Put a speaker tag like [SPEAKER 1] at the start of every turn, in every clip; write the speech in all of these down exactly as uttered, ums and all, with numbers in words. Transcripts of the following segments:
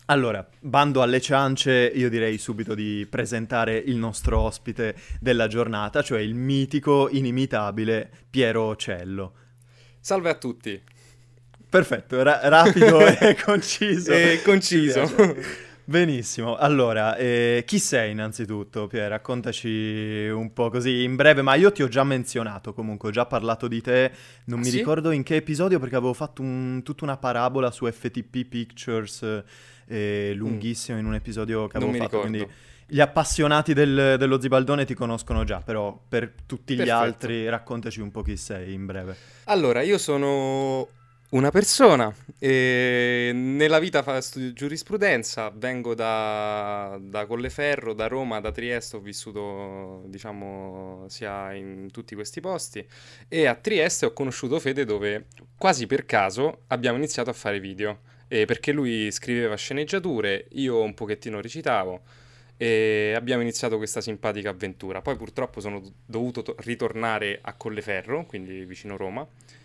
[SPEAKER 1] Allora, bando alle ciance, io direi subito di presentare il nostro ospite della giornata, cioè il mitico, inimitabile Piero Cello.
[SPEAKER 2] Salve a tutti.
[SPEAKER 1] Perfetto, ra- rapido e conciso,
[SPEAKER 2] E
[SPEAKER 1] ci
[SPEAKER 2] conciso.
[SPEAKER 1] piace. Benissimo, allora, eh, chi sei innanzitutto, Pier? Raccontaci un po' così in breve, ma io ti ho già menzionato comunque, ho già parlato di te, non
[SPEAKER 2] Ah
[SPEAKER 1] mi
[SPEAKER 2] sì?
[SPEAKER 1] ricordo in che episodio perché avevo fatto un- tutta una parabola su F T P Pictures, eh,
[SPEAKER 2] Mm,
[SPEAKER 1] lunghissimo in un episodio che
[SPEAKER 2] non
[SPEAKER 1] avevo
[SPEAKER 2] mi
[SPEAKER 1] fatto, quindi
[SPEAKER 2] ricordo.
[SPEAKER 1] gli appassionati del- dello Zibaldone ti conoscono già, però per tutti gli
[SPEAKER 2] Perfetto.
[SPEAKER 1] altri raccontaci un po' chi sei in breve.
[SPEAKER 2] Allora, io sono una persona e nella vita fa- studio giurisprudenza, vengo da, da Colleferro, da Roma, da Trieste, ho vissuto, diciamo, sia in tutti questi posti e a Trieste ho conosciuto Fede dove quasi per caso abbiamo iniziato a fare video. Eh, perché lui scriveva sceneggiature, io un pochettino recitavo e abbiamo iniziato questa simpatica avventura. Poi purtroppo sono dovuto to- ritornare a Colleferro, quindi vicino Roma,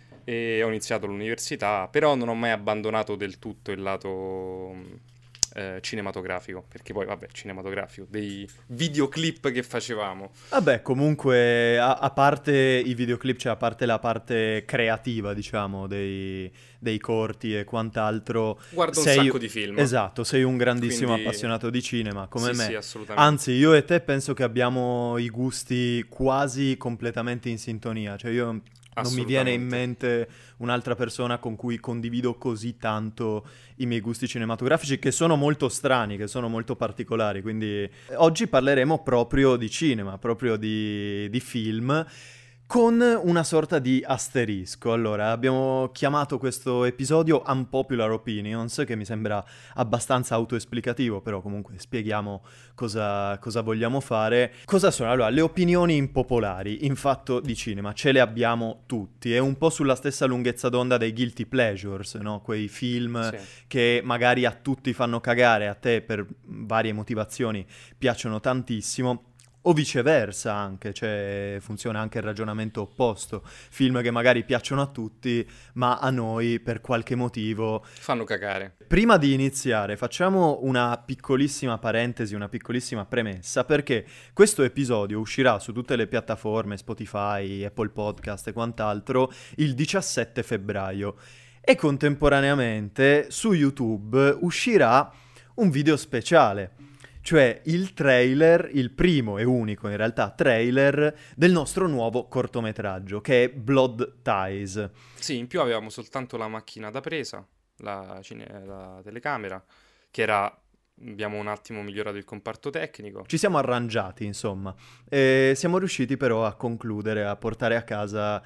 [SPEAKER 2] e ho iniziato l'università, però non ho mai abbandonato del tutto il lato mh, eh, cinematografico, perché poi, vabbè, cinematografico, dei videoclip che facevamo.
[SPEAKER 1] Vabbè, comunque, a, a parte i videoclip, cioè a parte la parte creativa, diciamo, dei, dei corti e quant'altro,
[SPEAKER 2] Guardo un
[SPEAKER 1] sei,
[SPEAKER 2] sacco di film,
[SPEAKER 1] esatto, sei un grandissimo
[SPEAKER 2] quindi
[SPEAKER 1] appassionato di cinema, come
[SPEAKER 2] sì, sì,
[SPEAKER 1] me.
[SPEAKER 2] assolutamente.
[SPEAKER 1] Anzi, io e te penso che abbiamo i gusti quasi completamente in sintonia, cioè io non mi viene in
[SPEAKER 2] Assolutamente.
[SPEAKER 1] mente un'altra persona con cui condivido così tanto i miei gusti cinematografici, che sono molto strani, che sono molto particolari, quindi oggi parleremo proprio di cinema, proprio di, di film, con una sorta di asterisco. Allora, abbiamo chiamato questo episodio Unpopular Opinions, che mi sembra abbastanza autoesplicativo, però comunque spieghiamo cosa, cosa vogliamo fare. Cosa sono? Allora, le opinioni impopolari in fatto di cinema, ce le abbiamo tutti, è un po' sulla stessa lunghezza d'onda dei guilty pleasures, no? Quei film
[SPEAKER 2] Sì.
[SPEAKER 1] che magari a tutti fanno cagare, a te per varie motivazioni piacciono tantissimo. O viceversa anche, cioè funziona anche il ragionamento opposto. Film che magari piacciono a tutti, ma a noi per qualche motivo.
[SPEAKER 2] Fanno cagare.
[SPEAKER 1] Prima di iniziare, facciamo una piccolissima parentesi, una piccolissima premessa, perché questo episodio uscirà su tutte le piattaforme, Spotify, Apple Podcast e quant'altro, il diciassette febbraio. E contemporaneamente su YouTube uscirà un video speciale, cioè il trailer, il primo e unico in realtà trailer del nostro nuovo cortometraggio, che è Blood Ties.
[SPEAKER 2] Sì, in più avevamo soltanto la macchina da presa, la, cine- la telecamera, che era... Abbiamo un attimo migliorato il comparto tecnico.
[SPEAKER 1] Ci siamo arrangiati, insomma, e siamo riusciti però a concludere, a portare a casa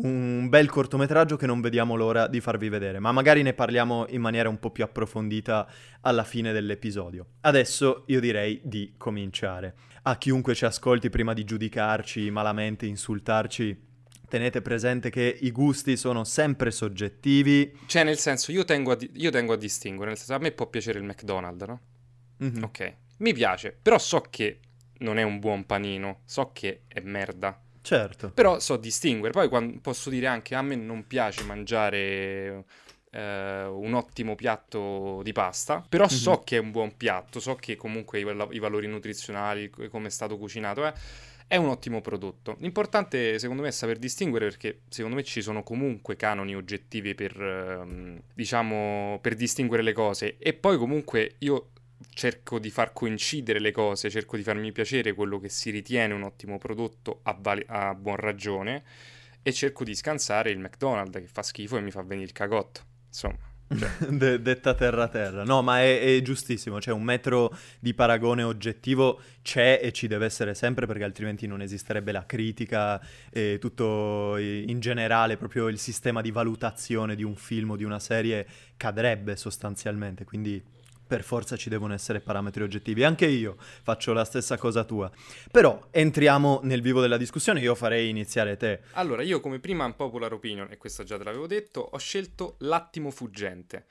[SPEAKER 1] un bel cortometraggio che non vediamo l'ora di farvi vedere, ma magari ne parliamo in maniera un po' più approfondita alla fine dell'episodio. Adesso io direi di cominciare. A chiunque ci ascolti prima di giudicarci malamente, insultarci, tenete presente che i gusti sono sempre soggettivi.
[SPEAKER 2] Cioè, nel senso, io tengo a, di- io tengo a distinguere, nel senso, a me può piacere il McDonald's, no?
[SPEAKER 1] Mhm.
[SPEAKER 2] Ok, mi piace, però so che non è un buon panino, so che è merda.
[SPEAKER 1] Certo.
[SPEAKER 2] Però so distinguere. Poi quan- posso dire anche a me non piace mangiare eh, un ottimo piatto di pasta, però
[SPEAKER 1] Mhm.
[SPEAKER 2] so che è un buon piatto, so che comunque i, val- i valori nutrizionali, co- come è stato cucinato, eh, è un ottimo prodotto. L'importante secondo me è saper distinguere perché secondo me ci sono comunque canoni oggettivi per, ehm, diciamo, per distinguere le cose e poi comunque io cerco di far coincidere le cose, cerco di farmi piacere quello che si ritiene un ottimo prodotto a, vali- a buon ragione e cerco di scansare il McDonald's che fa schifo e mi fa venire il cagotto. Insomma, cioè,
[SPEAKER 1] De- detta terra terra. No, ma è, è giustissimo, cioè un metro di paragone oggettivo c'è e ci deve essere sempre perché altrimenti non esisterebbe la critica e tutto i- in generale, proprio il sistema di valutazione di un film o di una serie cadrebbe sostanzialmente, quindi per forza ci devono essere parametri oggettivi. Anche io faccio la stessa cosa tua. Però entriamo nel vivo della discussione, io farei iniziare te.
[SPEAKER 2] allora, io come prima unpopular opinion, e questo già te l'avevo detto, ho scelto L'attimo fuggente.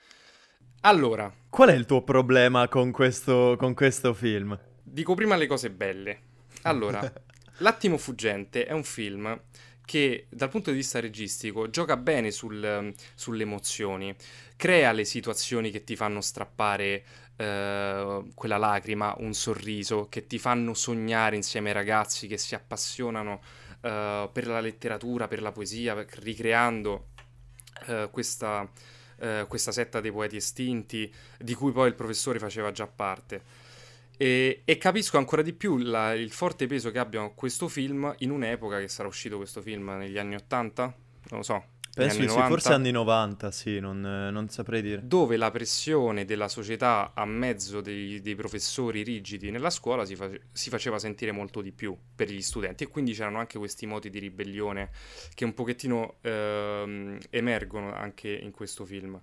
[SPEAKER 2] Allora,
[SPEAKER 1] Qual è il tuo problema con questo, con questo film?
[SPEAKER 2] dico prima le cose belle. Allora, L'attimo fuggente è un film che dal punto di vista registico gioca bene sul- sulle emozioni, crea le situazioni che ti fanno strappare eh, quella lacrima, un sorriso, che ti fanno sognare insieme ai ragazzi che si appassionano eh, per la letteratura, per la poesia, per- ricreando eh, questa, eh, questa setta dei poeti estinti, di cui poi il professore faceva già parte. E, e capisco ancora di più la- il forte peso che abbia questo film in un'epoca, che sarà uscito questo film negli anni ottanta, non lo so, negli
[SPEAKER 1] Penso
[SPEAKER 2] anni
[SPEAKER 1] di sì, forse
[SPEAKER 2] novanta,
[SPEAKER 1] anni novanta, sì, non, eh, non saprei dire.
[SPEAKER 2] dove la pressione della società a mezzo dei, dei professori rigidi nella scuola si, face- si faceva sentire molto di più per gli studenti, e quindi c'erano anche questi moti di ribellione che un pochettino ehm, emergono anche in questo film.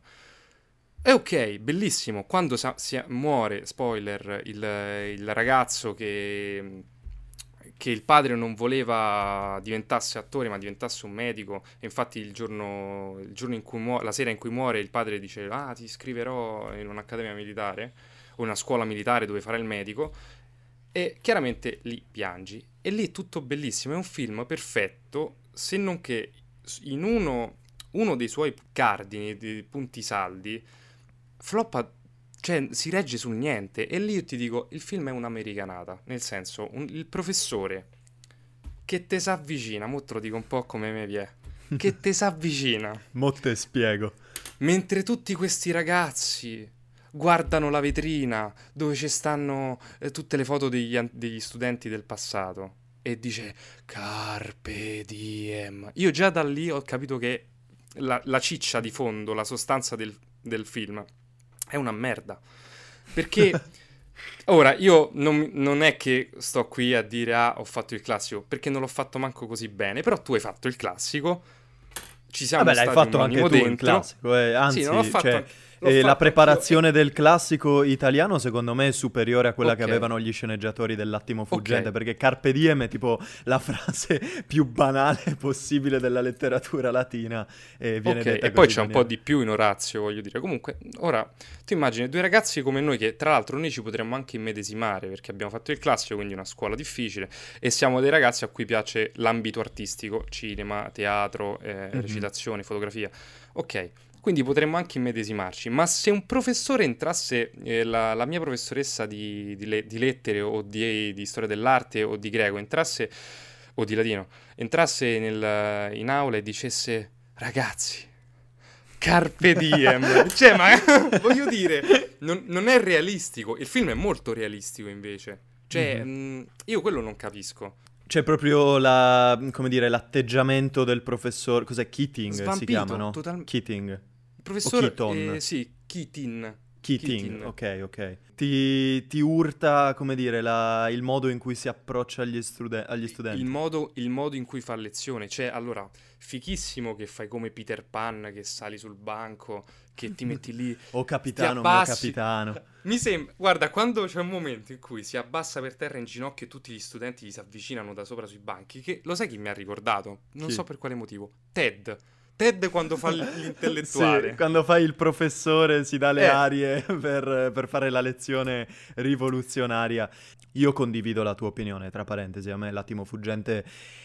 [SPEAKER 2] E ok, bellissimo. Quando sa- si muore, spoiler, il, il ragazzo che, che il padre non voleva diventasse attore, ma diventasse un medico. E infatti il giorno, il giorno in cui muore, la sera in cui muore, il padre dice: Ah, ti iscriverò in un'accademia militare o una scuola militare dove farai il medico. E chiaramente lì piangi. E lì è tutto bellissimo. È un film perfetto, se non che in uno, uno dei suoi cardini, dei punti saldi, floppa, cioè si regge sul niente. E lì io ti dico, il film è un'americanata, nel senso, un- il professore che te s'avvicina, mo te lo dico un po' come me vi è, che te s'avvicina,
[SPEAKER 1] Mo te spiego.
[SPEAKER 2] mentre tutti questi ragazzi guardano la vetrina dove ci stanno eh, tutte le foto degli, an- degli studenti del passato, e dice Carpe diem. Io già da lì ho capito che la, la ciccia di fondo, la sostanza del, del film è una merda. Perché ora io non, non è che sto qui a dire ah, ho fatto il classico, perché non l'ho fatto manco così bene, però tu hai fatto il classico, ci siamo
[SPEAKER 1] Vabbè, l'hai
[SPEAKER 2] stati un
[SPEAKER 1] fatto anche
[SPEAKER 2] minimo
[SPEAKER 1] tu il
[SPEAKER 2] dentro.
[SPEAKER 1] classico, eh,
[SPEAKER 2] Sì, non l'ho
[SPEAKER 1] anzi,
[SPEAKER 2] fatto
[SPEAKER 1] cioè,
[SPEAKER 2] anche, l'ho
[SPEAKER 1] eh, la
[SPEAKER 2] fatto anch'io. E...
[SPEAKER 1] preparazione del classico italiano secondo me è superiore a quella che
[SPEAKER 2] Ok,
[SPEAKER 1] avevano gli sceneggiatori dell'Attimo
[SPEAKER 2] ok.
[SPEAKER 1] Fuggente, perché Carpe Diem è tipo la frase più banale possibile della letteratura latina e viene
[SPEAKER 2] Ok,
[SPEAKER 1] detta
[SPEAKER 2] e poi
[SPEAKER 1] così
[SPEAKER 2] c'è un po'
[SPEAKER 1] bene.
[SPEAKER 2] di più in Orazio, voglio dire. Comunque, ora, tu immagini due ragazzi come noi che, tra l'altro, noi ci potremmo anche immedesimare, perché abbiamo fatto il classico, quindi una scuola difficile, e siamo dei ragazzi a cui piace l'ambito artistico, cinema, teatro, eh,
[SPEAKER 1] Mhm.
[SPEAKER 2] recitazione, fotografia. Ok, quindi potremmo anche immedesimarci, ma se un professore entrasse, eh, la, la mia professoressa di, di le- di lettere o di, di storia dell'arte o di greco, entrasse, o di latino, entrasse nel- in aula e dicesse... Ragazzi, Carpe diem. Cioè, ma voglio dire, non, non è realistico. Il film è molto realistico, invece. Cioè,
[SPEAKER 1] Mhm.
[SPEAKER 2] mh, io quello non capisco.
[SPEAKER 1] C'è proprio la, come dire, l'atteggiamento del professor, cos'è? Keating si chiama,
[SPEAKER 2] Svampito,
[SPEAKER 1] no?
[SPEAKER 2] totalmente.
[SPEAKER 1] Keating
[SPEAKER 2] Il
[SPEAKER 1] o
[SPEAKER 2] professor, eh,
[SPEAKER 1] Keaton?
[SPEAKER 2] sì, Keating.
[SPEAKER 1] Keating,
[SPEAKER 2] Keating.
[SPEAKER 1] ok, ok. Ti, ti urta, come dire, la- il modo in cui si approccia agli, struden- agli
[SPEAKER 2] Il
[SPEAKER 1] studenti.
[SPEAKER 2] modo, il modo in cui fa lezione, cioè, allora, fichissimo che fai come Peter Pan, che sali sul banco, che ti metti lì,
[SPEAKER 1] Oh
[SPEAKER 2] ti
[SPEAKER 1] capitano, mio
[SPEAKER 2] abbassi.
[SPEAKER 1] capitano.
[SPEAKER 2] Mi sembra, guarda, quando c'è un momento in cui si abbassa per terra in ginocchio e tutti gli studenti gli si avvicinano da sopra sui banchi, che lo sai chi mi ha ricordato? Non so
[SPEAKER 1] Chi?
[SPEAKER 2] per quale motivo. Ted. Ted quando fa l-
[SPEAKER 1] Sì,
[SPEAKER 2] l'intellettuale.
[SPEAKER 1] quando fai il professore si dà le
[SPEAKER 2] Eh,
[SPEAKER 1] arie per, per fare la lezione rivoluzionaria. Io condivido la tua opinione, tra parentesi, a me l'attimo fuggente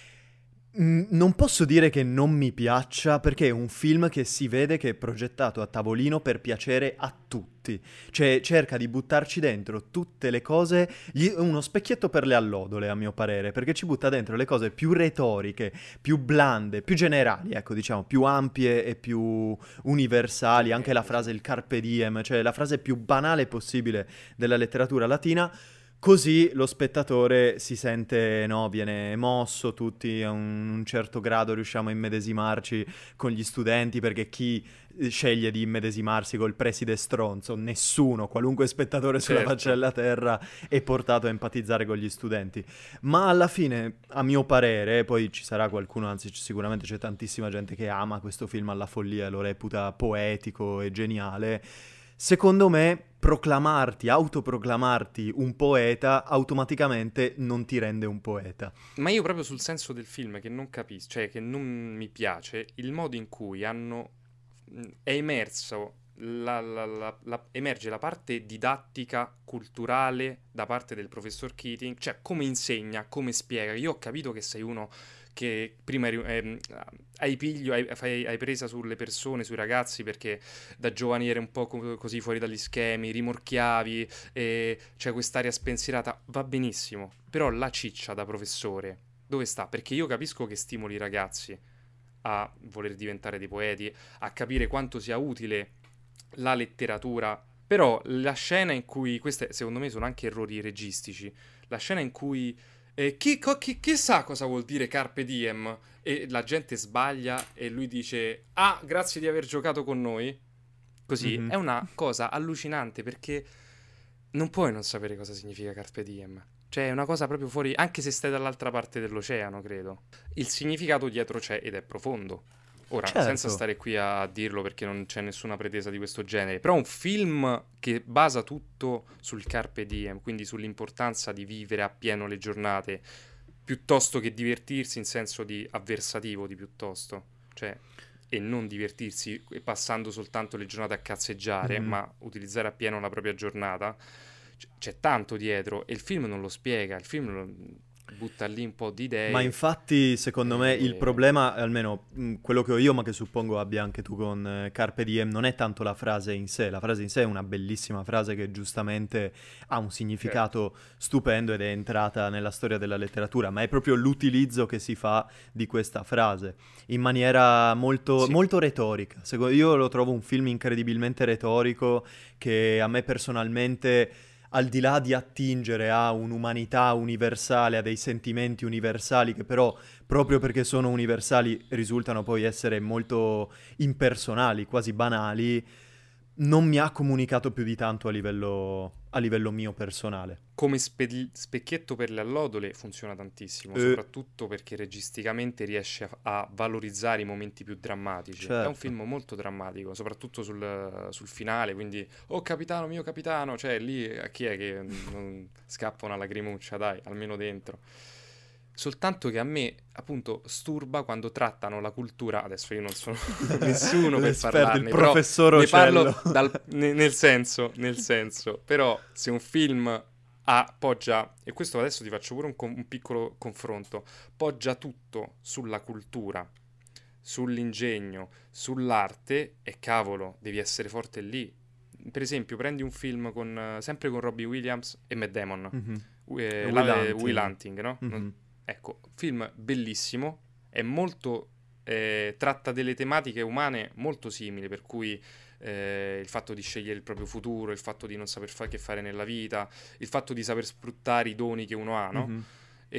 [SPEAKER 1] mm, non posso dire che non mi piaccia perché è un film che si vede che è progettato a tavolino per piacere a tutti. Cioè cerca di buttarci dentro tutte le cose, gli- uno specchietto per le allodole a mio parere, perché ci butta dentro le cose più retoriche, più blande, più generali, ecco diciamo, più ampie e più universali, anche la
[SPEAKER 2] ovviamente, sì.
[SPEAKER 1] frase il carpe diem, cioè la frase più banale possibile della letteratura latina. Così lo spettatore si sente, no, viene mosso, tutti a un, un certo grado riusciamo a immedesimarci con gli studenti, perché chi eh, sceglie di immedesimarsi col preside stronzo? Nessuno, qualunque spettatore sulla faccia
[SPEAKER 2] Certo.
[SPEAKER 1] della terra è portato a empatizzare con gli studenti. Ma alla fine, a mio parere, poi ci sarà qualcuno, anzi c- sicuramente c'è tantissima gente che ama questo film alla follia e lo reputa poetico e geniale. Secondo me, proclamarti, autoproclamarti un poeta automaticamente non ti rende un poeta.
[SPEAKER 2] Ma io proprio sul senso del film che non capisco, cioè che non mi piace il modo in cui hanno mh, è emerso la, la- la- la- emerge la parte didattica, culturale da parte del professor Keating, cioè come insegna, come spiega. Io ho capito che sei uno che prima eri, ehm, hai piglio, hai, fai- hai presa sulle persone, sui ragazzi, perché da giovani eri un po' co- così fuori dagli schemi, rimorchiavi, e c'è quest'aria spensierata, va benissimo, però la ciccia da professore dove sta? Perché io capisco che stimoli i ragazzi a voler diventare dei poeti, a capire quanto sia utile la letteratura, però la scena in cui, queste secondo me sono anche errori registici, la scena in cui eh, chi, co- chi- chi sa cosa vuol dire Carpe Diem, e la gente sbaglia e lui dice ah, grazie di aver giocato con noi, così,
[SPEAKER 1] Mhm.
[SPEAKER 2] è una cosa allucinante, perché non puoi non sapere cosa significa Carpe Diem. Cioè, è una cosa proprio fuori, anche se stai dall'altra parte dell'oceano, credo. Il significato dietro c'è ed è profondo. Ora, senza
[SPEAKER 1] Certo.
[SPEAKER 2] stare qui a dirlo perché non c'è nessuna pretesa di questo genere, però un film che basa tutto sul Carpe Diem, quindi sull'importanza di vivere appieno le giornate, piuttosto che divertirsi in senso di avversativo, di piuttosto. Cioè, e non divertirsi passando soltanto le giornate a cazzeggiare,
[SPEAKER 1] Mhm.
[SPEAKER 2] ma utilizzare appieno la propria giornata. C- c'è tanto dietro e il film non lo spiega, il film lo- butta lì un po' di
[SPEAKER 1] Ma
[SPEAKER 2] idee
[SPEAKER 1] infatti, secondo me, il
[SPEAKER 2] e...
[SPEAKER 1] problema, almeno mh, quello che ho io, ma che suppongo abbia anche tu con eh, Carpe Diem, non è tanto la frase in sé. La frase in sé è una bellissima frase che giustamente ha un
[SPEAKER 2] Certo,
[SPEAKER 1] significato stupendo ed è entrata nella storia della letteratura, ma è proprio l'utilizzo che si fa di questa frase in maniera molto,
[SPEAKER 2] sì,
[SPEAKER 1] molto retorica. Secondo, io lo trovo un film incredibilmente retorico che a me personalmente, al di là di attingere a un'umanità universale, a dei sentimenti universali che però, proprio perché sono universali, risultano poi essere molto impersonali, quasi banali, non mi ha comunicato più di tanto a livello, a livello mio personale.
[SPEAKER 2] come spe- specchietto per le allodole funziona tantissimo,
[SPEAKER 1] Eh,
[SPEAKER 2] soprattutto perché registicamente riesce a, a valorizzare i momenti più drammatici. È un
[SPEAKER 1] certo.
[SPEAKER 2] film molto drammatico, soprattutto sul, sul finale, quindi oh capitano, mio capitano, cioè lì a chi è che non scappa una lacrimuccia, dai, almeno dentro. Soltanto che a me, appunto, sturba quando trattano la cultura. Adesso io non sono nessuno per
[SPEAKER 1] L'esperto, il
[SPEAKER 2] parlarne, però
[SPEAKER 1] professor
[SPEAKER 2] ne
[SPEAKER 1] Ocello.
[SPEAKER 2] parlo dal- ne- nel senso, nel senso, però se un film ha, poggia, e questo adesso ti faccio pure un, con- un piccolo confronto, poggia tutto sulla cultura, sull'ingegno, sull'arte, e cavolo, devi essere forte lì. Per esempio, prendi un film con, eh, sempre con Robbie Williams e Matt Damon,
[SPEAKER 1] Mhm.
[SPEAKER 2] eh,
[SPEAKER 1] Will
[SPEAKER 2] la- eh, Will
[SPEAKER 1] Hunting.
[SPEAKER 2] Hunting, no? Non-
[SPEAKER 1] Mhm.
[SPEAKER 2] ecco, film bellissimo, è molto, eh, tratta delle tematiche umane molto simili, per cui eh, il fatto di scegliere il proprio futuro, il fatto di non saper fare che fare nella vita, il fatto di saper sfruttare i doni che uno ha, no?
[SPEAKER 1] Mhm.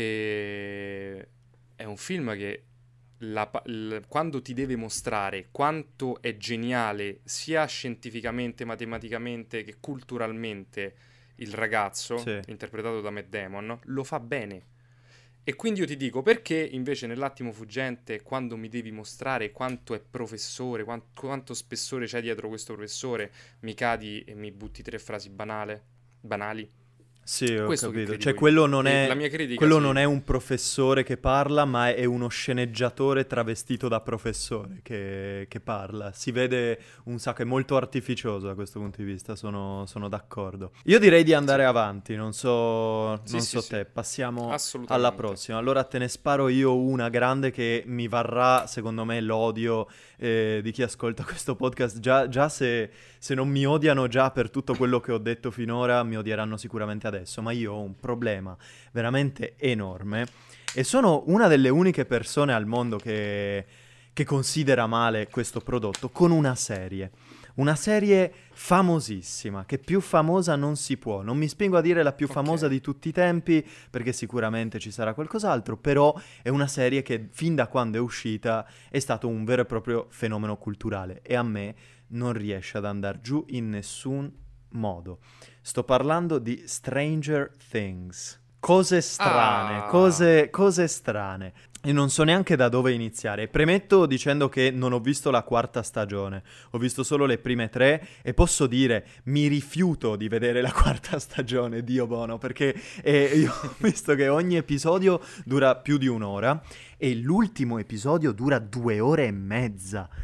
[SPEAKER 2] E... È un film che la pa- l- quando ti deve mostrare quanto è geniale sia scientificamente, matematicamente che culturalmente il ragazzo,
[SPEAKER 1] Sì.
[SPEAKER 2] interpretato da Matt Damon, lo fa bene. E quindi io ti dico, perché invece nell'attimo fuggente, quando mi devi mostrare quanto è professore, quan- quanto spessore c'è dietro questo professore, mi cadi e mi butti tre frasi banale, banali?
[SPEAKER 1] Sì, ho
[SPEAKER 2] Questo che
[SPEAKER 1] capito. Cioè,
[SPEAKER 2] critico io.
[SPEAKER 1] quello non
[SPEAKER 2] E la
[SPEAKER 1] è,
[SPEAKER 2] mia critica,
[SPEAKER 1] quello non
[SPEAKER 2] sì.
[SPEAKER 1] è un professore che parla, ma è uno sceneggiatore travestito da professore che, che parla. Si vede un sacco, è molto artificioso da questo punto di vista, sono, sono d'accordo. Io direi di
[SPEAKER 2] Sì,
[SPEAKER 1] andare avanti, non so,
[SPEAKER 2] sì,
[SPEAKER 1] non
[SPEAKER 2] sì,
[SPEAKER 1] so
[SPEAKER 2] sì,
[SPEAKER 1] te. Passiamo alla
[SPEAKER 2] assolutamente.
[SPEAKER 1] prossima. Allora te ne sparo io una grande che mi varrà, secondo me, l'odio eh, di chi ascolta questo podcast. Già, già se se non mi odiano già per tutto quello che ho detto finora, mi odieranno sicuramente adesso, ma io ho un problema veramente enorme e sono una delle uniche persone al mondo che, che considera male questo prodotto con una serie. Una serie famosissima, che più famosa non si può. Non mi spingo a dire la più
[SPEAKER 2] Ok.
[SPEAKER 1] famosa di tutti i tempi, perché sicuramente ci sarà qualcos'altro, però è una serie che fin da quando è uscita è stato un vero e proprio fenomeno culturale e a me non riesce ad andare giù in nessun modo. Sto parlando di Stranger Things. Cose strane,
[SPEAKER 2] Ah,
[SPEAKER 1] cose, cose strane. E non so neanche da dove iniziare. Premetto dicendo che non ho visto la quarta stagione, ho visto solo le prime tre e posso dire mi rifiuto di vedere la quarta stagione, Dio buono, perché eh, io ho visto che ogni episodio dura più di un'ora e l'ultimo episodio dura due ore e mezza.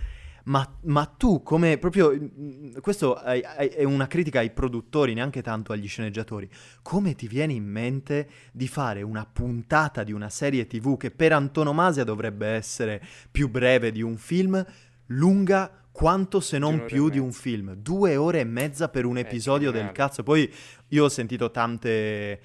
[SPEAKER 1] Ma, ma tu come proprio, mm, questo è, è- è una critica ai produttori, neanche tanto agli sceneggiatori, come ti viene in mente di fare una puntata di una serie T V che per antonomasia dovrebbe essere più breve di un film, lunga quanto se
[SPEAKER 2] Di
[SPEAKER 1] non
[SPEAKER 2] un'ora e
[SPEAKER 1] più di un
[SPEAKER 2] mezza.
[SPEAKER 1] film? Due ore e mezza per un
[SPEAKER 2] È
[SPEAKER 1] episodio del
[SPEAKER 2] geniale.
[SPEAKER 1] cazzo. Poi io ho sentito tante,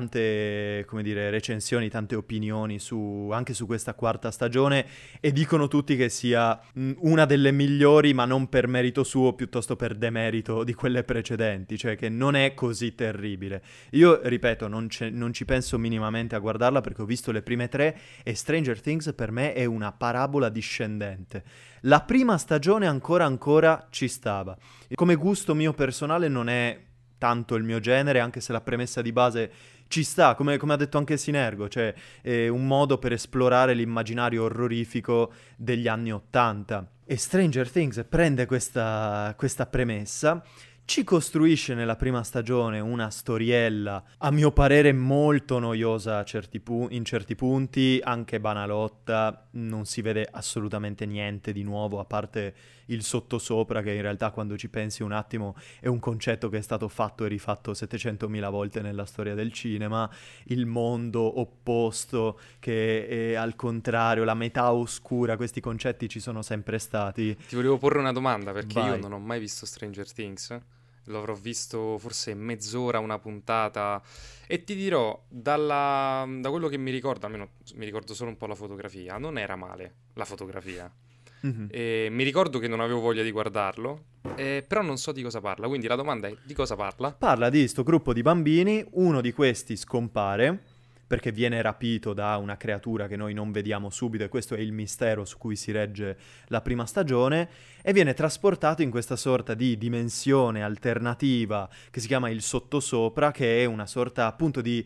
[SPEAKER 1] tante, come dire, recensioni, tante opinioni su, anche su questa quarta stagione e dicono tutti che sia mh, una delle migliori, ma non per merito suo, piuttosto per demerito di quelle precedenti, cioè che non è così terribile. Io, ripeto, non, ce- non ci penso minimamente a guardarla perché ho visto le prime tre e Stranger Things per me è una parabola discendente. La prima stagione ancora ancora ci stava. Come gusto mio personale non è tanto il mio genere, anche se la premessa di base ci sta, come, come ha detto anche Sinergo, cioè è un modo per esplorare l'immaginario orrorifico degli anni Ottanta. E Stranger Things prende questa, questa premessa, ci costruisce nella prima stagione una storiella, a mio parere molto noiosa a certi pu- in certi punti, anche banalotta, non si vede assolutamente niente di nuovo, a parte il sottosopra, che in realtà quando ci pensi un attimo è un concetto che è stato fatto e rifatto settecentomila volte nella storia del cinema, il mondo opposto che è al contrario, la metà oscura, questi concetti ci sono sempre stati.
[SPEAKER 2] Ti volevo porre una domanda perché io
[SPEAKER 1] Vai.
[SPEAKER 2] non ho mai visto Stranger Things. L'avrò visto forse mezz'ora, una puntata. E ti dirò, dalla- da quello che mi ricordo, almeno mi ricordo solo un po' la fotografia, non era male la fotografia.
[SPEAKER 1] Mhm.
[SPEAKER 2] E mi ricordo che non avevo voglia di guardarlo, eh, però non so di cosa parla. Quindi la domanda è: di cosa parla?
[SPEAKER 1] Parla di sto gruppo di bambini, uno di questi scompare perché viene rapito da una creatura che noi non vediamo subito e questo è il mistero su cui si regge la prima stagione e viene trasportato in questa sorta di dimensione alternativa che si chiama il sottosopra, che è una sorta appunto di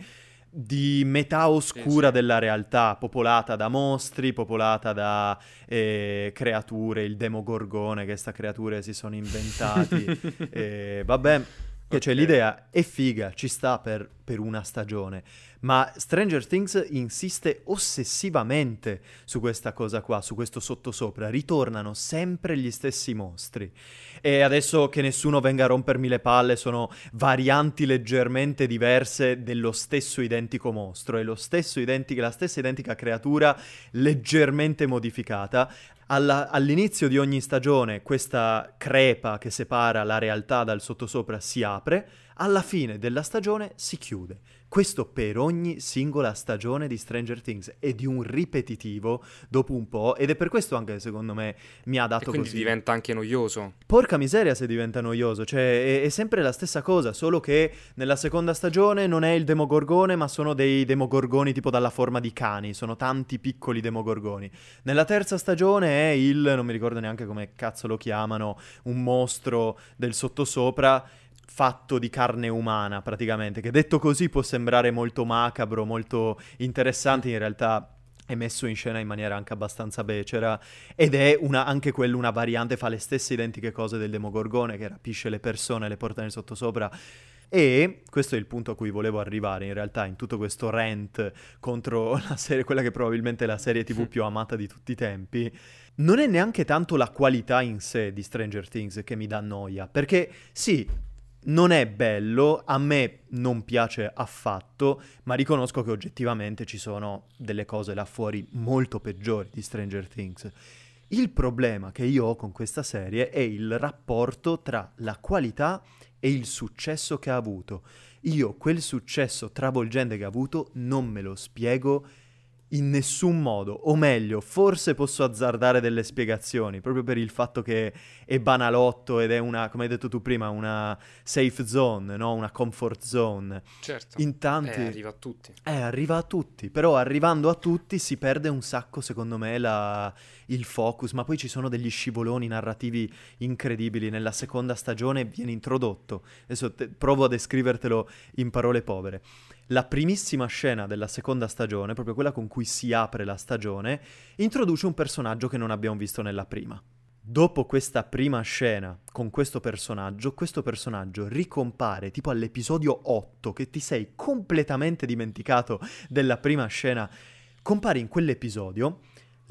[SPEAKER 1] di metà
[SPEAKER 2] Sì,
[SPEAKER 1] oscura
[SPEAKER 2] sì.
[SPEAKER 1] della realtà, popolata da mostri, popolata da eh, creature, il Demogorgone, che sta creature si sono inventati. Eh, vabbè, che cioè
[SPEAKER 2] Ok.
[SPEAKER 1] l'idea è figa, ci sta per, per una stagione, ma Stranger Things insiste ossessivamente su questa cosa qua, su questo sottosopra, ritornano sempre gli stessi mostri. E adesso che nessuno venga a rompermi le palle, sono varianti leggermente diverse dello stesso identico mostro, è lo stesso identico, la stessa identica creatura leggermente modificata. Alla- all'inizio di ogni stagione questa crepa che separa la realtà dal sottosopra si apre, alla fine della stagione si chiude. Questo per ogni singola stagione di Stranger Things è di un ripetitivo dopo un po' ed è per questo anche secondo me mi ha
[SPEAKER 2] E
[SPEAKER 1] dato
[SPEAKER 2] quindi
[SPEAKER 1] così.
[SPEAKER 2] diventa anche noioso.
[SPEAKER 1] Porca miseria se diventa noioso, cioè è, è sempre la stessa cosa, solo che nella seconda stagione non è il demogorgone, ma sono dei demogorgoni tipo dalla forma di cani, sono tanti piccoli demogorgoni. Nella terza stagione è il, non mi ricordo neanche come cazzo lo chiamano, un mostro del sottosopra fatto di carne umana praticamente, che detto così può sembrare molto macabro, molto interessante, in realtà è messo in scena in maniera anche abbastanza becera ed è una, anche quello una variante, fa le stesse identiche cose del Demogorgone che rapisce le persone, le porta nel sottosopra. E questo è il punto a cui volevo arrivare in realtà in tutto questo rant contro la serie, quella che probabilmente è la serie T V più amata di tutti i tempi. Non è neanche tanto la qualità in sé di Stranger Things che mi dà noia, perché sì, non è bello, a me non piace affatto, ma riconosco che oggettivamente ci sono delle cose là fuori molto peggiori di Stranger Things. Il problema che io ho con questa serie è il rapporto tra la qualità e il successo che ha avuto. Io quel successo travolgente che ha avuto non me lo spiego in nessun modo, o meglio, forse posso azzardare delle spiegazioni, proprio per il fatto che è banalotto ed è una, come hai detto tu prima, una safe zone, no? Una comfort zone.
[SPEAKER 2] Certo.
[SPEAKER 1] In
[SPEAKER 2] Eh,
[SPEAKER 1] tanti...
[SPEAKER 2] arriva a tutti.
[SPEAKER 1] Eh, arriva a tutti, però arrivando a tutti si perde un sacco, secondo me, la- il focus, ma poi ci sono degli scivoloni narrativi incredibili. Nella seconda stagione viene introdotto, adesso te- provo a descrivertelo in parole povere. La primissima scena della seconda stagione, proprio quella con cui si apre la stagione, introduce un personaggio che non abbiamo visto nella prima. Dopo questa prima scena con questo personaggio, questo personaggio ricompare tipo all'episodio otto, che ti sei completamente dimenticato della prima scena, compare in quell'episodio,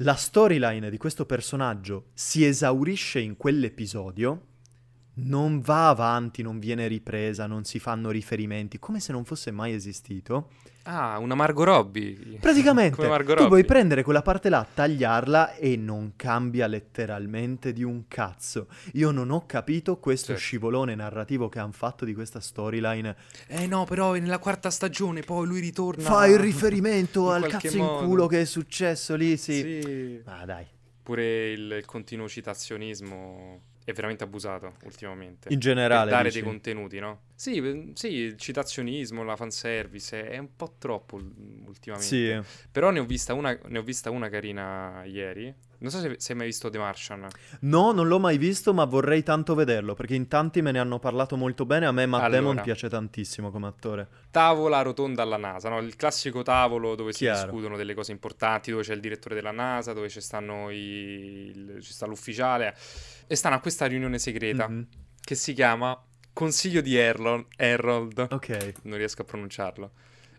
[SPEAKER 1] la storyline di questo personaggio si esaurisce in quell'episodio, non va avanti, non viene ripresa, non si fanno riferimenti, come se non fosse mai esistito.
[SPEAKER 2] Ah, una Margot Robbie.
[SPEAKER 1] Praticamente,
[SPEAKER 2] Come Margot
[SPEAKER 1] tu
[SPEAKER 2] Robbie.
[SPEAKER 1] puoi prendere quella parte là, tagliarla e non cambia letteralmente di un cazzo. Io non ho capito questo
[SPEAKER 2] Certo.
[SPEAKER 1] scivolone narrativo che hanno fatto di questa storyline.
[SPEAKER 2] Eh no, però nella quarta stagione poi lui ritorna...
[SPEAKER 1] Fa il riferimento
[SPEAKER 2] in
[SPEAKER 1] al
[SPEAKER 2] qualche
[SPEAKER 1] cazzo
[SPEAKER 2] modo.
[SPEAKER 1] in culo che è successo lì, sì.
[SPEAKER 2] Sì.
[SPEAKER 1] Ma dai.
[SPEAKER 2] Pure il, il continuo citazionismo è veramente abusato ultimamente.
[SPEAKER 1] In generale,
[SPEAKER 2] Per dare
[SPEAKER 1] dici?
[SPEAKER 2] dei contenuti, no? Sì, eh, sì, il citazionismo, la fanservice è un po' troppo ul- ultimamente.
[SPEAKER 1] Sì.
[SPEAKER 2] Però ne ho vista una, ne ho vista una carina ieri. Non so se, se hai mai visto The Martian.
[SPEAKER 1] No, non l'ho mai visto, ma vorrei tanto vederlo, perché in tanti me ne hanno parlato molto bene. A me Matt
[SPEAKER 2] Allora.
[SPEAKER 1] Damon piace tantissimo come attore.
[SPEAKER 2] Tavola rotonda alla NASA, no? Il classico tavolo dove si
[SPEAKER 1] Chiaro.
[SPEAKER 2] discutono delle cose importanti, dove c'è il direttore della NASA, dove ci stanno i... il- ci sta l'ufficiale e stanno a questa riunione segreta
[SPEAKER 1] Mhm.
[SPEAKER 2] che si chiama Consiglio di Erlo- Harold.
[SPEAKER 1] Ok.
[SPEAKER 2] Non riesco a pronunciarlo.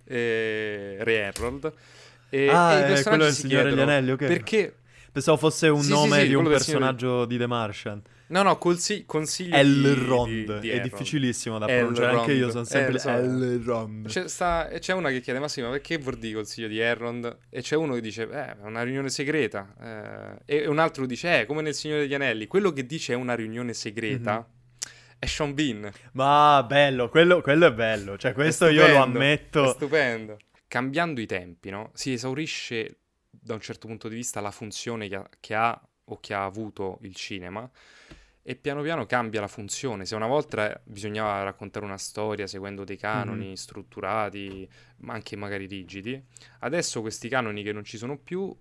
[SPEAKER 2] Eh, Re Harold. E,
[SPEAKER 1] Ah,
[SPEAKER 2] e i
[SPEAKER 1] eh,
[SPEAKER 2] personaggi
[SPEAKER 1] quello è il
[SPEAKER 2] si
[SPEAKER 1] Signore degli
[SPEAKER 2] chiedono
[SPEAKER 1] Anelli, ok.
[SPEAKER 2] perché...
[SPEAKER 1] Pensavo fosse un
[SPEAKER 2] Sì, sì,
[SPEAKER 1] nome
[SPEAKER 2] sì,
[SPEAKER 1] di un
[SPEAKER 2] quello del Signore-
[SPEAKER 1] personaggio di The Martian.
[SPEAKER 2] No, no, consi- consiglio di, di,
[SPEAKER 1] Elrond.
[SPEAKER 2] di
[SPEAKER 1] È
[SPEAKER 2] Harold.
[SPEAKER 1] difficilissimo da
[SPEAKER 2] Elrond.
[SPEAKER 1] pronunciare. Anche io sono
[SPEAKER 2] Eh,
[SPEAKER 1] sempre
[SPEAKER 2] lo so.
[SPEAKER 1] Elrond.
[SPEAKER 2] C'è, sta- e c'è una che chiede, ma sì, ma perché vuol dire consiglio di Elrond? E c'è uno che dice, eh, è una riunione segreta. Eh, e un altro dice, eh, come nel Signore degli Anelli. Quello che dice è una riunione segreta
[SPEAKER 1] Mhm.
[SPEAKER 2] è Sean Bean.
[SPEAKER 1] Ma bello, quello, quello è bello. Cioè, questo io lo
[SPEAKER 2] stupendo,
[SPEAKER 1] ammetto.
[SPEAKER 2] È stupendo. Cambiando i tempi, no? Si esaurisce da un certo punto di vista la funzione che ha, che ha o che ha avuto il cinema e piano piano cambia la funzione. Se una volta bisognava raccontare una storia seguendo dei canoni
[SPEAKER 1] Mhm.
[SPEAKER 2] strutturati, ma anche magari rigidi, adesso questi canoni che non ci sono più,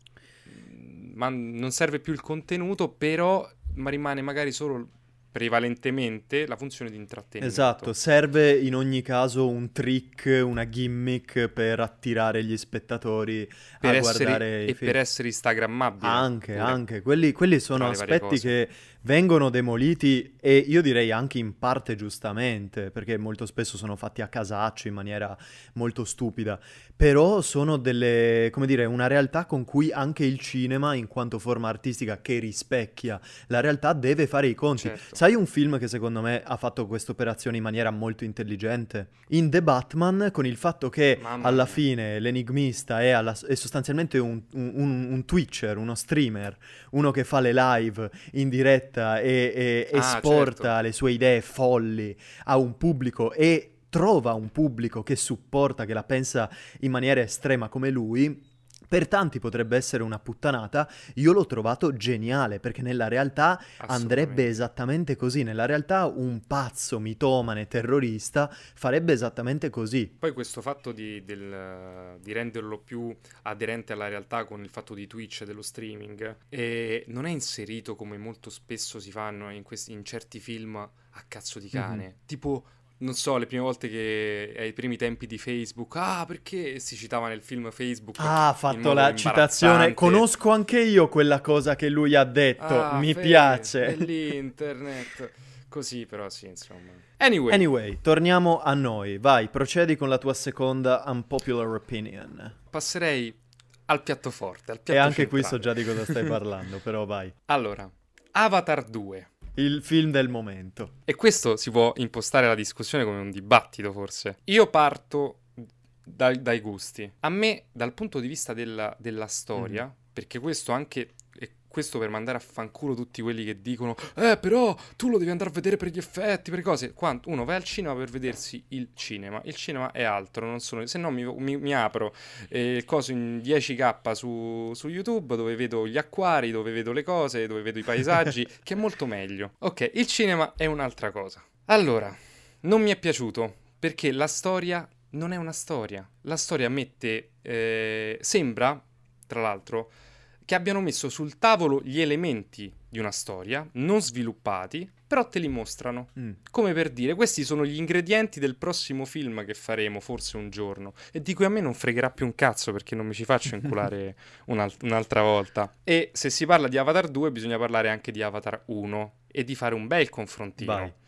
[SPEAKER 2] mh, ma non serve più il contenuto, però ma rimane magari solo prevalentemente la funzione di intrattenimento.
[SPEAKER 1] Esatto, serve in ogni caso un trick, una gimmick per attirare gli spettatori
[SPEAKER 2] Per
[SPEAKER 1] a
[SPEAKER 2] essere,
[SPEAKER 1] guardare i
[SPEAKER 2] e
[SPEAKER 1] film.
[SPEAKER 2] per essere instagrammabile
[SPEAKER 1] Anche,
[SPEAKER 2] pure,
[SPEAKER 1] anche, quelli, quelli sono
[SPEAKER 2] tra le varie
[SPEAKER 1] aspetti
[SPEAKER 2] cose.
[SPEAKER 1] che vengono demoliti e io direi anche in parte giustamente, perché molto spesso sono fatti a casaccio in maniera molto stupida, però sono delle, come dire, una realtà con cui anche il cinema, in quanto forma artistica che rispecchia la realtà, deve fare i conti.
[SPEAKER 2] Certo.
[SPEAKER 1] Sai un film che secondo me ha fatto questa operazione in maniera molto intelligente? In The Batman, con il fatto che
[SPEAKER 2] Mamma
[SPEAKER 1] alla
[SPEAKER 2] mia.
[SPEAKER 1] fine l'enigmista è, alla- è sostanzialmente un, un- un- un twitcher, uno streamer, uno che fa le live in diretta e, e
[SPEAKER 2] Ah,
[SPEAKER 1] esporta
[SPEAKER 2] certo.
[SPEAKER 1] le sue idee folli a un pubblico e trova un pubblico che supporta, che la pensa in maniera estrema come lui. Per tanti potrebbe essere una puttanata, io l'ho trovato geniale perché nella realtà andrebbe
[SPEAKER 2] Assolutamente.
[SPEAKER 1] esattamente così. Nella realtà un pazzo mitomane terrorista farebbe esattamente così.
[SPEAKER 2] Poi questo fatto di, del- di renderlo più aderente alla realtà con il fatto di Twitch e dello streaming eh, non è inserito come molto spesso si fanno in, questi, in certi film a cazzo di cane.
[SPEAKER 1] Mhm.
[SPEAKER 2] Tipo, non so, le prime volte che ai primi tempi di Facebook, ah, perché si citava nel film Facebook
[SPEAKER 1] Ah, ha
[SPEAKER 2] in
[SPEAKER 1] fatto
[SPEAKER 2] modo
[SPEAKER 1] la citazione.
[SPEAKER 2] imbarazzante.
[SPEAKER 1] Conosco anche io quella cosa che lui ha detto.
[SPEAKER 2] Ah,
[SPEAKER 1] Mi
[SPEAKER 2] fe,
[SPEAKER 1] piace.
[SPEAKER 2] nell'internet. Così però sì, insomma. Anyway,
[SPEAKER 1] Anyway, torniamo a noi. Vai, procedi con la tua seconda unpopular opinion.
[SPEAKER 2] passerei al piatto forte, al
[SPEAKER 1] E
[SPEAKER 2] piatto
[SPEAKER 1] anche qui
[SPEAKER 2] centrale.
[SPEAKER 1] so già di cosa stai parlando, però vai.
[SPEAKER 2] Allora, Avatar due.
[SPEAKER 1] Il film del momento.
[SPEAKER 2] E questo si può impostare la discussione come un dibattito, forse. Io parto dai, dai gusti. A me, dal punto di vista della, della storia,
[SPEAKER 1] Mhm.
[SPEAKER 2] perché questo anche... E questo per mandare a fanculo tutti quelli che dicono eh, però tu lo devi andare a vedere per gli effetti, per le cose. Quando uno va al cinema per vedersi il cinema. Il cinema è altro, non sono... Se no mi, mi- mi apro eh, il coso in dieci K su, su YouTube, dove vedo gli acquari, dove vedo le cose, dove vedo i paesaggi, che è molto meglio. Ok, il cinema è un'altra cosa. Allora, non mi è piaciuto, perché la storia non è una storia. La storia mette... eh, sembra, tra l'altro, che abbiano messo sul tavolo gli elementi di una storia, non sviluppati, però te li mostrano.
[SPEAKER 1] Mm.
[SPEAKER 2] Come per dire, questi sono gli ingredienti del prossimo film che faremo, forse un giorno. E di cui a me non fregherà più un cazzo, perché non mi ci faccio inculare un'al- un'altra volta. E se si parla di Avatar due, bisogna parlare anche di Avatar uno e di fare un bel confrontino.
[SPEAKER 1] Vai.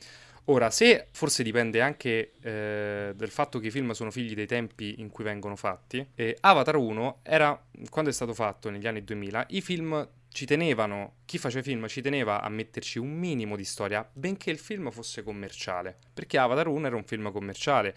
[SPEAKER 2] Ora, se forse dipende anche eh, dal fatto che i film sono figli dei tempi in cui vengono fatti, eh, Avatar uno era, quando è stato fatto negli anni duemila, i film ci tenevano, chi faceva film ci teneva a metterci un minimo di storia, benché il film fosse commerciale, perché Avatar uno era un film commerciale,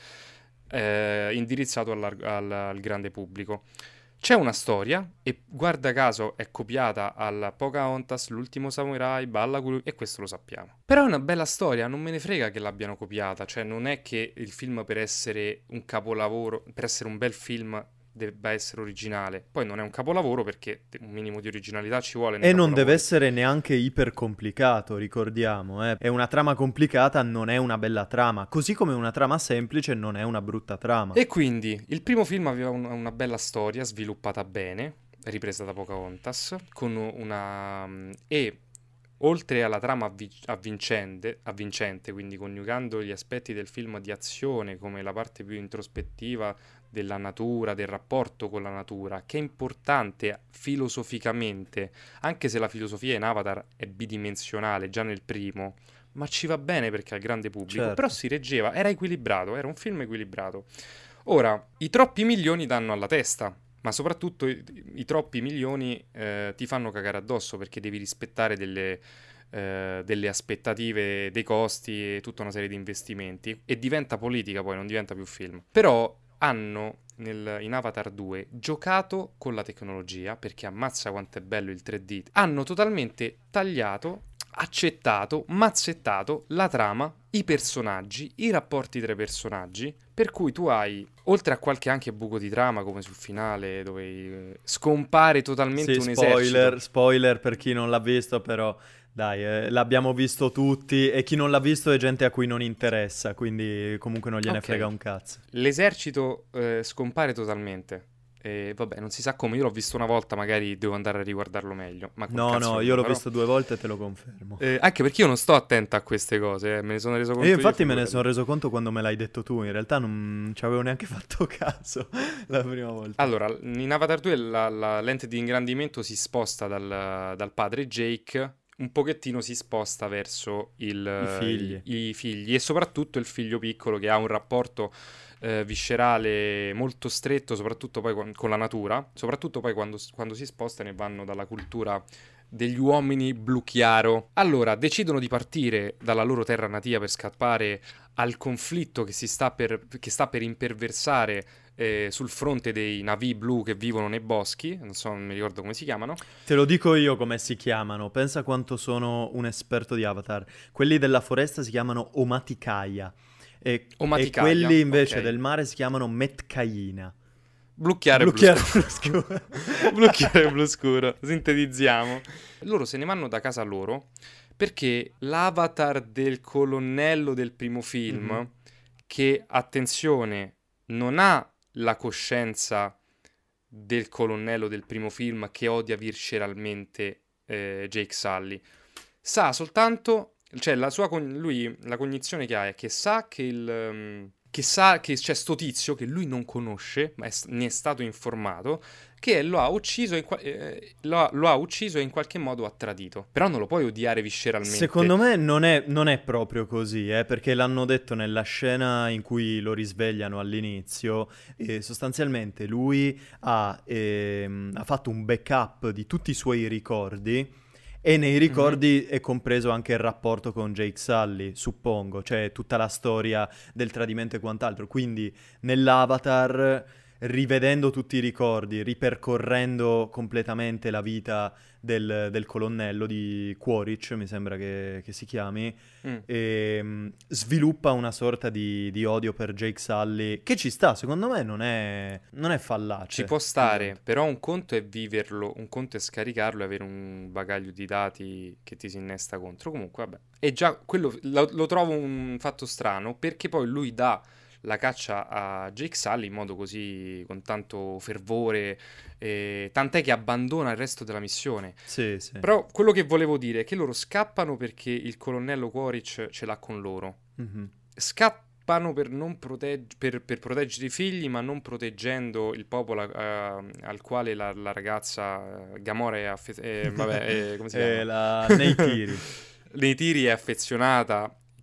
[SPEAKER 2] eh, indirizzato alla- al, al grande pubblico. C'è una storia e guarda caso è copiata alla Pocahontas, L'ultimo samurai, Balla Gulu e questo lo sappiamo. Però è una bella storia, non me ne frega che l'abbiano copiata, cioè non è che il film per essere un capolavoro, per essere un bel film debba essere originale. Poi non è un capolavoro perché un minimo di originalità ci vuole nei
[SPEAKER 1] E non deve
[SPEAKER 2] capolavori.
[SPEAKER 1] essere neanche iper complicato, ricordiamo, eh. È una trama complicata, non è una bella trama, così come una trama semplice non è una brutta trama.
[SPEAKER 2] E quindi il primo film aveva un- una bella storia sviluppata bene, ripresa da Pocahontas, con una... e oltre alla trama avvi- avvincente, avvincente, quindi coniugando gli aspetti del film di azione come la parte più introspettiva della natura, del rapporto con la natura, che è importante filosoficamente, anche se la filosofia in Avatar è bidimensionale già nel primo, ma ci va bene perché al grande pubblico, però
[SPEAKER 1] Certo.
[SPEAKER 2] si reggeva, era equilibrato, era un film equilibrato. Ora, i troppi milioni danno alla testa, ma soprattutto i, i troppi milioni eh, ti fanno cagare addosso perché devi rispettare delle, eh, delle aspettative, dei costi e tutta una serie di investimenti e diventa politica poi, non diventa più film. Però hanno nel- in Avatar due giocato con la tecnologia perché ammazza quanto è bello il tre D. Hanno totalmente tagliato, accettato, mazzettato la trama, i personaggi, i rapporti tra i personaggi, per cui tu hai, oltre a qualche anche buco di trama come sul finale dove eh, scompare totalmente
[SPEAKER 1] Sì,
[SPEAKER 2] un esercito.
[SPEAKER 1] spoiler, spoiler per chi non l'ha visto, però dai, eh, l'abbiamo visto tutti e chi non l'ha visto è gente a cui non interessa, quindi comunque non gliene frega
[SPEAKER 2] Ok,
[SPEAKER 1] un cazzo.
[SPEAKER 2] l'esercito eh, scompare totalmente. E vabbè, non si sa come, io l'ho visto una volta, magari devo andare a riguardarlo meglio, ma col
[SPEAKER 1] No,
[SPEAKER 2] cazzo
[SPEAKER 1] no,
[SPEAKER 2] che
[SPEAKER 1] io
[SPEAKER 2] lo
[SPEAKER 1] l'ho
[SPEAKER 2] farò.
[SPEAKER 1] visto due volte e te lo confermo.
[SPEAKER 2] Eh, anche perché io non sto attento a queste cose, eh, me ne sono reso
[SPEAKER 1] E io
[SPEAKER 2] conto io,
[SPEAKER 1] infatti me ne
[SPEAKER 2] figurati.
[SPEAKER 1] sono reso conto quando me l'hai detto tu, in realtà non ci avevo neanche fatto caso la prima volta.
[SPEAKER 2] Allora, in Avatar due la, la lente di ingrandimento si sposta dal, dal padre Jake, un pochettino si sposta verso
[SPEAKER 1] I
[SPEAKER 2] il-
[SPEAKER 1] figli.
[SPEAKER 2] i, i figli e soprattutto il figlio piccolo che ha un rapporto eh, viscerale molto stretto, soprattutto poi con, con la natura, soprattutto poi quando, quando si spostano e vanno dalla cultura degli uomini blu chiaro. Allora, decidono di partire dalla loro terra natia per scappare al conflitto che, si sta, per, che sta per imperversare eh, sul fronte dei Na'vi blu che vivono nei boschi, non so, non mi ricordo come si chiamano.
[SPEAKER 1] Te lo dico io come si chiamano, pensa quanto sono un esperto di Avatar. Quelli della foresta si chiamano Omaticaya e, e
[SPEAKER 2] Omaticaya,
[SPEAKER 1] quelli
[SPEAKER 2] ok.
[SPEAKER 1] invece del mare si chiamano Metcaina.
[SPEAKER 2] Blu chiaro e
[SPEAKER 1] Blu
[SPEAKER 2] blu
[SPEAKER 1] chiaro
[SPEAKER 2] scuro.
[SPEAKER 1] e blu scuro.
[SPEAKER 2] Blu chiaro e blu scuro, sintetizziamo. Loro se ne vanno da casa loro perché l'avatar del colonnello del primo
[SPEAKER 1] Mhm.
[SPEAKER 2] film, che, attenzione, non ha la coscienza del colonnello del primo film che odia visceralmente eh, Jake Sully. Sa soltanto, cioè la sua con- lui, la cognizione che ha è che sa che il... um, che sa che c'è sto tizio che lui non conosce, ma è s- ne è stato informato, che lo ha ucciso, in qua- eh, lo ha, lo ha ucciso e in qualche modo ha tradito. Però non lo puoi odiare visceralmente.
[SPEAKER 1] Secondo me non è, non è proprio così, eh, perché l'hanno detto nella scena in cui lo risvegliano all'inizio, e sostanzialmente lui ha, ehm, ha fatto un backup di tutti i suoi ricordi e nei
[SPEAKER 2] Mhm.
[SPEAKER 1] ricordi è compreso anche il rapporto con Jake Sully, suppongo, cioè tutta la storia del tradimento e quant'altro. Quindi nell'Avatar, rivedendo tutti i ricordi, ripercorrendo completamente la vita del, del colonnello di Quaritch, mi sembra che, che si chiami,
[SPEAKER 2] Mm.
[SPEAKER 1] e mm, sviluppa una sorta di, di odio per Jake Sully, che ci sta, secondo me non è, non è
[SPEAKER 2] Ci
[SPEAKER 1] fallace,
[SPEAKER 2] può
[SPEAKER 1] più di
[SPEAKER 2] stare,
[SPEAKER 1] tanto.
[SPEAKER 2] però un conto è viverlo, un conto è scaricarlo e avere un bagaglio di dati che ti si innesta contro. Comunque, vabbè. E già quello lo, lo trovo un fatto strano perché poi lui dà la caccia a Jake Sully in modo così con tanto fervore, eh, tant'è che abbandona il resto della missione.
[SPEAKER 1] Sì, sì.
[SPEAKER 2] Però quello che volevo dire è che loro scappano perché il colonnello Quaritch ce l'ha con loro.
[SPEAKER 1] Mhm.
[SPEAKER 2] Scappano per, non protegg- per, per proteggere i figli, ma non proteggendo il popolo eh, al quale la, la ragazza eh, Gamora è, affe- eh, vabbè, eh, come si
[SPEAKER 1] Eh,
[SPEAKER 2] chiama?
[SPEAKER 1] la- Nei tiri.
[SPEAKER 2] Nei tiri è affezionata,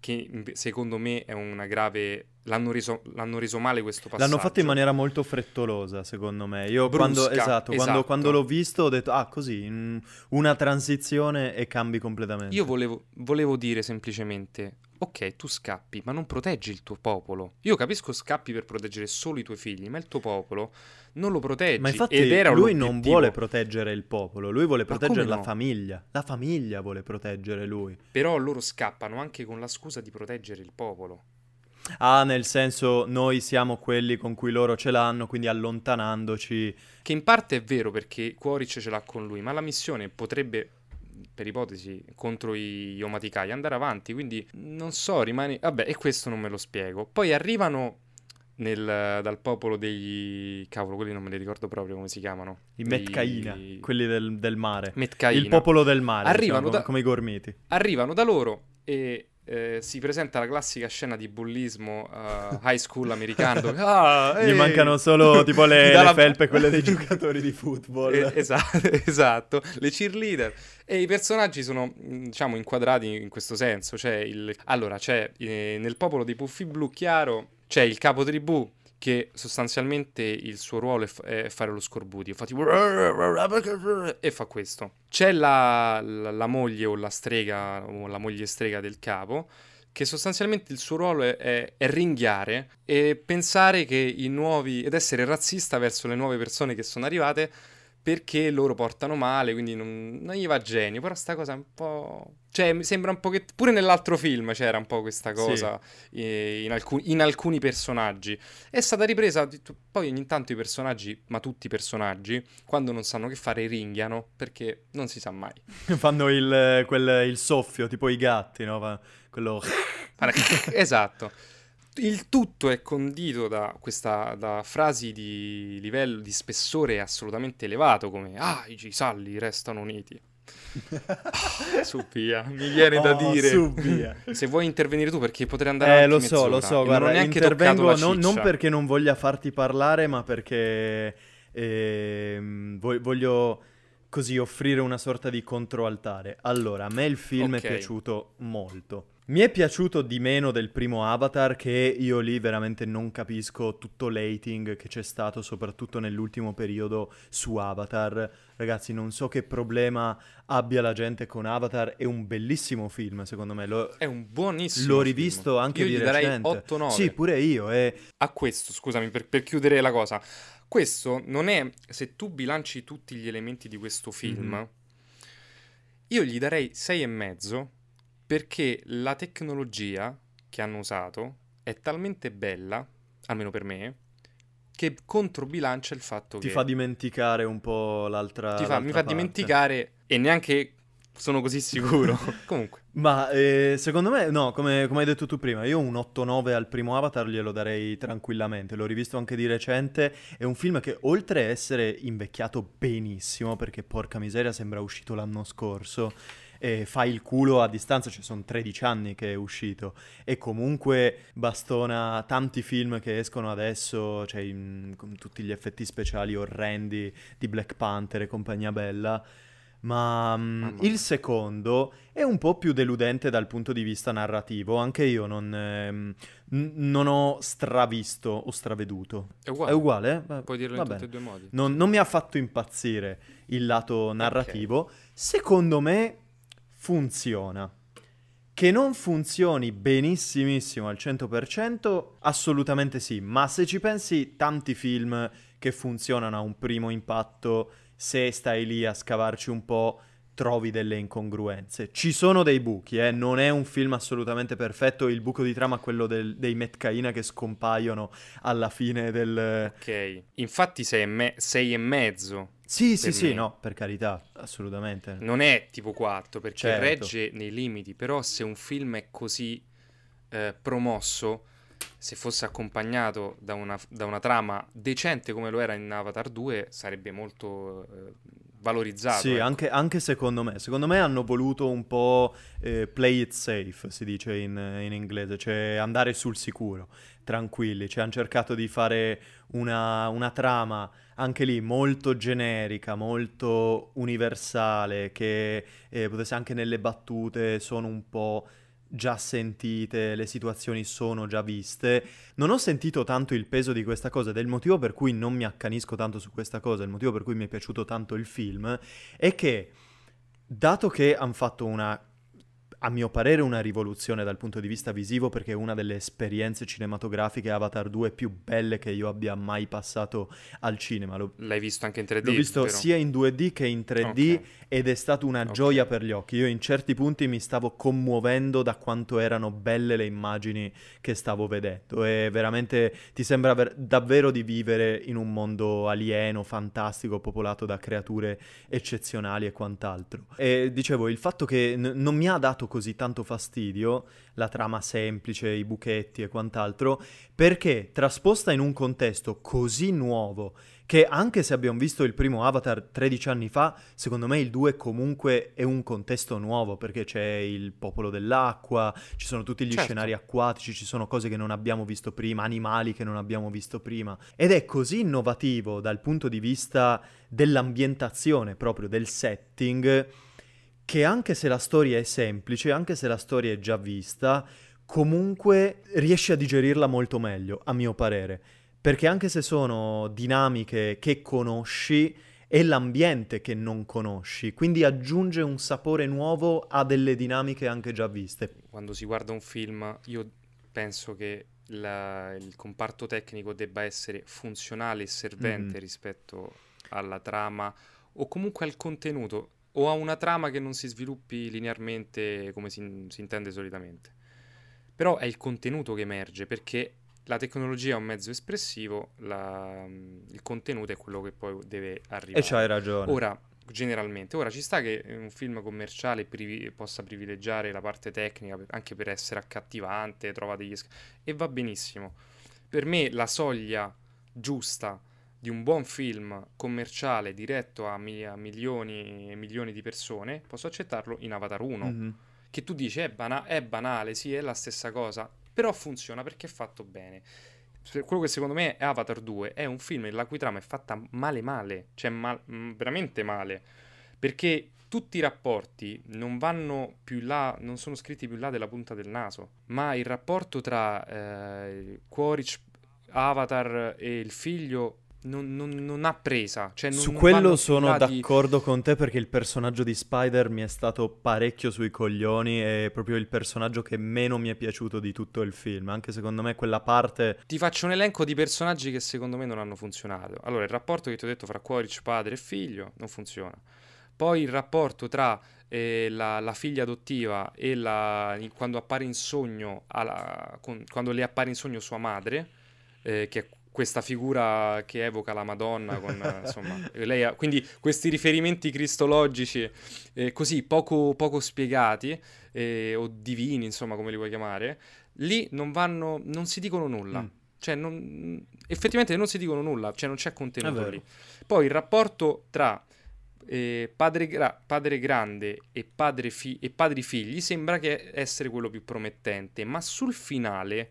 [SPEAKER 2] che secondo me è una grave... L'hanno reso, l'hanno reso male questo passaggio.
[SPEAKER 1] L'hanno fatto in maniera molto frettolosa, secondo me. Io
[SPEAKER 2] Brusca,
[SPEAKER 1] quando, esatto,
[SPEAKER 2] esatto.
[SPEAKER 1] Quando, quando l'ho visto ho detto, ah, così, in una transizione e cambi completamente.
[SPEAKER 2] Io volevo, volevo dire semplicemente, ok, tu scappi, ma non proteggi il tuo popolo. Io capisco scappi per proteggere solo i tuoi figli, ma il tuo popolo non lo proteggi.
[SPEAKER 1] Ma infatti
[SPEAKER 2] ed era
[SPEAKER 1] lui
[SPEAKER 2] l'obiettivo.
[SPEAKER 1] non vuole proteggere il popolo, lui vuole
[SPEAKER 2] Ma
[SPEAKER 1] proteggere
[SPEAKER 2] come
[SPEAKER 1] la
[SPEAKER 2] no?
[SPEAKER 1] famiglia. La famiglia vuole proteggere lui.
[SPEAKER 2] Però loro scappano anche con la scusa di proteggere il popolo.
[SPEAKER 1] Ah, nel senso, noi siamo quelli con cui loro ce l'hanno, quindi allontanandoci.
[SPEAKER 2] Che in parte è vero perché Quaritch ce l'ha con lui, ma la missione potrebbe, per ipotesi, contro i Yomatikai andare avanti, quindi non so, rimane... Vabbè, e questo non me lo spiego. Poi arrivano nel, dal popolo dei... Cavolo, quelli non me li ricordo proprio come si chiamano.
[SPEAKER 1] I
[SPEAKER 2] Dei...
[SPEAKER 1] Metcaina, quelli del, del mare.
[SPEAKER 2] Metcaina.
[SPEAKER 1] Il popolo del mare,
[SPEAKER 2] Arrivano
[SPEAKER 1] diciamo, come,
[SPEAKER 2] da...
[SPEAKER 1] come i gormiti.
[SPEAKER 2] Arrivano da loro e... Eh, si presenta la classica scena di bullismo uh, high school americano dove, ah,
[SPEAKER 1] Gli
[SPEAKER 2] ehi!
[SPEAKER 1] mancano solo tipo le,
[SPEAKER 2] Gli dà
[SPEAKER 1] le
[SPEAKER 2] la-
[SPEAKER 1] felpe, quelle dei giocatori di football.
[SPEAKER 2] Eh, esatto, esatto, le cheerleader e i personaggi sono mh, diciamo inquadrati in questo senso, cioè il... allora c'è eh, nel popolo dei Puffi Blu chiaro c'è il capo tribù che sostanzialmente il suo ruolo è, f- è fare lo scorbuto, fa tipo e fa questo. C'è la, la, la moglie o la strega o la moglie strega del capo che sostanzialmente il suo ruolo è, è, è ringhiare e pensare che i nuovi ed essere razzista verso le nuove persone che sono arrivate perché loro portano male, quindi non, non gli va genio, però sta cosa è un po'... Cioè, mi sembra un po' che... Pure nell'altro film c'era un po' questa cosa eh, in, alcun- in alcuni personaggi. È stata ripresa, poi ogni tanto i personaggi, ma tutti i personaggi, quando non sanno che fare ringhiano, perché non si sa mai.
[SPEAKER 1] Fanno il, quel, il soffio, tipo i gatti, no? Fa- Quello...
[SPEAKER 2] Esatto. Il tutto è condito da questa da frasi di livello di spessore assolutamente elevato, come ah, i gisalli restano uniti. Ah, su via, mi viene da
[SPEAKER 1] Oh,
[SPEAKER 2] dire.
[SPEAKER 1] su via.
[SPEAKER 2] Se vuoi intervenire tu, perché potrei andare
[SPEAKER 1] Eh,
[SPEAKER 2] avanti
[SPEAKER 1] lo so, lo
[SPEAKER 2] mezz'ora
[SPEAKER 1] so,
[SPEAKER 2] e
[SPEAKER 1] guarda,
[SPEAKER 2] non ho neanche
[SPEAKER 1] intervengo
[SPEAKER 2] toccato la
[SPEAKER 1] non, non
[SPEAKER 2] ciccia.
[SPEAKER 1] perché non voglia farti parlare, ma perché ehm, vo- voglio così offrire una sorta di controaltare. Allora, a me il film
[SPEAKER 2] Ok.
[SPEAKER 1] è piaciuto molto. Mi è piaciuto di meno del primo Avatar, che io lì veramente non capisco tutto l'hating che c'è stato, soprattutto nell'ultimo periodo su Avatar. Ragazzi, non so che problema abbia la gente con Avatar, è un bellissimo film, secondo me. Lo-
[SPEAKER 2] È un buonissimo
[SPEAKER 1] L'ho
[SPEAKER 2] film.
[SPEAKER 1] rivisto anche
[SPEAKER 2] Io
[SPEAKER 1] di
[SPEAKER 2] gli darei
[SPEAKER 1] recente.
[SPEAKER 2] otto nove.
[SPEAKER 1] Sì, pure io. E...
[SPEAKER 2] A questo, scusami, per, per chiudere la cosa. Questo non è, se tu bilanci tutti gli elementi di questo film,
[SPEAKER 1] Mhm.
[SPEAKER 2] io gli darei sei e mezzo perché la tecnologia che hanno usato è talmente bella, almeno per me, che controbilancia il fatto
[SPEAKER 1] ti
[SPEAKER 2] che
[SPEAKER 1] fa dimenticare un po' l'altra,
[SPEAKER 2] ti fa- mi
[SPEAKER 1] l'altra
[SPEAKER 2] fa
[SPEAKER 1] parte.
[SPEAKER 2] dimenticare e neanche sono così sicuro. Comunque,
[SPEAKER 1] Ma eh, secondo me, no, come, come hai detto tu prima, io un otto nove al primo Avatar glielo darei tranquillamente. L'ho rivisto anche di recente. È un film che, oltre a essere invecchiato benissimo, perché porca miseria sembra uscito l'anno scorso, e fa il culo a distanza, cioè sono tredici anni che è uscito. E comunque bastona tanti film che escono adesso, cioè in- con tutti gli effetti speciali orrendi di Black Panther e compagnia bella. Ma mm,
[SPEAKER 2] mamma
[SPEAKER 1] il
[SPEAKER 2] mia.
[SPEAKER 1] secondo è un po' più deludente dal punto di vista narrativo. Anche io non, ehm, n- non ho stravisto o straveduto.
[SPEAKER 2] È
[SPEAKER 1] È
[SPEAKER 2] uguale.
[SPEAKER 1] uguale? Eh?
[SPEAKER 2] Puoi dirlo
[SPEAKER 1] Va
[SPEAKER 2] in tutti
[SPEAKER 1] bene.
[SPEAKER 2] e due i modi.
[SPEAKER 1] Non,
[SPEAKER 2] Sì.
[SPEAKER 1] non mi ha fatto impazzire il lato narrativo. Secondo me funziona. Che non funzioni benissimissimo al cento per cento, assolutamente sì, ma se ci pensi, tanti film che funzionano a un primo impatto, se stai lì a scavarci un po', trovi delle incongruenze. Ci sono dei buchi, eh? Non è un film assolutamente perfetto, il buco di trama è quello del- dei Metcaina che scompaiono alla fine del...
[SPEAKER 2] Ok, infatti sei e, me- sei e mezzo.
[SPEAKER 1] Sì, sì,
[SPEAKER 2] Per
[SPEAKER 1] sì,
[SPEAKER 2] me.
[SPEAKER 1] no, per carità, assolutamente.
[SPEAKER 2] Non è tipo quattro perché
[SPEAKER 1] Certo.
[SPEAKER 2] regge nei limiti, però se un film è così eh, promosso, se fosse accompagnato da una, da una trama decente come lo era in Avatar due, sarebbe molto eh, valorizzato.
[SPEAKER 1] Sì,
[SPEAKER 2] ecco.
[SPEAKER 1] anche, anche secondo me. Secondo me hanno voluto un po' eh, play it safe, si dice in, in inglese, cioè andare sul sicuro, tranquilli. Cioè hanno cercato di fare una, una trama anche lì molto generica, molto universale, che eh, potesse anche nelle battute sono un po' già sentite, le situazioni sono già viste. Non ho sentito tanto il peso di questa cosa ed è il motivo per cui non mi accanisco tanto su questa cosa, il motivo per cui mi è piaciuto tanto il film, è che, dato che hanno fatto una, a mio parere, una rivoluzione dal punto di vista visivo, perché è una delle esperienze cinematografiche Avatar due più belle che io abbia mai passato al cinema. L'ho,
[SPEAKER 2] L'hai visto anche in
[SPEAKER 1] l'ho
[SPEAKER 2] tre D,
[SPEAKER 1] visto
[SPEAKER 2] vero?
[SPEAKER 1] sia in due D che in tre D
[SPEAKER 2] Ok,
[SPEAKER 1] ed è stata una gioia
[SPEAKER 2] ok.
[SPEAKER 1] per gli occhi. Io in certi punti mi stavo commuovendo da quanto erano belle le immagini che stavo vedendo e veramente ti sembra ver- davvero di vivere in un mondo alieno, fantastico, popolato da creature eccezionali e quant'altro. E dicevo, il fatto che n- non mi ha dato così tanto fastidio la trama semplice, i buchetti e quant'altro, perché trasposta in un contesto così nuovo, che anche se abbiamo visto il primo Avatar tredici anni fa, secondo me il due comunque è un contesto nuovo, perché c'è il popolo dell'acqua, ci sono tutti gli
[SPEAKER 2] Certo.
[SPEAKER 1] scenari acquatici, ci sono cose che non abbiamo visto prima, animali che non abbiamo visto prima. Ed è così innovativo dal punto di vista dell'ambientazione, proprio del setting, che anche se la storia è semplice, anche se la storia è già vista, comunque riesci a digerirla molto meglio, a mio parere. Perché anche se sono dinamiche che conosci, è l'ambiente che non conosci, quindi aggiunge un sapore nuovo a delle dinamiche anche già viste.
[SPEAKER 2] Quando si guarda un film, io penso che la- il comparto tecnico debba essere funzionale e
[SPEAKER 1] Mhm.
[SPEAKER 2] servente rispetto alla trama o comunque al contenuto o a una trama che non si sviluppi linearmente come si, si intende solitamente. Però è il contenuto che emerge perché la tecnologia è un mezzo espressivo, la- il contenuto è quello che poi deve
[SPEAKER 1] E c'hai
[SPEAKER 2] arrivare.
[SPEAKER 1] ragione.
[SPEAKER 2] Ora, generalmente, ora ci sta che un film commerciale privi- possa privilegiare la parte tecnica per- anche per essere accattivante, trova degli sc- e va benissimo. Per me la soglia giusta di un buon film commerciale diretto a, mi- a milioni e milioni di persone, posso accettarlo in Avatar uno,
[SPEAKER 1] Mhm.
[SPEAKER 2] che tu dici è, bana- è banale, sì, è la stessa cosa, però funziona perché è fatto bene. Se- Quello che secondo me è Avatar due è un film la cui trama è fatta male male, cioè mal- mm, veramente male, perché tutti i rapporti non vanno più in là, non sono scritti più in là della punta del naso, ma il rapporto tra eh, Quaritch, Avatar e il figlio non, non- non ha presa, cioè
[SPEAKER 1] Su
[SPEAKER 2] non, non
[SPEAKER 1] quello
[SPEAKER 2] vanno più in
[SPEAKER 1] sono
[SPEAKER 2] là di...
[SPEAKER 1] d'accordo con te perché il personaggio di Spider mi è stato parecchio sui coglioni, è proprio il personaggio che meno mi è piaciuto di tutto il film, anche secondo me quella parte.
[SPEAKER 2] Ti faccio un elenco di personaggi che secondo me non hanno funzionato. Allora, il rapporto che ti ho detto fra Quaritch padre e figlio non funziona. Poi il rapporto tra eh, la, la figlia adottiva e la, in- quando appare in sogno, alla- con- quando le appare in sogno sua madre, eh, che è questa figura che evoca la Madonna, con, eh, insomma, eh, lei ha, quindi questi riferimenti cristologici eh, così poco, poco spiegati, eh, o divini, insomma, come li vuoi chiamare, lì non vanno, non si dicono nulla.
[SPEAKER 1] Mm,
[SPEAKER 2] Cioè, non- effettivamente non si dicono nulla, cioè non c'è
[SPEAKER 1] è
[SPEAKER 2] contenuto lì.
[SPEAKER 1] vero.
[SPEAKER 2] Poi il rapporto tra eh, padre, gra- padre grande e, padre fi- e padri figli sembra che essere quello più promettente, ma sul finale,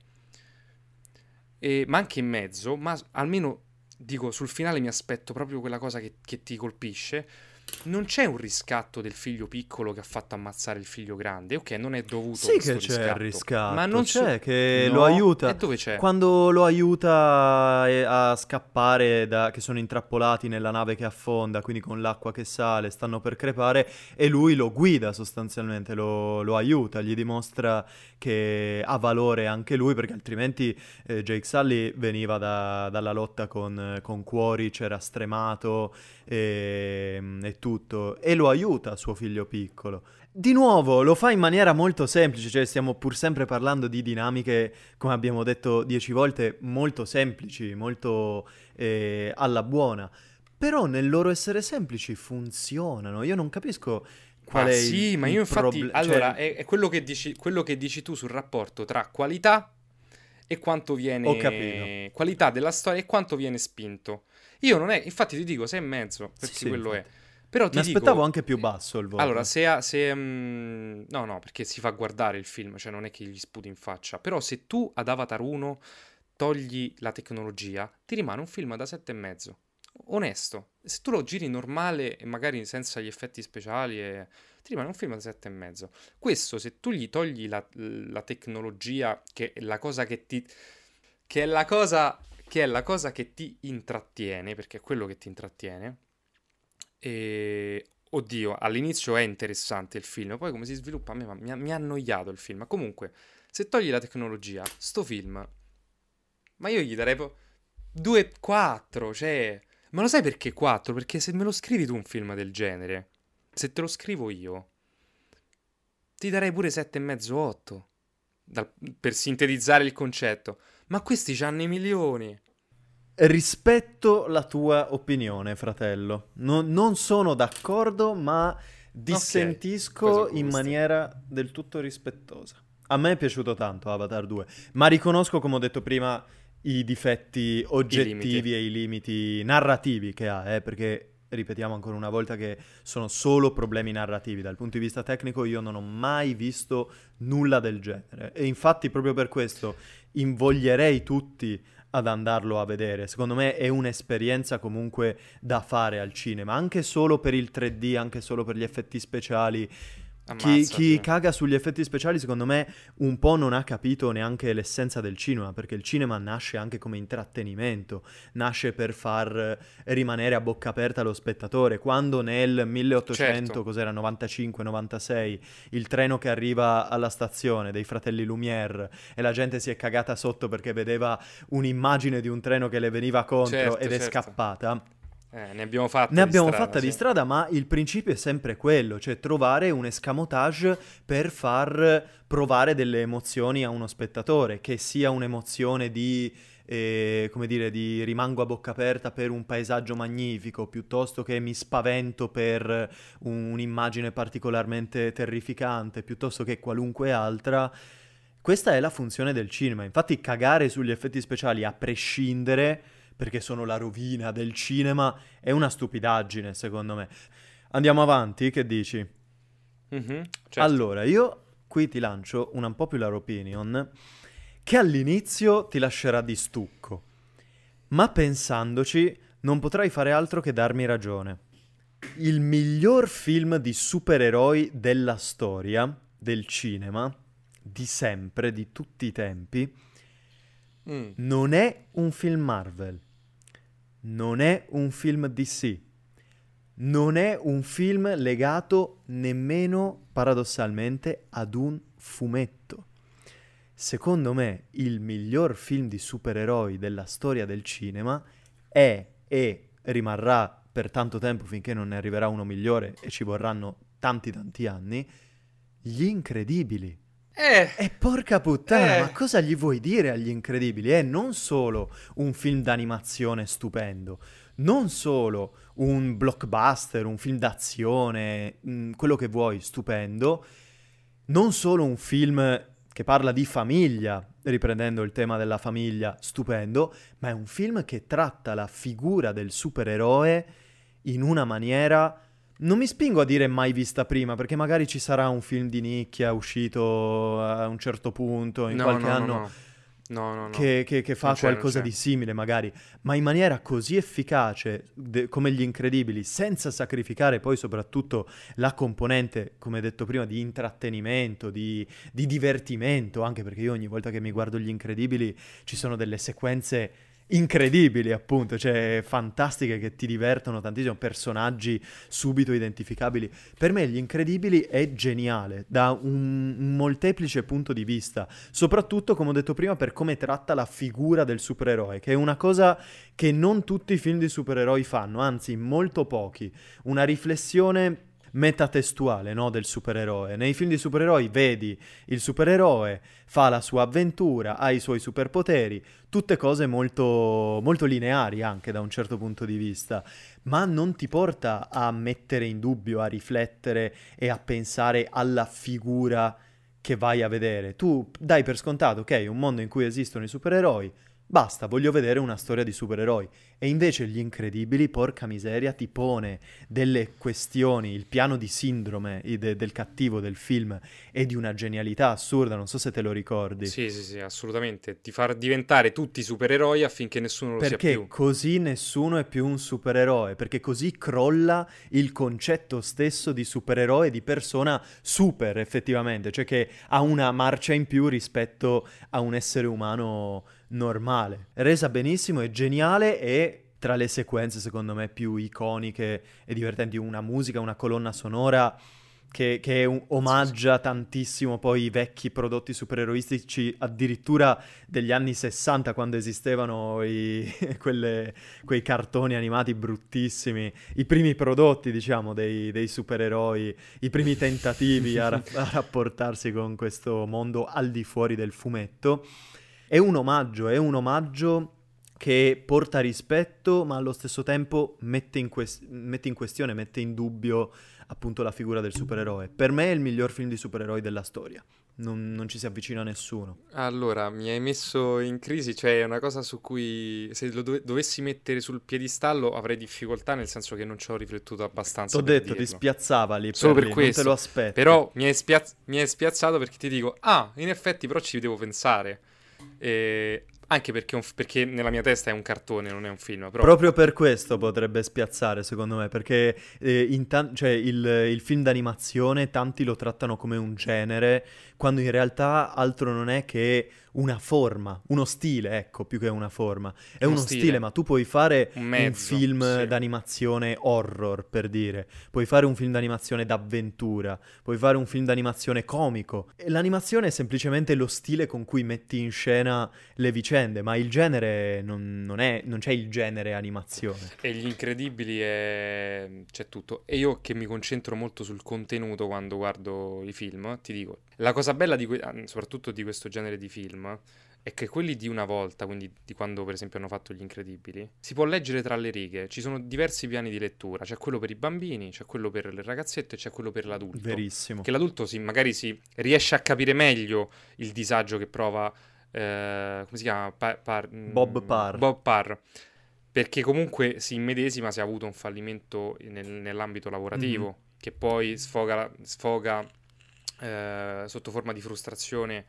[SPEAKER 2] eh, ma anche in mezzo, ma s- almeno dico sul finale mi aspetto proprio quella cosa che, che ti colpisce. Non c'è un riscatto del figlio piccolo che ha fatto ammazzare il figlio grande. Ok, non è dovuto
[SPEAKER 1] Sì che
[SPEAKER 2] questo
[SPEAKER 1] c'è il
[SPEAKER 2] riscatto, ma
[SPEAKER 1] riscatto,
[SPEAKER 2] non su...
[SPEAKER 1] c'è che lo
[SPEAKER 2] No, e
[SPEAKER 1] aiuta.
[SPEAKER 2] dove c'è?
[SPEAKER 1] Quando lo aiuta eh, a scappare da, che sono intrappolati nella nave che affonda, quindi con l'acqua che sale, stanno per crepare, e lui lo guida sostanzialmente, lo, lo aiuta, gli dimostra che ha valore anche lui, perché altrimenti eh, Jake Sully veniva da- dalla lotta con, con Quaritch, era stremato e, e tutto, e lo aiuta suo figlio piccolo. Di nuovo, lo fa in maniera molto semplice, cioè stiamo pur sempre parlando di dinamiche, come abbiamo detto dieci volte, molto semplici, molto eh, alla buona. Però nel loro essere semplici funzionano. Io non capisco qual
[SPEAKER 2] Ma
[SPEAKER 1] è il,
[SPEAKER 2] sì, ma
[SPEAKER 1] il
[SPEAKER 2] io infatti,
[SPEAKER 1] problema.
[SPEAKER 2] allora,
[SPEAKER 1] Cioè,
[SPEAKER 2] è, è quello che dici, quello che dici tu sul rapporto tra qualità e quanto
[SPEAKER 1] ho capito.
[SPEAKER 2] viene, qualità della storia e quanto viene spinto. Io non è, infatti ti dico sei e mezzo,
[SPEAKER 1] Sì,
[SPEAKER 2] perché
[SPEAKER 1] sì,
[SPEAKER 2] quello è.
[SPEAKER 1] infatti.
[SPEAKER 2] Però
[SPEAKER 1] Mi
[SPEAKER 2] ti
[SPEAKER 1] aspettavo
[SPEAKER 2] dico,
[SPEAKER 1] anche più
[SPEAKER 2] eh,
[SPEAKER 1] basso il voto.
[SPEAKER 2] allora,
[SPEAKER 1] Eh.
[SPEAKER 2] se, ha- se mm, no, no, perché si fa guardare il film, cioè non è che gli sputi in faccia. Però se tu ad Avatar uno togli la tecnologia, ti rimane un film da sette e mezzo. Onesto. Se tu lo giri normale e magari senza gli effetti speciali, e... ti rimane un film da sette e mezzo. Questo, se tu gli togli la, la tecnologia, che è la cosa che ti... che è la cosa... che è la cosa che ti intrattiene, perché è quello che ti intrattiene, e... oddio, all'inizio è interessante il film, poi come si sviluppa a me mi ha, mi ha annoiato il film. Ma comunque, se togli la tecnologia, sto film, ma io gli darei due quattro, cioè... Ma lo sai perché quattro? Perché se me lo scrivi tu un film del genere, se te lo scrivo io, ti darei pure sette e mezzo otto, per sintetizzare il concetto. Ma questi c'hanno i milioni.
[SPEAKER 1] Rispetto la tua opinione, fratello. No- non sono d'accordo, ma
[SPEAKER 2] Ok, poi sono
[SPEAKER 1] dissentisco in
[SPEAKER 2] gusti.
[SPEAKER 1] maniera del tutto rispettosa. A me è piaciuto tanto Avatar due, ma riconosco, come ho detto prima, i difetti
[SPEAKER 2] I limiti.
[SPEAKER 1] oggettivi e i limiti narrativi che ha, eh, perché ripetiamo ancora una volta che sono solo problemi narrativi. Dal punto di vista tecnico io non ho mai visto nulla del genere e infatti proprio per questo invoglierei tutti ad andarlo a vedere. Secondo me è un'esperienza comunque da fare al cinema, anche solo per il tre D, anche solo per gli effetti speciali. Chi,
[SPEAKER 2] Ammazza,
[SPEAKER 1] chi
[SPEAKER 2] sì.
[SPEAKER 1] caga sugli effetti speciali, secondo me, un po' non ha capito neanche l'essenza del cinema, perché il cinema nasce anche come intrattenimento, nasce per far eh, rimanere a bocca aperta lo spettatore. Quando nel milleottocento,
[SPEAKER 2] Certo,
[SPEAKER 1] cos'era, novantacinque novantasei, il treno che arriva alla stazione dei fratelli Lumière e la gente si è cagata sotto perché vedeva un'immagine di un treno che le veniva contro
[SPEAKER 2] certo,
[SPEAKER 1] ed è
[SPEAKER 2] certo.
[SPEAKER 1] scappata.
[SPEAKER 2] Eh, ne abbiamo
[SPEAKER 1] Ne
[SPEAKER 2] fatta di
[SPEAKER 1] abbiamo
[SPEAKER 2] strada,
[SPEAKER 1] fatta di
[SPEAKER 2] sì.
[SPEAKER 1] strada, ma il principio è sempre quello, cioè trovare un escamotage per far provare delle emozioni a uno spettatore, che sia un'emozione di, eh, come dire, di rimango a bocca aperta per un paesaggio magnifico, piuttosto che mi spavento per un'immagine particolarmente terrificante, piuttosto che qualunque altra. Questa è la funzione del cinema, infatti cagare sugli effetti speciali a prescindere, perché sono la rovina del cinema, è una stupidaggine, secondo me. Andiamo avanti, che dici?
[SPEAKER 2] Mhm, certo.
[SPEAKER 1] Allora, io qui ti lancio una unpopular opinion che all'inizio ti lascerà di stucco, ma pensandoci non potrai fare altro che darmi ragione. Il miglior film di supereroi della storia, del cinema, di sempre, di tutti i tempi,
[SPEAKER 2] Mm.
[SPEAKER 1] non è un film Marvel, non è un film D C, non è un film legato nemmeno, paradossalmente, ad un fumetto. Secondo me, il miglior film di supereroi della storia del cinema è e rimarrà per tanto tempo finché non ne arriverà uno migliore e ci vorranno tanti tanti anni, Gli Incredibili.
[SPEAKER 2] Eh,
[SPEAKER 1] E porca puttana, ma
[SPEAKER 2] eh.
[SPEAKER 1] cosa gli vuoi dire agli Incredibili? È non solo un film d'animazione stupendo, non solo un blockbuster, un film d'azione, mh, quello che vuoi, stupendo, non solo un film che parla di famiglia, riprendendo il tema della famiglia, stupendo, ma è un film che tratta la figura del supereroe in una maniera... Non mi spingo a dire mai vista prima, perché magari ci sarà un film di nicchia uscito a un certo punto, in
[SPEAKER 2] No,
[SPEAKER 1] qualche
[SPEAKER 2] no, no,
[SPEAKER 1] anno,
[SPEAKER 2] no. No, no, no.
[SPEAKER 1] che, che- che
[SPEAKER 2] Non
[SPEAKER 1] fa
[SPEAKER 2] c'è, non
[SPEAKER 1] qualcosa
[SPEAKER 2] c'è.
[SPEAKER 1] di simile, magari, ma in maniera così efficace de- come Gli Incredibili, senza sacrificare poi soprattutto la componente, come detto prima, di intrattenimento, di, di divertimento, anche perché io ogni volta che mi guardo Gli Incredibili ci sono delle sequenze incredibili, appunto, cioè fantastiche che ti divertono tantissimo, personaggi subito identificabili. Per me Gli Incredibili è geniale da un, un molteplice punto di vista, soprattutto, come ho detto prima, per come tratta la figura del supereroe, che è una cosa che non tutti i film di supereroi fanno, anzi molto pochi. Una riflessione metatestuale, no, del supereroe. Nei film di supereroi vedi il supereroe, fa la sua avventura, ha i suoi superpoteri, tutte cose molto, molto lineari anche da un certo punto di vista, ma non ti porta a mettere in dubbio, a riflettere e a pensare alla figura che vai a vedere. Tu dai per scontato, ok, un mondo in cui esistono i supereroi, Basta, voglio vedere una storia di supereroi. E invece Gli Incredibili, porca miseria, ti pone delle questioni, il piano di sindrome i- de- del cattivo del film è di una genialità assurda, non so se te lo ricordi.
[SPEAKER 2] Sì, sì, sì, assolutamente. Ti far diventare tutti supereroi affinché nessuno lo sia
[SPEAKER 1] Perché
[SPEAKER 2] più.
[SPEAKER 1] così nessuno è più un supereroe, perché così crolla il concetto stesso di supereroe, di persona super effettivamente, cioè che ha una marcia in più rispetto a un essere umano normale. Resa benissimo, è geniale e tra le sequenze secondo me più iconiche e divertenti, una musica, una colonna sonora che, che un-
[SPEAKER 2] Pazzesco.
[SPEAKER 1] omaggia tantissimo poi i vecchi prodotti supereroistici, addirittura degli anni sessanta quando esistevano i- quelle- quei cartoni animati bruttissimi, i primi prodotti diciamo dei, dei supereroi, i primi tentativi a, ra- a rapportarsi con questo mondo al di fuori del fumetto. È un omaggio, è un omaggio che porta rispetto, ma allo stesso tempo mette in, ques- mette in questione, mette in dubbio appunto la figura del supereroe. Per me è il miglior film di supereroi della storia. Non, non ci si avvicina a nessuno.
[SPEAKER 2] Allora, mi hai messo in crisi, cioè è una cosa su cui se lo dove- dovessi mettere sul piedistallo avrei difficoltà, nel senso che non ci ho riflettuto
[SPEAKER 1] T'ho
[SPEAKER 2] abbastanza per
[SPEAKER 1] detto, ti
[SPEAKER 2] dirlo.
[SPEAKER 1] spiazzava lì
[SPEAKER 2] Solo
[SPEAKER 1] per
[SPEAKER 2] per
[SPEAKER 1] lì, non te lo
[SPEAKER 2] questo.
[SPEAKER 1] aspetti.
[SPEAKER 2] Però mi hai, spiaz- mi hai spiazzato perché ti dico, ah, in effetti però ci devo pensare. E anche perché, è un f- perché nella mia testa è un cartone, non è un film, però
[SPEAKER 1] Proprio per questo potrebbe spiazzare, secondo me, perché eh, in tan- cioè, il, il film d'animazione tanti lo trattano come un genere, quando in realtà altro non è che una forma, uno stile, ecco, più che una forma. È
[SPEAKER 2] uno
[SPEAKER 1] uno stile,
[SPEAKER 2] stile,
[SPEAKER 1] ma tu puoi fare
[SPEAKER 2] un
[SPEAKER 1] un
[SPEAKER 2] mezzo,
[SPEAKER 1] film
[SPEAKER 2] sì.
[SPEAKER 1] d'animazione horror, per dire, puoi fare un film d'animazione d'avventura, puoi fare un film d'animazione comico. E l'animazione è semplicemente lo stile con cui metti in scena le vicende, ma il genere non, non è, non c'è il genere animazione.
[SPEAKER 2] E Gli Incredibili è... c'è tutto. E io che mi concentro molto sul contenuto quando guardo i film, ti dico, la cosa bella di que- ah, soprattutto di questo genere di film è che quelli di una volta, quindi di quando per esempio hanno fatto Gli Incredibili, si può leggere tra le righe, ci sono diversi piani di lettura, c'è quello per i bambini, c'è quello per il ragazzetto e c'è quello per l'adulto.
[SPEAKER 1] Verissimo.
[SPEAKER 2] Che l'adulto si, magari si riesce a capire meglio il disagio che prova, eh, come si chiama? Pa- Par-
[SPEAKER 1] Bob
[SPEAKER 2] mm,
[SPEAKER 1] Parr.
[SPEAKER 2] Bob Parr. Perché comunque si immedesima se ha avuto un fallimento nel- nell'ambito
[SPEAKER 1] Mhm.
[SPEAKER 2] lavorativo, che poi sfoga, sfoga eh, sotto forma di frustrazione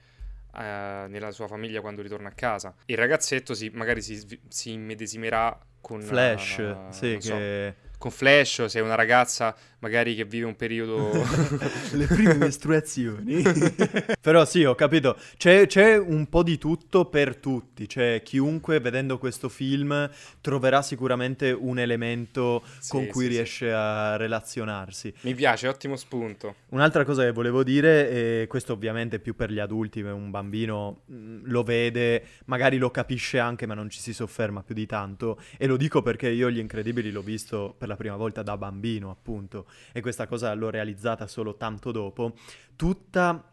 [SPEAKER 2] eh, nella sua famiglia quando ritorna a casa. Il ragazzetto si, magari si, svi- si immedesimerà con,
[SPEAKER 1] Flash,
[SPEAKER 2] eh,
[SPEAKER 1] sì,
[SPEAKER 2] non so,
[SPEAKER 1] che...
[SPEAKER 2] con Flash, se è una ragazza magari che vive un periodo...
[SPEAKER 1] Le prime mestruazioni. Però sì, ho capito. C'è, c'è un po' di tutto per tutti. Cioè, chiunque vedendo questo film troverà sicuramente un elemento con
[SPEAKER 2] Sì,
[SPEAKER 1] cui
[SPEAKER 2] sì, sì.
[SPEAKER 1] riesce a relazionarsi.
[SPEAKER 2] Mi piace, ottimo spunto.
[SPEAKER 1] Un'altra cosa che volevo dire, e questo ovviamente è più per gli adulti, un bambino mh, lo vede, magari lo capisce anche, ma non ci si sofferma più di tanto. E lo dico perché io Gli Incredibili l'ho visto per la prima volta da bambino, appunto, e questa cosa l'ho realizzata solo tanto dopo. Tutta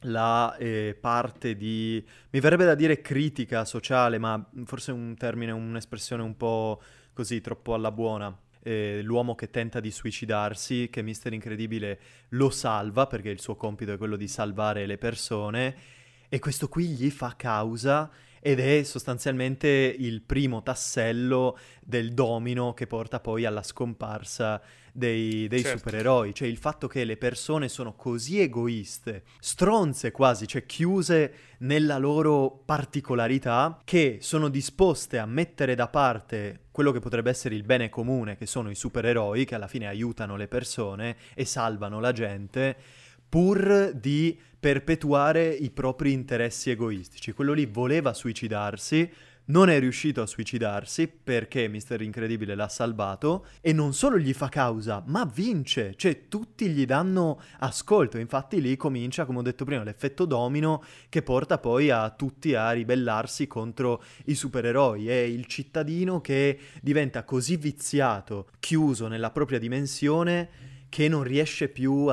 [SPEAKER 1] la eh, parte di, mi verrebbe da dire critica sociale, ma forse è un termine, un'espressione un po' così, troppo alla buona. Eh, l'uomo che tenta di suicidarsi, che mister Incredibile lo salva, perché il suo compito è quello di salvare le persone, e questo qui gli fa causa ed è sostanzialmente il primo tassello del domino che porta poi alla scomparsa dei, dei
[SPEAKER 2] Certo.
[SPEAKER 1] supereroi, cioè il fatto che le persone sono così egoiste, stronze quasi, cioè chiuse nella loro particolarità, che sono disposte a mettere da parte quello che potrebbe essere il bene comune, che sono i supereroi, che alla fine aiutano le persone e salvano la gente, pur di perpetuare i propri interessi egoistici. Quello lì voleva suicidarsi, non è riuscito a suicidarsi perché mister Incredibile l'ha salvato e non solo gli fa causa, ma vince, cioè tutti gli danno ascolto. Infatti lì comincia, come ho detto prima, l'effetto domino che porta poi a tutti a ribellarsi contro i supereroi. È il cittadino che diventa così viziato, chiuso nella propria dimensione, che non riesce più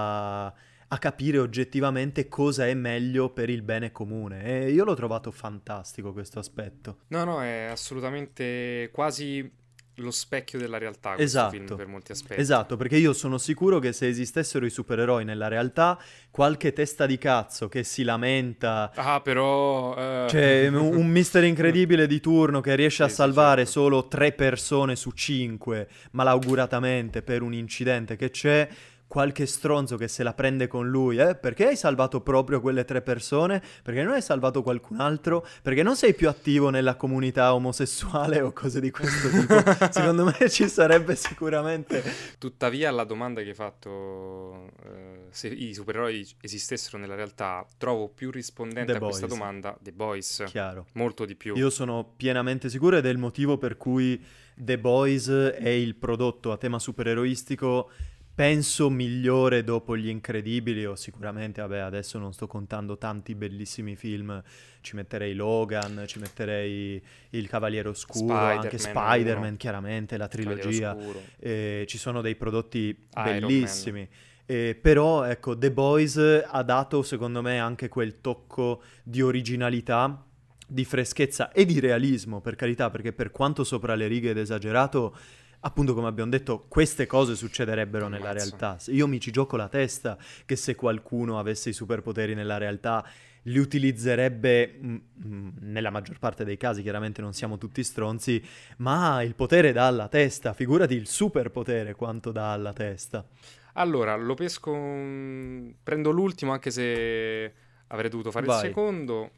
[SPEAKER 1] a a capire oggettivamente cosa è meglio per il bene comune. E io l'ho trovato fantastico questo aspetto.
[SPEAKER 2] No, no, è assolutamente quasi lo specchio della realtà questo
[SPEAKER 1] Esatto,
[SPEAKER 2] film per molti aspetti.
[SPEAKER 1] esatto, perché io sono sicuro che se esistessero i supereroi nella realtà, qualche testa di cazzo che si lamenta,
[SPEAKER 2] Ah, però... eh,
[SPEAKER 1] c'è un un mister incredibile di turno che riesce a
[SPEAKER 2] Sì, sì,
[SPEAKER 1] salvare
[SPEAKER 2] certo.
[SPEAKER 1] solo tre persone su cinque, malauguratamente per un incidente che c'è, qualche stronzo che se la prende con lui, eh? Perché hai salvato proprio quelle tre persone? Perché non hai salvato qualcun altro? Perché non sei più attivo nella comunità omosessuale o cose di questo tipo? Secondo me ci sarebbe sicuramente...
[SPEAKER 2] Tuttavia, la domanda che hai fatto, eh, se i supereroi esistessero nella realtà, trovo più rispondente
[SPEAKER 1] The
[SPEAKER 2] a questa
[SPEAKER 1] Boys,
[SPEAKER 2] domanda The Boys,
[SPEAKER 1] chiaro.
[SPEAKER 2] molto di più.
[SPEAKER 1] Io sono pienamente sicuro ed è il motivo per cui The Boys è il prodotto a tema supereroistico, penso, migliore dopo Gli Incredibili o sicuramente, vabbè, adesso non sto contando tanti bellissimi film, ci metterei Logan, ci metterei Il Cavaliere Oscuro, anche
[SPEAKER 2] Spider-Man
[SPEAKER 1] Spider-Man,
[SPEAKER 2] uno,
[SPEAKER 1] chiaramente, la
[SPEAKER 2] Cavaliere
[SPEAKER 1] trilogia,
[SPEAKER 2] Oscuro,
[SPEAKER 1] eh, ci sono dei prodotti
[SPEAKER 2] Iron Man.
[SPEAKER 1] bellissimi. Eh, però ecco, The Boys ha dato secondo me anche quel tocco di originalità, di freschezza e di realismo, per carità, perché per quanto sopra le righe ed esagerato, appunto come abbiamo detto, queste cose succederebbero nella
[SPEAKER 2] Ammazza.
[SPEAKER 1] realtà. Se- Io mi ci gioco la testa che se qualcuno avesse i superpoteri nella realtà li utilizzerebbe, mm, mm, nella maggior parte dei casi, chiaramente non siamo tutti stronzi, ma il potere dà alla testa, figurati il superpotere quanto dà alla testa.
[SPEAKER 2] Allora, lo pesco, mm, prendo l'ultimo anche se avrei dovuto fare il
[SPEAKER 1] Vai.
[SPEAKER 2] secondo.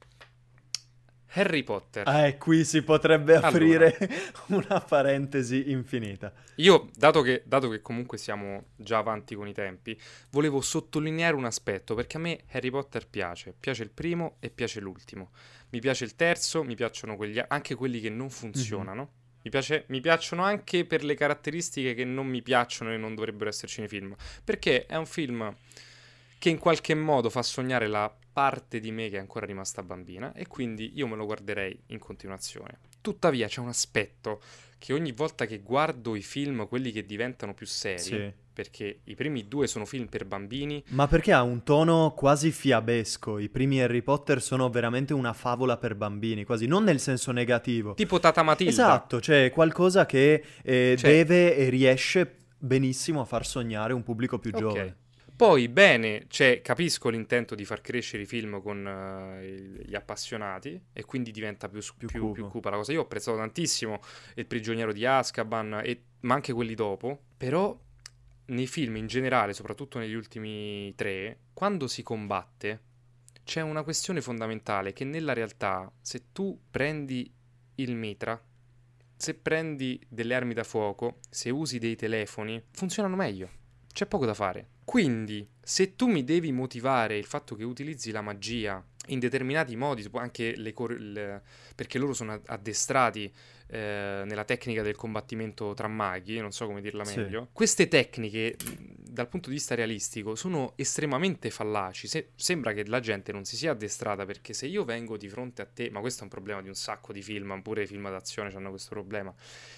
[SPEAKER 2] Harry Potter.
[SPEAKER 1] Eh, qui si potrebbe
[SPEAKER 2] Allora,
[SPEAKER 1] aprire una parentesi infinita.
[SPEAKER 2] io, dato che, dato che comunque siamo già avanti con i tempi, volevo sottolineare un aspetto, perché a me Harry Potter piace, piace il primo e piace l'ultimo. Mi piace il terzo, mi piacciono quelli, anche quelli che non
[SPEAKER 1] Mhm.
[SPEAKER 2] funzionano. Mi piace- mi piacciono anche per le caratteristiche che non mi piacciono e non dovrebbero esserci nei film. Perché è un film che in qualche modo fa sognare la parte di me che è ancora rimasta bambina e quindi io me lo guarderei in continuazione. Tuttavia c'è un aspetto che ogni volta che guardo i film, quelli che diventano più seri,
[SPEAKER 1] Sì.
[SPEAKER 2] perché i primi due sono film per bambini,
[SPEAKER 1] Ma perché ha un tono quasi fiabesco. I primi Harry Potter sono veramente una favola per bambini, quasi non nel senso negativo.
[SPEAKER 2] tipo Tata Matilda,
[SPEAKER 1] Esatto, cioè qualcosa che eh,
[SPEAKER 2] cioè,
[SPEAKER 1] deve e riesce benissimo a far sognare un pubblico più
[SPEAKER 2] ok.
[SPEAKER 1] giovane.
[SPEAKER 2] Poi, bene, cioè, capisco l'intento di far crescere i film con eh, il- gli appassionati e quindi diventa più, s-
[SPEAKER 1] Più
[SPEAKER 2] più- più
[SPEAKER 1] cupo.
[SPEAKER 2] cupa la cosa. Io ho apprezzato tantissimo Il prigioniero di Azkaban, e- ma anche quelli dopo. Però nei film in generale, soprattutto negli ultimi tre, quando si combatte, c'è una questione fondamentale che nella realtà, se tu prendi il mitra, se prendi delle armi da fuoco, se usi dei telefoni, funzionano meglio. C'è poco da fare. Quindi, se tu mi devi motivare il fatto che utilizzi la magia in determinati modi, tipo anche le cor- il- perché loro sono a- addestrati eh, nella tecnica del combattimento tra maghi, non so come dirla
[SPEAKER 1] Sì.
[SPEAKER 2] meglio, queste tecniche, mh, dal punto di vista realistico, sono estremamente fallaci. Se- sembra che la gente non si sia addestrata, perché se io vengo di fronte a te, ma questo è un problema di un sacco di film, pure i film d'azione hanno questo problema,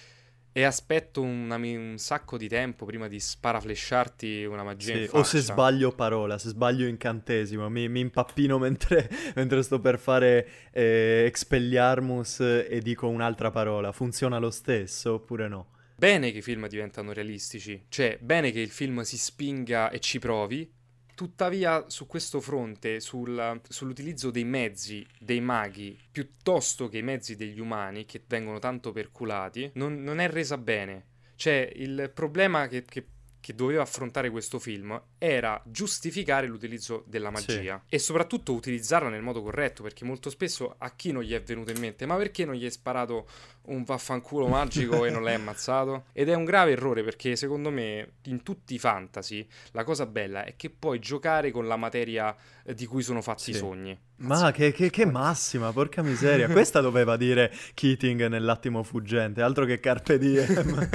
[SPEAKER 2] e aspetto una mi- un sacco di tempo prima di sparaflesciarti una magia in
[SPEAKER 1] Sì, o se
[SPEAKER 2] faccia.
[SPEAKER 1] sbaglio parola, se sbaglio incantesimo, mi, mi impappino mentre, mentre sto per fare eh, Expelliarmus e dico un'altra parola. Funziona lo stesso oppure no?
[SPEAKER 2] Bene che i film diventano realistici, cioè bene che il film si spinga e ci provi, tuttavia su questo fronte, sul- sull'utilizzo dei mezzi dei maghi piuttosto che i mezzi degli umani, che vengono tanto perculati, non, non è resa bene. Cioè il problema che, che- che doveva affrontare questo film era giustificare l'utilizzo della
[SPEAKER 1] Sì.
[SPEAKER 2] magia e soprattutto utilizzarla nel modo corretto, perché molto spesso a chi non gli è venuto in mente, ma perché non gli hai sparato un vaffanculo magico e non l'hai ammazzato? Ed è un grave errore, perché secondo me in tutti i fantasy la cosa bella è che puoi giocare con la materia eh, di cui sono fatti i
[SPEAKER 1] Sì.
[SPEAKER 2] sogni.
[SPEAKER 1] Ma che, che- che massima, porca miseria. Questa doveva dire Keating nell'attimo fuggente, altro che Carpe Diem.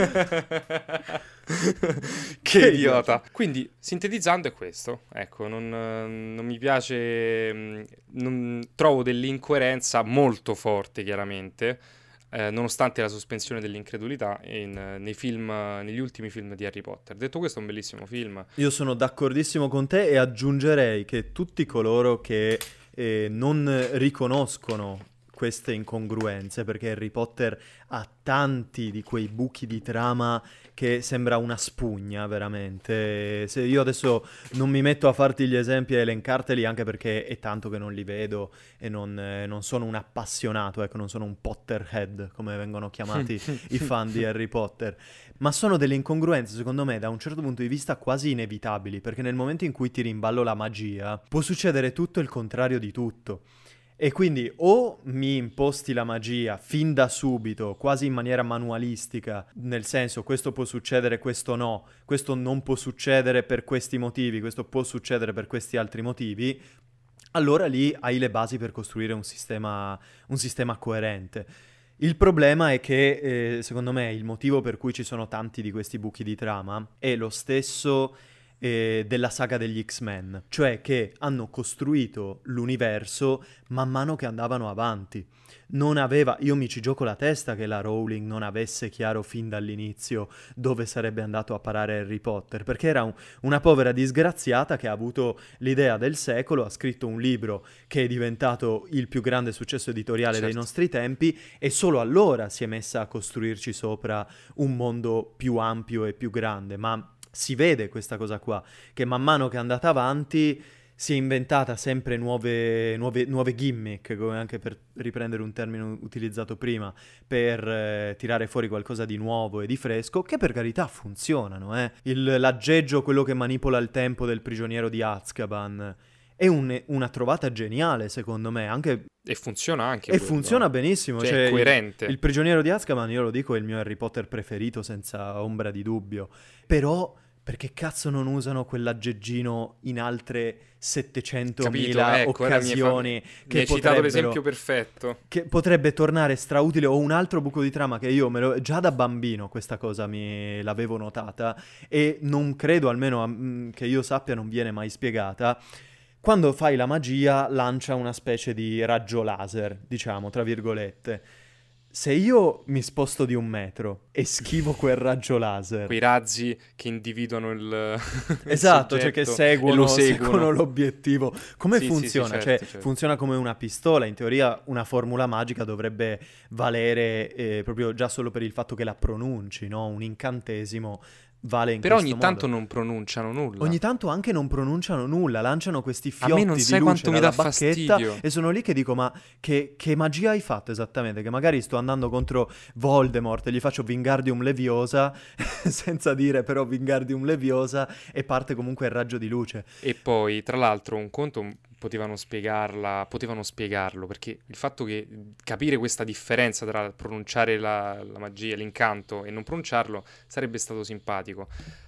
[SPEAKER 2] Che
[SPEAKER 1] Che
[SPEAKER 2] idiota. Quindi, sintetizzando è questo. Ecco, non, eh, non mi piace. mh, non- trovo dell'incoerenza molto forte, chiaramente, eh, nonostante la sospensione dell'incredulità in, eh, nei film, eh, negli ultimi film di Harry Potter. Detto questo, è un bellissimo film.
[SPEAKER 1] Io sono d'accordissimo con te e aggiungerei che tutti coloro che eh, non riconoscono queste incongruenze, perché Harry Potter ha tanti di quei buchi di trama che sembra una spugna, veramente. Se io adesso non mi metto a farti gli esempi e elencarteli, anche perché è tanto che non li vedo e non, eh, non sono un appassionato, ecco, non sono un Potterhead, come vengono chiamati i fan di Harry Potter. Ma sono delle incongruenze, secondo me, da un certo punto di vista quasi inevitabili, perché nel momento in cui tiri in ballo la magia, può succedere tutto il contrario di tutto. E quindi o mi imposti la magia fin da subito, quasi in maniera manualistica, nel senso questo può succedere, questo no, questo non può succedere per questi motivi, questo può succedere per questi altri motivi, allora lì hai le basi per costruire un sistema, un sistema coerente. Il problema è che, eh, secondo me, il motivo per cui ci sono tanti di questi buchi di trama è lo stesso eh, della saga degli X-Men, cioè che hanno costruito l'universo man mano che andavano avanti. Non aveva, io mi ci gioco la testa che la Rowling non avesse chiaro fin dall'inizio dove sarebbe andato a parare Harry Potter, perché era un- una povera disgraziata che ha avuto l'idea del secolo, ha scritto un libro che è diventato il più grande successo editoriale dei
[SPEAKER 2] Certo.
[SPEAKER 1] nostri tempi e solo allora si è messa a costruirci sopra un mondo più ampio e più grande, ma si vede questa cosa qua, che man mano che è andata avanti si è inventata sempre nuove, nuove, nuove gimmick, come anche per riprendere un termine utilizzato prima, per eh, tirare fuori qualcosa di nuovo e di fresco, che per carità funzionano, eh. Il, l'aggeggio, quello che manipola il tempo del prigioniero di Azkaban, è un- una trovata geniale, secondo me, anche...
[SPEAKER 2] E funziona anche
[SPEAKER 1] E
[SPEAKER 2] quello,
[SPEAKER 1] funziona
[SPEAKER 2] eh.
[SPEAKER 1] benissimo,
[SPEAKER 2] Cioè,
[SPEAKER 1] cioè
[SPEAKER 2] è
[SPEAKER 1] il,
[SPEAKER 2] coerente.
[SPEAKER 1] il prigioniero di Azkaban, io lo dico, è il mio Harry Potter preferito senza ombra di dubbio, però perché cazzo non usano quell'aggeggino in altre
[SPEAKER 2] Capito?
[SPEAKER 1] settecentomila
[SPEAKER 2] Ecco, ora mi hai fa-
[SPEAKER 1] occasioni
[SPEAKER 2] mi
[SPEAKER 1] che
[SPEAKER 2] hai citato l'esempio
[SPEAKER 1] potrebbero...
[SPEAKER 2] perfetto.
[SPEAKER 1] Che potrebbe tornare strautile, o un altro buco di trama che io me lo, già da bambino questa cosa mi l'avevo notata e non credo, almeno mm, che io sappia, non viene mai spiegata. Quando fai la magia lancia una specie di raggio laser, diciamo, tra virgolette. Se io mi sposto di un metro e schivo quel raggio laser,
[SPEAKER 2] Quei razzi che individuano il, il
[SPEAKER 1] esatto, cioè che
[SPEAKER 2] soggetto e
[SPEAKER 1] seguono,
[SPEAKER 2] lo seguono.
[SPEAKER 1] seguono l'obiettivo. Come
[SPEAKER 2] Sì, sì, sì,
[SPEAKER 1] funziona?
[SPEAKER 2] certo,
[SPEAKER 1] Cioè,
[SPEAKER 2] certo.
[SPEAKER 1] funziona come una pistola. In teoria una formula magica dovrebbe valere eh, proprio già solo per il fatto che la pronunci, no? Un incantesimo vale in
[SPEAKER 2] Però
[SPEAKER 1] questo
[SPEAKER 2] ogni tanto
[SPEAKER 1] modo.
[SPEAKER 2] non pronunciano nulla.
[SPEAKER 1] Ogni tanto anche non pronunciano nulla, lanciano questi
[SPEAKER 2] A me non
[SPEAKER 1] fiotti di
[SPEAKER 2] sai
[SPEAKER 1] luce
[SPEAKER 2] quanto mi
[SPEAKER 1] dalla
[SPEAKER 2] dà
[SPEAKER 1] bacchetta
[SPEAKER 2] fastidio.
[SPEAKER 1] e sono lì che dico, ma che, che magia hai fatto esattamente? Che magari sto andando contro Voldemort e gli faccio Wingardium Leviosa, senza dire però Wingardium Leviosa, e parte comunque il raggio di luce.
[SPEAKER 2] E poi, tra l'altro, un conto m- potevano spiegarla, potevano spiegarlo, perché il fatto che capire questa differenza tra pronunciare la, la magia, l'incanto e non pronunciarlo sarebbe stato simpatico.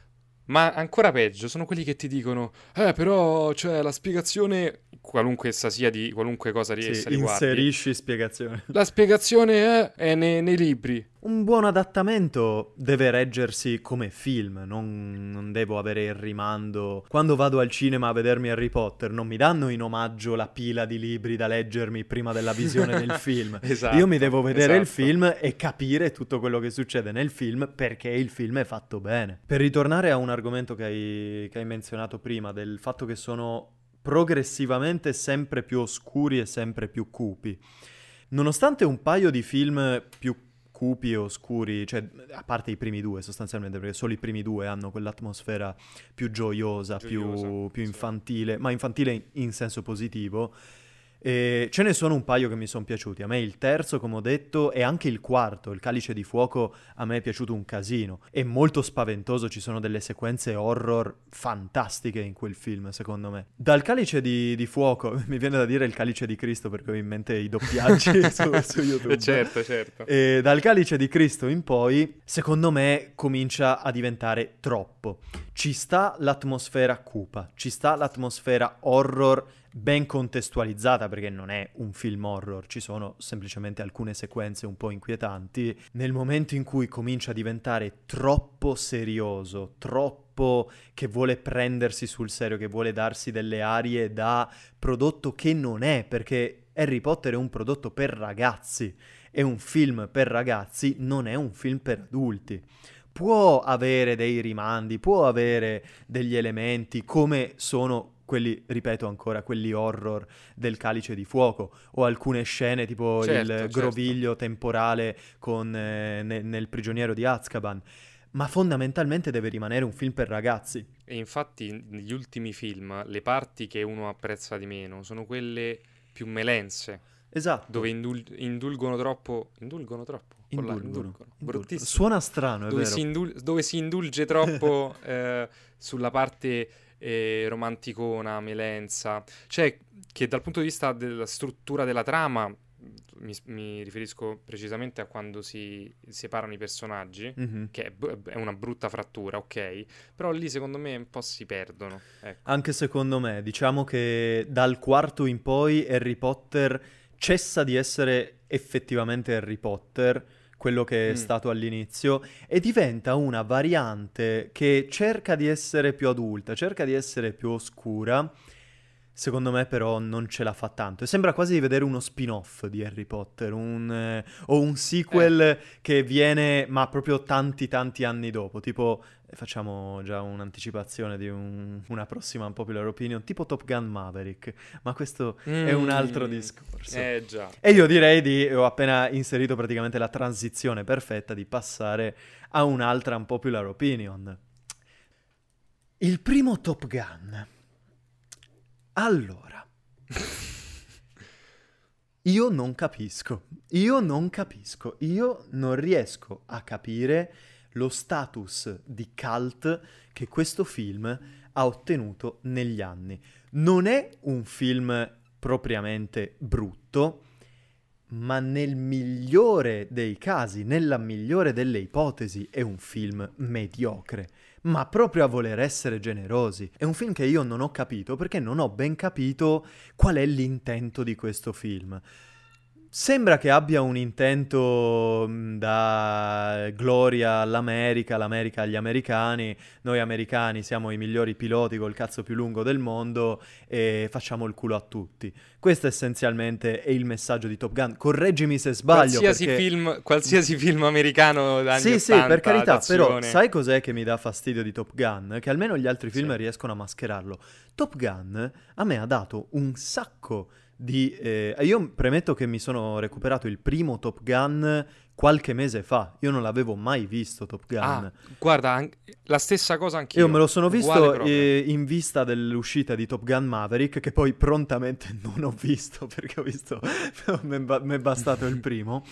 [SPEAKER 2] Ma ancora peggio sono quelli che ti dicono, eh, però, cioè, la spiegazione, qualunque essa sia di qualunque cosa ri-
[SPEAKER 1] Sì,
[SPEAKER 2] essa riguardi,
[SPEAKER 1] inserisci spiegazione.
[SPEAKER 2] la spiegazione è, è nei, nei libri.
[SPEAKER 1] Un buon adattamento deve reggersi come film, non, non devo avere il rimando. Quando vado al cinema a vedermi Harry Potter, non mi danno in omaggio la pila di libri da leggermi prima della visione del film.
[SPEAKER 2] Esatto,
[SPEAKER 1] Io mi devo vedere il
[SPEAKER 2] esatto.
[SPEAKER 1] film e capire tutto quello che succede nel film perché il film è fatto bene. Per ritornare a un argomento che hai, che hai menzionato prima, del fatto che sono progressivamente sempre più oscuri e sempre più cupi. Nonostante un paio di film più cupi e oscuri, cioè a parte i primi due sostanzialmente, perché solo i primi due hanno quell'atmosfera più gioiosa,
[SPEAKER 2] Gioiosa,
[SPEAKER 1] più, più
[SPEAKER 2] sì.
[SPEAKER 1] infantile, ma infantile in, in senso positivo. E ce ne sono un paio che mi sono piaciuti. A me il terzo, come ho detto, e anche il quarto, il Calice di Fuoco, a me è piaciuto un casino. È molto spaventoso, ci sono delle sequenze horror fantastiche in quel film, secondo me. Dal Calice di, di Fuoco, mi viene da dire il Calice di Cristo perché ho in mente i doppiaggi su, su YouTube.
[SPEAKER 2] Eh, certo, certo.
[SPEAKER 1] E dal Calice di Cristo in poi, secondo me, comincia a diventare troppo. Ci sta l'atmosfera cupa, ci sta l'atmosfera horror ben contestualizzata, perché non è un film horror, ci sono semplicemente alcune sequenze un po' inquietanti. Nel momento in cui comincia a diventare troppo serioso, troppo che vuole prendersi sul serio, che vuole darsi delle arie da prodotto che non è, perché Harry Potter è un prodotto per ragazzi, è un film per ragazzi, non è un film per adulti. Può avere dei rimandi, può avere degli elementi come sono quelli, ripeto ancora, quelli horror del Calice di Fuoco, o alcune scene tipo
[SPEAKER 2] Certo,
[SPEAKER 1] il
[SPEAKER 2] certo.
[SPEAKER 1] groviglio temporale con, eh, ne- nel prigioniero di Azkaban, ma fondamentalmente deve rimanere un film per ragazzi.
[SPEAKER 2] E infatti negli ultimi film le parti che uno apprezza di meno sono quelle più melense, dove
[SPEAKER 1] Esatto,
[SPEAKER 2] indul- indulgono troppo, indulgono troppo, con la,
[SPEAKER 1] indulgono,
[SPEAKER 2] indulgono,
[SPEAKER 1] indulgono.
[SPEAKER 2] bruttissimo,
[SPEAKER 1] Suona strano, è
[SPEAKER 2] dove si,
[SPEAKER 1] vero.
[SPEAKER 2] indul- dove si indulge troppo eh, sulla parte eh, romanticona, melenza, cioè che dal punto di vista della struttura della trama, mi, mi riferisco precisamente a quando si separano i personaggi,
[SPEAKER 1] Mhm.
[SPEAKER 2] che è, bu- è una brutta frattura, ok, però lì secondo me un po' si perdono, ecco.
[SPEAKER 1] Anche secondo me, diciamo che dal quarto in poi Harry Potter cessa di essere effettivamente Harry Potter, quello che è
[SPEAKER 2] Mm.
[SPEAKER 1] stato all'inizio, e diventa una variante che cerca di essere più adulta, cerca di essere più oscura. Secondo me però non ce la fa tanto. E sembra quasi di vedere uno spin-off di Harry Potter, un, eh, o un
[SPEAKER 2] Eh,
[SPEAKER 1] sequel che viene, ma proprio tanti tanti anni dopo. Tipo, eh, facciamo già un'anticipazione di un- una prossima unpopular opinion, tipo Top Gun Maverick, ma questo è un altro
[SPEAKER 2] mm,
[SPEAKER 1] discorso.
[SPEAKER 2] eh già.
[SPEAKER 1] E io direi di, ho appena inserito praticamente la transizione perfetta di passare a un'altra unpopular opinion. Il primo Top Gun. Allora, io non capisco, io non capisco, io non riesco a capire lo status di cult che questo film ha ottenuto negli anni. Non è un film propriamente brutto, ma nel migliore dei casi, nella migliore delle ipotesi, è un film mediocre. Ma proprio a voler essere generosi. È un film che io non ho capito perché non ho ben capito qual è l'intento di questo film. Sembra che abbia un intento mh, da gloria all'America, l'America agli americani, noi americani siamo i migliori piloti col cazzo più lungo del mondo e facciamo il culo a tutti. Questo essenzialmente è il messaggio di Top Gun. Correggimi se sbaglio
[SPEAKER 2] Qualsiasi
[SPEAKER 1] perché...
[SPEAKER 2] film, qualsiasi film americano degli anni
[SPEAKER 1] Sì, sì, per
[SPEAKER 2] ottanta
[SPEAKER 1] carità, però
[SPEAKER 2] d'azione.
[SPEAKER 1] sai cos'è che mi dà fastidio di Top Gun? Che almeno gli altri film
[SPEAKER 2] Sì.
[SPEAKER 1] riescono a mascherarlo. Top Gun a me ha dato un sacco di... eh, io premetto che mi sono recuperato il primo Top Gun qualche mese fa. Io non l'avevo mai visto Top
[SPEAKER 2] Ah,
[SPEAKER 1] Gun.
[SPEAKER 2] guarda, an- la stessa cosa
[SPEAKER 1] Io me
[SPEAKER 2] anch'io.
[SPEAKER 1] lo sono
[SPEAKER 2] Uguale
[SPEAKER 1] visto
[SPEAKER 2] proprio.
[SPEAKER 1] eh, in vista dell'uscita di Top Gun Maverick, che poi prontamente non ho visto perché ho visto, mi è ba- mi è bastato il primo.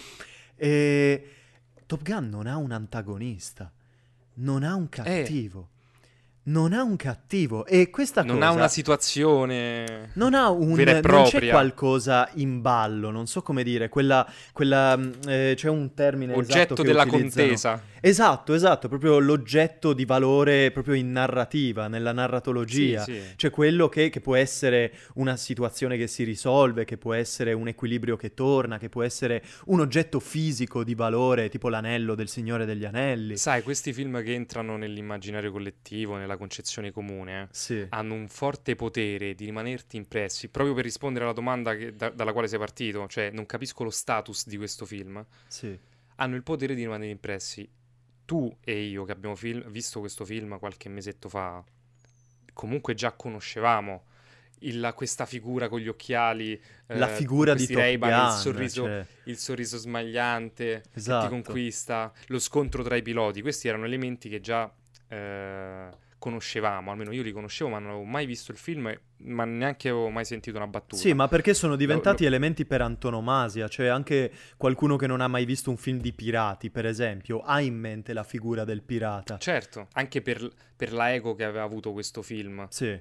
[SPEAKER 1] E Top Gun non ha un antagonista, non ha un
[SPEAKER 2] Eh,
[SPEAKER 1] cattivo, non ha un cattivo. E questa
[SPEAKER 2] non ha una
[SPEAKER 1] cosa
[SPEAKER 2] situazione
[SPEAKER 1] non ha un,
[SPEAKER 2] vera e
[SPEAKER 1] non c'è
[SPEAKER 2] propria.
[SPEAKER 1] qualcosa in ballo, non so come dire, quella, quella, mm, eh, c'è un termine esatto
[SPEAKER 2] Oggetto
[SPEAKER 1] che
[SPEAKER 2] della
[SPEAKER 1] utilizzano.
[SPEAKER 2] contesa.
[SPEAKER 1] Esatto, esatto, proprio l'oggetto di valore proprio in narrativa, nella
[SPEAKER 2] Sì,
[SPEAKER 1] narratologia.
[SPEAKER 2] sì.
[SPEAKER 1] C'è quello che, che può essere una situazione che si risolve, che può essere un equilibrio che torna, che può essere un oggetto fisico di valore, tipo l'anello del Signore degli Anelli.
[SPEAKER 2] Sai, questi film che entrano nell'immaginario collettivo, nella concezione comune, eh,
[SPEAKER 1] Sì,
[SPEAKER 2] hanno un forte potere di rimanerti impressi, proprio per rispondere alla domanda che- da- dalla quale sei partito, cioè non capisco lo status di questo film,
[SPEAKER 1] sì.
[SPEAKER 2] hanno il potere di rimanere impressi. Tu e io che abbiamo fil- visto questo film qualche mesetto fa, comunque già conoscevamo il- questa figura con gli occhiali,
[SPEAKER 1] La
[SPEAKER 2] eh, con
[SPEAKER 1] figura di
[SPEAKER 2] questi
[SPEAKER 1] Top
[SPEAKER 2] Ray-Ban, il
[SPEAKER 1] Gun,
[SPEAKER 2] sorriso,
[SPEAKER 1] cioè,
[SPEAKER 2] il sorriso smagliante che ti
[SPEAKER 1] esatto.
[SPEAKER 2] conquista, lo scontro tra i piloti. Questi erano elementi che già eh, conoscevamo, almeno io li conoscevo, ma non avevo mai visto il film, e- ma neanche avevo mai sentito una
[SPEAKER 1] Sì,
[SPEAKER 2] battuta.
[SPEAKER 1] ma perché sono
[SPEAKER 2] Lo-
[SPEAKER 1] diventati
[SPEAKER 2] lo-
[SPEAKER 1] elementi per antonomasia, cioè anche qualcuno che non ha mai visto un film di pirati, per esempio, ha in mente la figura del pirata.
[SPEAKER 2] Certo, anche per, per la eco che aveva avuto questo film.
[SPEAKER 1] Sì,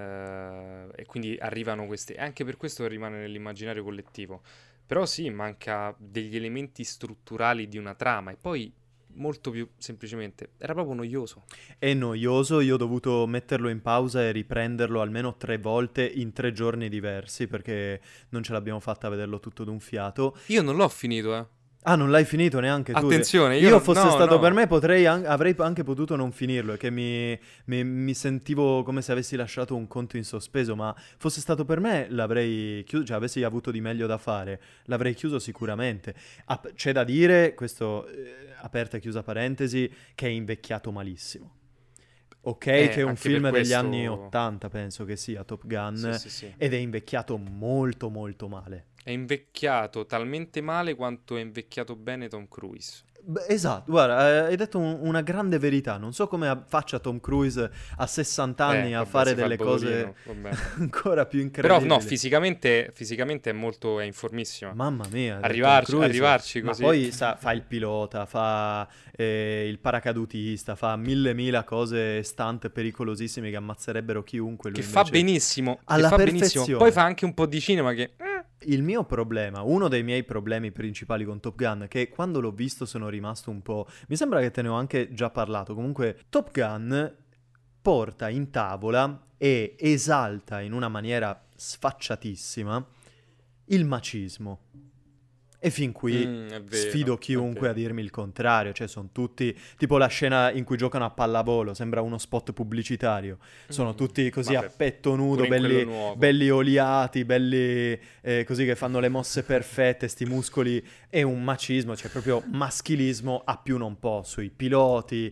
[SPEAKER 2] eh, e quindi arrivano queste, e anche per questo rimane nell'immaginario collettivo. Però sì, manca degli elementi strutturali di una trama, e poi molto più semplicemente era proprio noioso.
[SPEAKER 1] è noioso, io ho dovuto metterlo in pausa e riprenderlo almeno tre volte in tre giorni diversi perché non ce l'abbiamo fatta a vederlo tutto d'un fiato.
[SPEAKER 2] Io non l'ho finito, eh.
[SPEAKER 1] Ah, non l'hai finito neanche tu?
[SPEAKER 2] Attenzione, io
[SPEAKER 1] Io
[SPEAKER 2] non-
[SPEAKER 1] fosse
[SPEAKER 2] no,
[SPEAKER 1] stato
[SPEAKER 2] no.
[SPEAKER 1] per me, potrei an- avrei anche potuto non finirlo, è che mi, mi- mi sentivo come se avessi lasciato un conto in sospeso, ma fosse stato per me l'avrei chiuso, cioè avessi avuto di meglio da fare, l'avrei chiuso sicuramente. Ap- c'è da dire, questo, eh, aperta e chiusa parentesi, che è invecchiato malissimo. Ok,
[SPEAKER 2] Eh,
[SPEAKER 1] che è un
[SPEAKER 2] anche per
[SPEAKER 1] film degli anni
[SPEAKER 2] questo...
[SPEAKER 1] ottanta, penso che sia Top
[SPEAKER 2] Sì,
[SPEAKER 1] Gun,
[SPEAKER 2] sì, sì.
[SPEAKER 1] ed è invecchiato molto molto male.
[SPEAKER 2] È invecchiato talmente male quanto è invecchiato bene Tom Cruise.
[SPEAKER 1] Beh, esatto, guarda, eh, hai detto un- una grande verità. Non so come a- faccia Tom Cruise a sessanta
[SPEAKER 2] Eh,
[SPEAKER 1] anni a
[SPEAKER 2] vabbè,
[SPEAKER 1] fare
[SPEAKER 2] si fa il
[SPEAKER 1] delle cose
[SPEAKER 2] bodolino, vabbè.
[SPEAKER 1] ancora più
[SPEAKER 2] Però no,
[SPEAKER 1] incredibili.
[SPEAKER 2] fisicamente, fisicamente è molto, è in formissima.
[SPEAKER 1] Mamma mia, del Tom
[SPEAKER 2] Arrivarci,
[SPEAKER 1] Cruise.
[SPEAKER 2] arrivarci
[SPEAKER 1] Ma
[SPEAKER 2] così.
[SPEAKER 1] poi sa- fa il pilota, fa eh, il paracadutista, fa mille mila cose stunt pericolosissime che ammazzerebbero chiunque. Lui
[SPEAKER 2] Che fa
[SPEAKER 1] invece
[SPEAKER 2] benissimo, che
[SPEAKER 1] alla
[SPEAKER 2] fa benissimo. Poi
[SPEAKER 1] perfezione.
[SPEAKER 2] fa anche un po' di cinema che... eh,
[SPEAKER 1] Il mio problema, uno dei miei problemi principali con Top Gun, che quando l'ho visto sono rimasto un po'... Mi sembra che te ne ho anche già parlato. Comunque, Top Gun porta in tavola e esalta in una maniera sfacciatissima il macismo. E fin qui
[SPEAKER 2] mm, è vero,
[SPEAKER 1] sfido
[SPEAKER 2] è
[SPEAKER 1] chiunque a
[SPEAKER 2] vero.
[SPEAKER 1] dirmi il contrario, cioè sono tutti, tipo la scena in cui giocano a pallavolo, sembra uno spot pubblicitario, sono
[SPEAKER 2] Mm,
[SPEAKER 1] tutti così a
[SPEAKER 2] vabbè,
[SPEAKER 1] petto nudo,
[SPEAKER 2] pure in quello
[SPEAKER 1] belli,
[SPEAKER 2] nuovo.
[SPEAKER 1] belli oliati, belli eh, così che fanno le mosse perfette, sti muscoli, e un macismo, cioè proprio maschilismo a più non posso, i piloti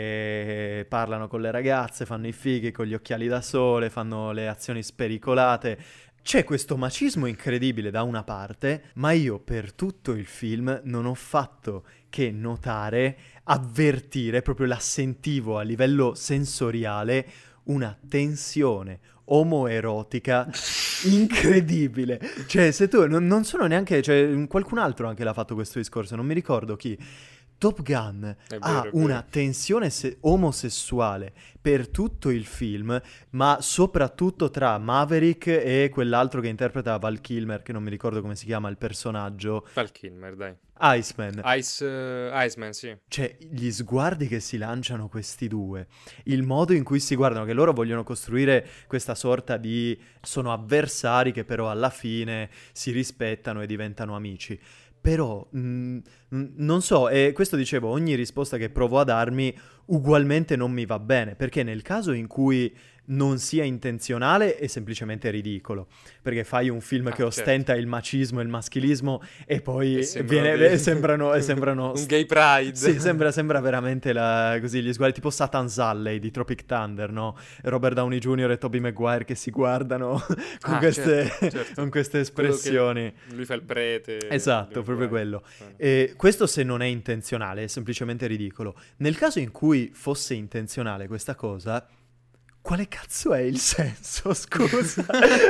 [SPEAKER 1] che parlano con le ragazze, fanno i fighi con gli occhiali da sole, fanno le azioni spericolate. C'è questo macismo incredibile da una parte, ma io per tutto il film non ho fatto che notare, avvertire, proprio la sentivo a livello sensoriale, una tensione omoerotica incredibile. Cioè, se tu non, non sono neanche, cioè, qualcun altro anche l'ha fatto questo discorso, non mi ricordo chi. Top Gun
[SPEAKER 2] È
[SPEAKER 1] ha
[SPEAKER 2] vero, è
[SPEAKER 1] una
[SPEAKER 2] vero.
[SPEAKER 1] tensione se- omosessuale per tutto il film, ma soprattutto tra Maverick e quell'altro che interpreta Val Kilmer, che non mi ricordo come si chiama il personaggio,
[SPEAKER 2] Val Kilmer, dai.
[SPEAKER 1] Iceman.
[SPEAKER 2] Ice, eh, Iceman, sì.
[SPEAKER 1] Cioè, gli sguardi che si lanciano questi due, il modo in cui si guardano, che loro vogliono costruire questa sorta di... sono avversari che però alla fine si rispettano e diventano amici. Però, mh, mh, non so, e questo dicevo, ogni risposta che provo a darmi ugualmente non mi va bene, perché nel caso in cui non sia intenzionale è semplicemente ridicolo, perché fai un film che
[SPEAKER 2] Ah, certo.
[SPEAKER 1] ostenta il macismo e il maschilismo e
[SPEAKER 2] E
[SPEAKER 1] poi
[SPEAKER 2] sembrano
[SPEAKER 1] viene,
[SPEAKER 2] dei...
[SPEAKER 1] e sembrano, e sembrano
[SPEAKER 2] un
[SPEAKER 1] st-
[SPEAKER 2] gay
[SPEAKER 1] sì,
[SPEAKER 2] pride.
[SPEAKER 1] sembra, sembra veramente la- così gli sguardi tipo Satan's Alley di Tropic Thunder, no? Robert Downey junior e Tobey Maguire che si guardano con
[SPEAKER 2] Ah,
[SPEAKER 1] queste,
[SPEAKER 2] certo, certo.
[SPEAKER 1] con queste
[SPEAKER 2] Quello che
[SPEAKER 1] espressioni.
[SPEAKER 2] lui fa il prete,
[SPEAKER 1] Esatto,
[SPEAKER 2] Tobey
[SPEAKER 1] proprio
[SPEAKER 2] Maguire.
[SPEAKER 1] quello.
[SPEAKER 2] Eh.
[SPEAKER 1] E questo se non è intenzionale, è semplicemente ridicolo. Nel caso in cui fosse intenzionale questa cosa, quale cazzo è il senso, scusa?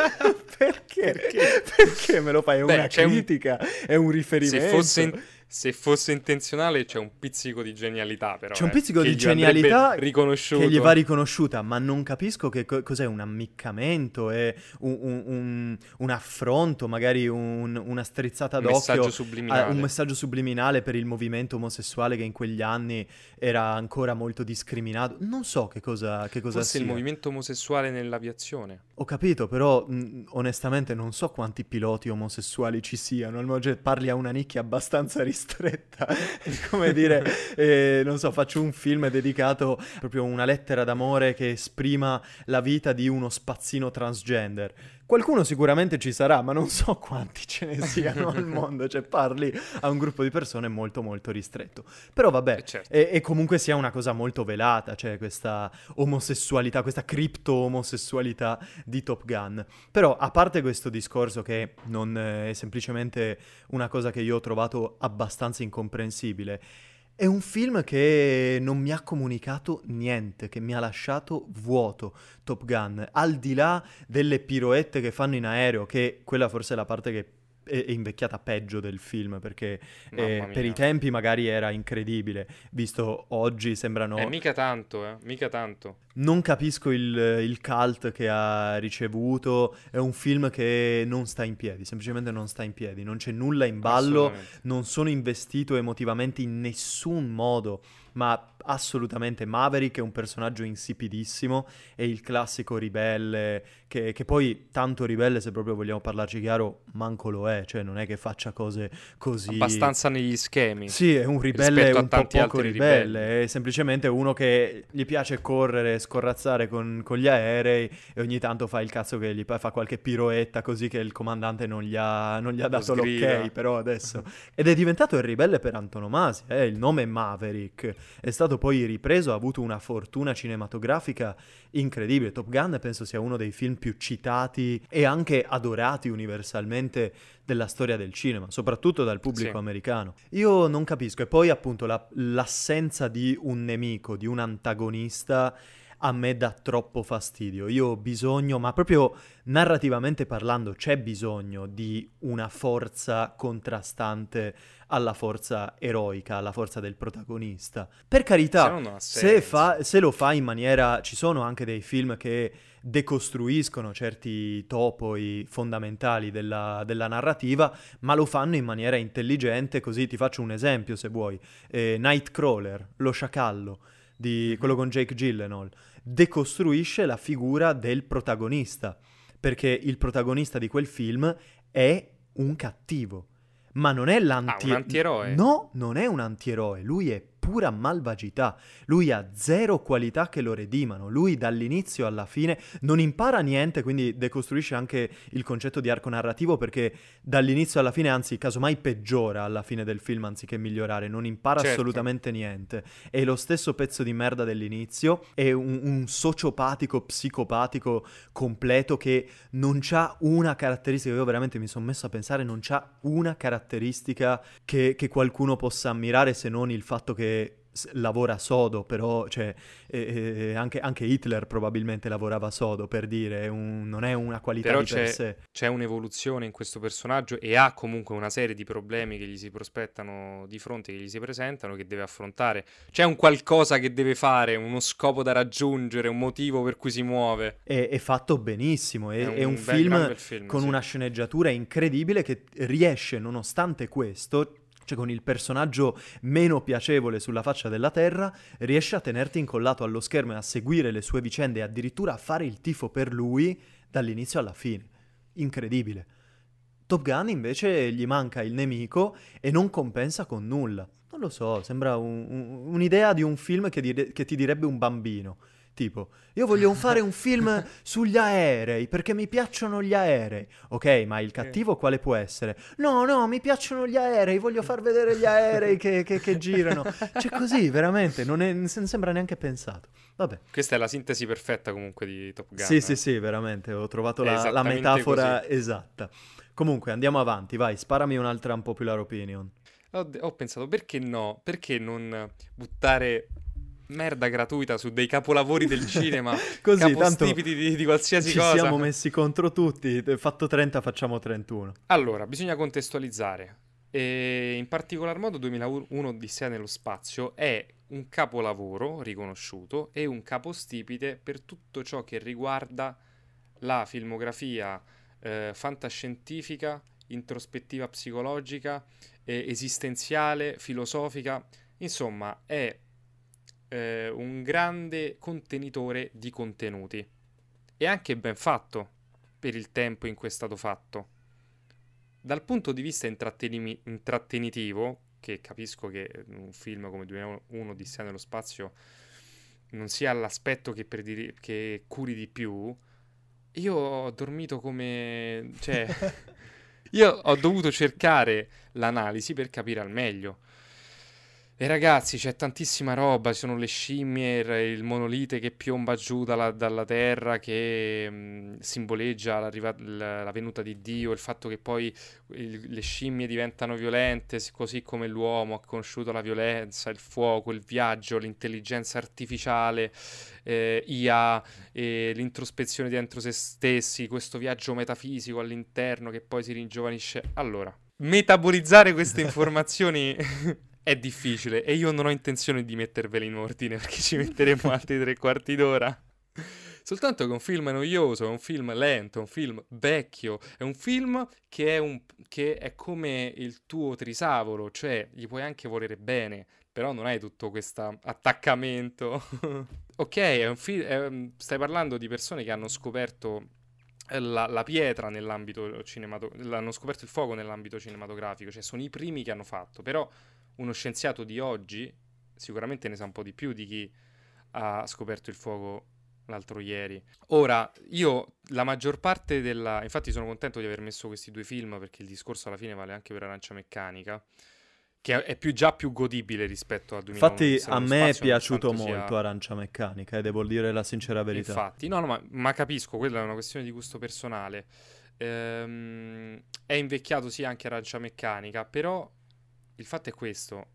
[SPEAKER 1] Perché?
[SPEAKER 2] Perché?
[SPEAKER 1] Perché me lo fai? È
[SPEAKER 2] Beh,
[SPEAKER 1] una
[SPEAKER 2] c'è un...
[SPEAKER 1] critica? È un
[SPEAKER 2] Se
[SPEAKER 1] riferimento?
[SPEAKER 2] fosse, in- se fosse intenzionale c'è un pizzico di genialità, però,
[SPEAKER 1] C'è un
[SPEAKER 2] eh,
[SPEAKER 1] pizzico
[SPEAKER 2] che
[SPEAKER 1] di
[SPEAKER 2] gli andrebbe
[SPEAKER 1] genialità che gli va
[SPEAKER 2] riconosciuto.
[SPEAKER 1] riconosciuta, ma non capisco che co- cos'è un ammiccamento, è un, un- un- un affronto, magari un- una strizzata
[SPEAKER 2] Un messaggio
[SPEAKER 1] d'occhio, a- un
[SPEAKER 2] subliminale.
[SPEAKER 1] messaggio subliminale per il movimento omosessuale che in quegli anni era ancora molto discriminato. Non so che cosa, che cosa
[SPEAKER 2] Forse il
[SPEAKER 1] sia.
[SPEAKER 2] movimento omosessuale nell'aviazione.
[SPEAKER 1] Ho capito, però mh, onestamente non so quanti piloti omosessuali ci siano, almeno cioè, parli a una nicchia abbastanza ristretta, è come dire, eh, non so, faccio un film dedicato proprio a una lettera d'amore che esprima la vita di uno spazzino transgender. Qualcuno sicuramente ci sarà, ma non so quanti ce ne siano al mondo, cioè parli a un gruppo di persone molto molto ristretto. Però vabbè,
[SPEAKER 2] E certo.
[SPEAKER 1] e, e comunque sia una cosa molto velata, cioè questa omosessualità, questa cripto-omosessualità di Top Gun. Però, a parte questo discorso che non eh, è semplicemente una cosa che io ho trovato abbastanza incomprensibile, è un film che non mi ha comunicato niente, che mi ha lasciato vuoto, Top Gun, al di là delle piroette che fanno in aereo, che quella forse è la parte che è è invecchiata peggio del film, perché
[SPEAKER 2] Mamma
[SPEAKER 1] eh, per i
[SPEAKER 2] mia.
[SPEAKER 1] tempi magari era incredibile, visto oggi
[SPEAKER 2] Eh,
[SPEAKER 1] sembrano...
[SPEAKER 2] mica tanto, eh. Mica tanto.
[SPEAKER 1] Non capisco il, il cult che ha ricevuto, è un film che non sta in piedi, semplicemente non sta in piedi, non c'è nulla in ballo,
[SPEAKER 2] Assolutamente.
[SPEAKER 1] non sono investito emotivamente in nessun modo, ma assolutamente Maverick è un personaggio insipidissimo, è il classico ribelle, che, che poi tanto ribelle, se proprio vogliamo parlarci chiaro, manco lo è, cioè non è che faccia cose così...
[SPEAKER 2] Abbastanza negli schemi
[SPEAKER 1] Sì, è un ribelle
[SPEAKER 2] rispetto a
[SPEAKER 1] un po'
[SPEAKER 2] tanti
[SPEAKER 1] poco
[SPEAKER 2] altri ribelli.
[SPEAKER 1] ribelle, è semplicemente uno che gli piace correre scorrazzare con, con gli aerei e ogni tanto fa il cazzo che gli pa- fa qualche piroetta così che il comandante non gli ha, non gli ha
[SPEAKER 2] Lo
[SPEAKER 1] dato l'ok,
[SPEAKER 2] sgrida.
[SPEAKER 1] però adesso... Ed è diventato il ribelle per antonomasia, eh, il nome Maverick è stato poi ripreso, ha avuto una fortuna cinematografica incredibile. Top Gun penso sia uno dei film più citati e anche adorati universalmente della storia del cinema, soprattutto dal pubblico
[SPEAKER 2] Sì.
[SPEAKER 1] americano. Io non capisco, e poi appunto la- l'assenza di un nemico, di un antagonista, a me dà troppo fastidio. Io ho bisogno, ma proprio narrativamente parlando, c'è bisogno di una forza contrastante alla forza eroica, alla forza del protagonista. Per
[SPEAKER 2] Se no
[SPEAKER 1] carità,
[SPEAKER 2] non ha
[SPEAKER 1] se,
[SPEAKER 2] senso.
[SPEAKER 1] fa- se lo fa in maniera... Ci sono anche dei film che decostruiscono certi topoi fondamentali della, della narrativa, ma lo fanno in maniera intelligente, così ti faccio un esempio se vuoi. Eh, Nightcrawler, Lo Sciacallo, di quello
[SPEAKER 2] Mhm.
[SPEAKER 1] con Jake Gyllenhaal, decostruisce la figura del protagonista, perché il protagonista di quel film è un cattivo, ma non è
[SPEAKER 2] Ah, un
[SPEAKER 1] l'anti...
[SPEAKER 2] antieroe?
[SPEAKER 1] No, non è un antieroe, lui è pura malvagità, lui ha zero qualità che lo redimano, lui dall'inizio alla fine non impara niente, quindi decostruisce anche il concetto di arco narrativo perché dall'inizio alla fine, anzi, casomai peggiora alla fine del film anziché migliorare, non impara
[SPEAKER 2] Certo.
[SPEAKER 1] assolutamente niente. È lo stesso pezzo di merda dell'inizio, è un, un sociopatico, psicopatico completo che non c'ha una caratteristica, io veramente mi sono messo a pensare, non c'ha una caratteristica che, che qualcuno possa ammirare se non il fatto che s- lavora sodo, però cioè, eh, eh, anche, anche Hitler probabilmente lavorava sodo, per dire, è un- non è una qualità
[SPEAKER 2] Però
[SPEAKER 1] di per
[SPEAKER 2] c'è,
[SPEAKER 1] sé.
[SPEAKER 2] c'è un'evoluzione in questo personaggio e ha comunque una serie di problemi che gli si prospettano di fronte, che gli si presentano, che deve affrontare. C'è un qualcosa che deve fare, uno scopo da raggiungere, un motivo per cui si muove.
[SPEAKER 1] È, è fatto benissimo,
[SPEAKER 2] È
[SPEAKER 1] è, è un
[SPEAKER 2] un bel, gran
[SPEAKER 1] film
[SPEAKER 2] bel film,
[SPEAKER 1] con
[SPEAKER 2] sì.
[SPEAKER 1] una sceneggiatura incredibile che riesce, nonostante questo, cioè con il personaggio meno piacevole sulla faccia della terra, riesce a tenerti incollato allo schermo e a seguire le sue vicende e addirittura a fare il tifo per lui dall'inizio alla fine. Incredibile. Top Gun invece gli manca il nemico e non compensa con nulla. Non lo so, sembra un- un- un'idea di un film che, dire- che ti direbbe un bambino. Tipo, io voglio fare un film sugli aerei perché mi piacciono gli aerei. Ok, ma il
[SPEAKER 2] Eh.
[SPEAKER 1] cattivo quale può essere? No, no, mi piacciono gli aerei, voglio far vedere gli aerei che, che- che girano. Cioè così, veramente, non, è- non sembra neanche pensato. Vabbè.
[SPEAKER 2] Questa è la sintesi perfetta comunque di Top
[SPEAKER 1] Sì,
[SPEAKER 2] Gun.
[SPEAKER 1] sì,
[SPEAKER 2] eh.
[SPEAKER 1] sì, veramente, ho trovato
[SPEAKER 2] È
[SPEAKER 1] la, la
[SPEAKER 2] esattamente così.
[SPEAKER 1] metafora esatta. Comunque, andiamo avanti, vai, sparami un'altra unpopular opinion.
[SPEAKER 2] Ho, ho pensato, perché no? Perché non buttare merda gratuita su dei capolavori del cinema,
[SPEAKER 1] Così, tanto
[SPEAKER 2] capostipiti di, di qualsiasi
[SPEAKER 1] ci siamo
[SPEAKER 2] cosa?
[SPEAKER 1] messi contro tutti, fatto trenta facciamo trentuno.
[SPEAKER 2] Allora, bisogna contestualizzare. E in particolar modo duemilauno Odissea nello spazio è un capolavoro riconosciuto e un capostipite per tutto ciò che riguarda la filmografia eh, fantascientifica, introspettiva psicologica, eh, esistenziale, filosofica. Insomma, è eh, un grande contenitore di contenuti. E anche ben fatto per il tempo in cui è stato fatto. Dal punto di vista intrattenimi- intrattenitivo, che capisco che un film come duemilauno Odissea nello spazio non sia l'aspetto che, predili- che curi di più, io ho dormito come... cioè, io ho dovuto cercare l'analisi per capire al meglio. E ragazzi, c'è tantissima roba, ci sono le scimmie, il, il monolite che piomba giù dalla, dalla terra, che mh, simboleggia l'arriva- la, la venuta di Dio, il fatto che poi il- le scimmie diventano violente, s- così come l'uomo ha conosciuto la violenza, il fuoco, il viaggio, l'intelligenza artificiale, eh, I A, e l'introspezione dentro se stessi, questo viaggio metafisico all'interno che poi si ringiovanisce. Allora, metabolizzare queste informazioni è difficile e io non ho intenzione di mettervele in ordine perché ci metteremo altri tre quarti d'ora. Soltanto che è un film noioso, è un film lento, è un film vecchio, è un film che è, un, che è come il tuo trisavolo, cioè gli puoi anche volere bene, però non hai tutto questo attaccamento. Ok, è un film, è un- stai parlando di persone che hanno scoperto eh, la, la pietra nell'ambito cinematografico, hanno scoperto il fuoco nell'ambito cinematografico, cioè sono i primi che hanno fatto, però uno scienziato di oggi sicuramente ne sa un po' di più di chi ha scoperto il fuoco l'altro ieri. Ora, io la maggior parte della... Infatti sono contento di aver messo questi due film perché il discorso alla fine vale anche per Arancia Meccanica, che è più, già più godibile rispetto a duemilauno
[SPEAKER 1] Infatti
[SPEAKER 2] Odissea
[SPEAKER 1] a
[SPEAKER 2] nello
[SPEAKER 1] me è
[SPEAKER 2] spazio,
[SPEAKER 1] piaciuto
[SPEAKER 2] nonostante
[SPEAKER 1] molto
[SPEAKER 2] sia...
[SPEAKER 1] Arancia Meccanica, e devo dire la sincera verità.
[SPEAKER 2] Infatti, no, no, ma, ma capisco, quella è una questione di gusto personale. Ehm, è invecchiato sì anche Arancia Meccanica, però il fatto è questo.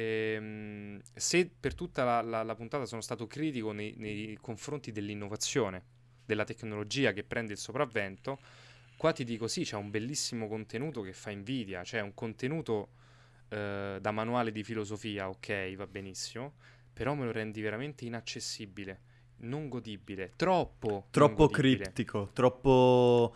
[SPEAKER 2] Ehm, se per tutta la, la- la puntata sono stato critico nei, nei confronti dell'innovazione, della tecnologia che prende il sopravvento, qua ti dico sì, c'è un bellissimo contenuto che fa invidia, c'è un contenuto eh, da manuale di filosofia, ok, va benissimo, però me lo rendi veramente inaccessibile, non godibile, troppo non
[SPEAKER 1] Troppo
[SPEAKER 2] godibile.
[SPEAKER 1] criptico, troppo,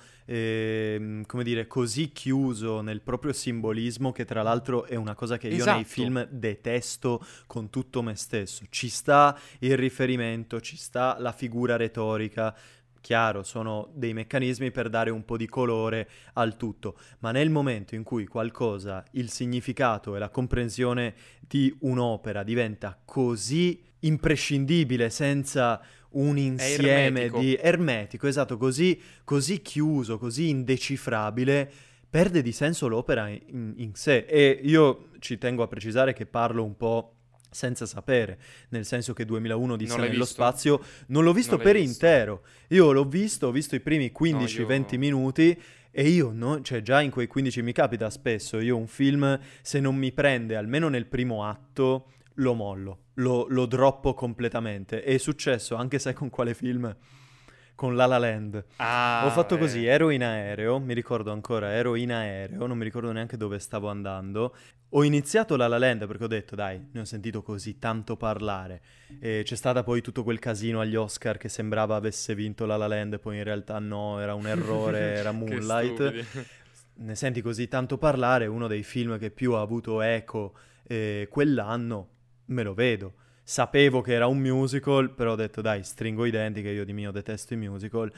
[SPEAKER 1] ehm, come dire, così chiuso nel proprio simbolismo, che tra l'altro è una cosa che io nei
[SPEAKER 2] Esatto,
[SPEAKER 1] film detesto con tutto me stesso. Ci sta il riferimento, ci sta la figura retorica. Chiaro, sono dei meccanismi per dare un po' di colore al tutto, ma nel momento in cui qualcosa, il significato e la comprensione di un'opera diventa così imprescindibile, senza un
[SPEAKER 2] è
[SPEAKER 1] insieme
[SPEAKER 2] ermetico.
[SPEAKER 1] di ermetico, esatto, così, così chiuso, così indecifrabile, perde di senso l'opera in, in sé. E io ci tengo a precisare che parlo un po' senza sapere, nel senso che duemilauno
[SPEAKER 2] Non
[SPEAKER 1] Odissea
[SPEAKER 2] l'hai
[SPEAKER 1] nello
[SPEAKER 2] visto?
[SPEAKER 1] spazio non l'ho
[SPEAKER 2] Non
[SPEAKER 1] visto
[SPEAKER 2] l'hai
[SPEAKER 1] per
[SPEAKER 2] visto?
[SPEAKER 1] intero. Io l'ho visto, ho visto i primi
[SPEAKER 2] No,
[SPEAKER 1] quindici venti
[SPEAKER 2] io...
[SPEAKER 1] minuti e io, no, cioè già in quei quindici mi capita spesso, io un film, se non mi prende almeno nel primo atto, lo mollo, lo, lo droppo completamente. È successo, anche sai con quale film? Con La La Land. Ho
[SPEAKER 2] Ah,
[SPEAKER 1] fatto così,
[SPEAKER 2] eh.
[SPEAKER 1] ero in aereo, mi ricordo ancora, ero in aereo, non mi ricordo neanche dove stavo andando. Ho iniziato La La Land perché ho detto, dai, ne ho sentito così tanto parlare. E c'è stata poi tutto quel casino agli Oscar che sembrava avesse vinto La La Land, poi in realtà no, era un errore, era
[SPEAKER 2] Che
[SPEAKER 1] Moonlight.
[SPEAKER 2] stupidi.
[SPEAKER 1] Ne senti così tanto parlare, uno dei film che più ha avuto eco eh, quell'anno, me lo vedo. Sapevo che era un musical, però ho detto dai, stringo i denti che io di mio detesto i musical.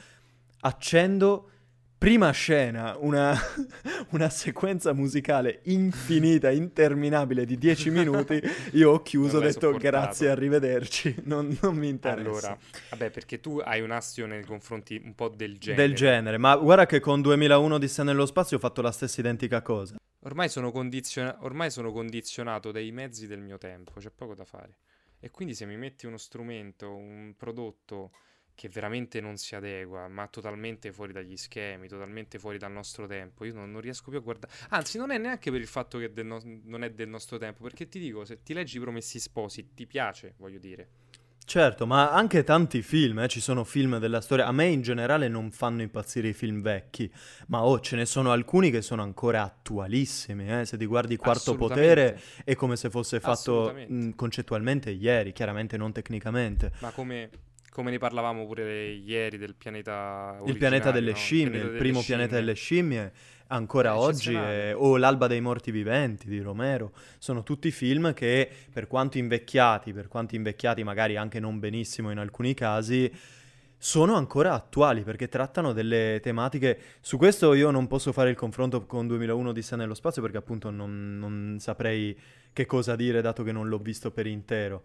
[SPEAKER 1] Accendo, prima scena, una, una sequenza musicale infinita, interminabile di dieci minuti. Io ho
[SPEAKER 2] Non
[SPEAKER 1] chiuso, ho
[SPEAKER 2] l'hai
[SPEAKER 1] detto grazie,
[SPEAKER 2] sopportato.
[SPEAKER 1] arrivederci, non, non mi interessa.
[SPEAKER 2] Allora, vabbè, perché tu hai un astio nei confronti un po' del
[SPEAKER 1] Del
[SPEAKER 2] genere.
[SPEAKER 1] genere, ma guarda che con duemilauno Odissea nello spazio ho fatto la stessa identica cosa.
[SPEAKER 2] Ormai sono, condiziona- ormai sono condizionato dai mezzi del mio tempo, c'è poco da fare. E quindi se mi metti uno strumento, un prodotto che veramente non si adegua, ma totalmente fuori dagli schemi, totalmente fuori dal nostro tempo, io non, non riesco più a guardare. Anzi, non è neanche per il fatto che del no- non è del nostro tempo, perché ti dico, se ti leggi i Promessi Sposi, ti piace, voglio dire.
[SPEAKER 1] Certo, ma anche tanti film, eh, ci sono film della storia. A me in generale non fanno impazzire i film vecchi, ma oh, ce ne sono alcuni che sono ancora attualissimi, eh. Se ti guardi Quarto Potere
[SPEAKER 2] Assolutamente,
[SPEAKER 1] è come se fosse fatto
[SPEAKER 2] assolutamente.
[SPEAKER 1] mh, concettualmente ieri, chiaramente non tecnicamente.
[SPEAKER 2] Ma come, come ne parlavamo pure ieri del pianeta
[SPEAKER 1] Il pianeta
[SPEAKER 2] originario,
[SPEAKER 1] delle
[SPEAKER 2] no? Il
[SPEAKER 1] scimmie,
[SPEAKER 2] pianeta
[SPEAKER 1] il
[SPEAKER 2] delle
[SPEAKER 1] primo pianeta
[SPEAKER 2] scimmie.
[SPEAKER 1] delle scimmie,
[SPEAKER 2] È
[SPEAKER 1] ancora oggi, è-
[SPEAKER 2] eccezionale.
[SPEAKER 1] o L'alba dei morti viventi di Romero, sono tutti film che, per quanto invecchiati, per quanto invecchiati magari anche non benissimo in alcuni casi, sono ancora attuali perché trattano delle tematiche. Su questo io non posso fare il confronto con duemilauno Odissea nello spazio perché appunto non, non saprei che cosa dire dato che non l'ho visto per intero.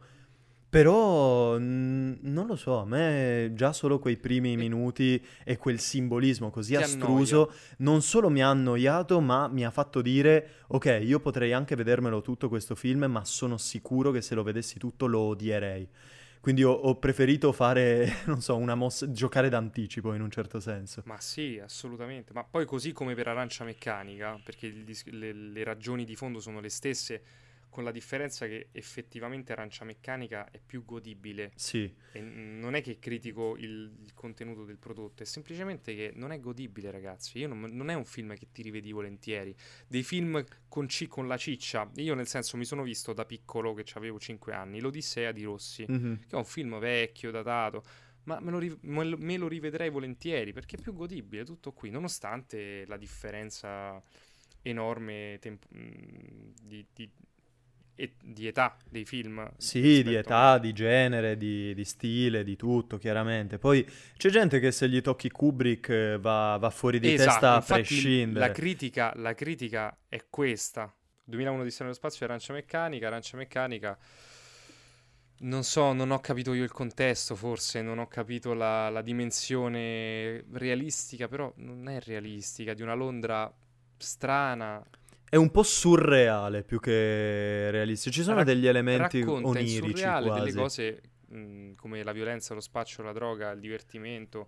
[SPEAKER 1] Però mm, non lo so, a me già solo quei primi
[SPEAKER 2] E
[SPEAKER 1] minuti e quel simbolismo così
[SPEAKER 2] ti annoia.
[SPEAKER 1] astruso non solo mi ha annoiato, ma mi ha fatto dire, ok, io potrei anche vedermelo tutto questo film, ma sono sicuro che se lo vedessi tutto lo odierei. Quindi ho, ho preferito fare, non so, una mossa, giocare d'anticipo in un certo senso.
[SPEAKER 2] Ma sì, assolutamente. Ma poi così come per Arancia Meccanica, perché il dis- le, le ragioni di fondo sono le stesse, con la differenza che effettivamente Arancia Meccanica è più godibile.
[SPEAKER 1] Sì,
[SPEAKER 2] E n- non è che critico il, il contenuto del prodotto, è semplicemente che non è godibile, ragazzi. Io non, non è un film che ti rivedi volentieri. Dei film con, ci- con la ciccia, io nel senso mi sono visto da piccolo, che avevo cinque anni, l'Odissea di Rossi,
[SPEAKER 1] mhm.
[SPEAKER 2] che è un film vecchio, datato, ma me lo, ri- me lo- me lo rivedrei volentieri perché è più godibile, tutto qui, nonostante la differenza enorme temp- mh, di, di- e- di età dei film
[SPEAKER 1] Sì, di
[SPEAKER 2] rispetto
[SPEAKER 1] età,
[SPEAKER 2] a...
[SPEAKER 1] di genere, di, di stile, di tutto, chiaramente. Poi c'è gente che se gli tocchi Kubrick eh, va, va fuori di
[SPEAKER 2] Esatto,
[SPEAKER 1] testa a
[SPEAKER 2] infatti il- la
[SPEAKER 1] prescindere.
[SPEAKER 2] critica, la critica è questa. duemilauno di Strano nello spazio, Arancia Meccanica, Arancia Meccanica Non so, non ho capito io il contesto, forse non ho capito la, la dimensione realistica, però non è realistica, di una Londra strana.
[SPEAKER 1] È un po' surreale più che realistico. Ci sono
[SPEAKER 2] Rac-
[SPEAKER 1] degli elementi
[SPEAKER 2] racconta in
[SPEAKER 1] onirici
[SPEAKER 2] surreale delle
[SPEAKER 1] quasi.
[SPEAKER 2] cose mh, come la violenza, lo spaccio, la droga, il divertimento,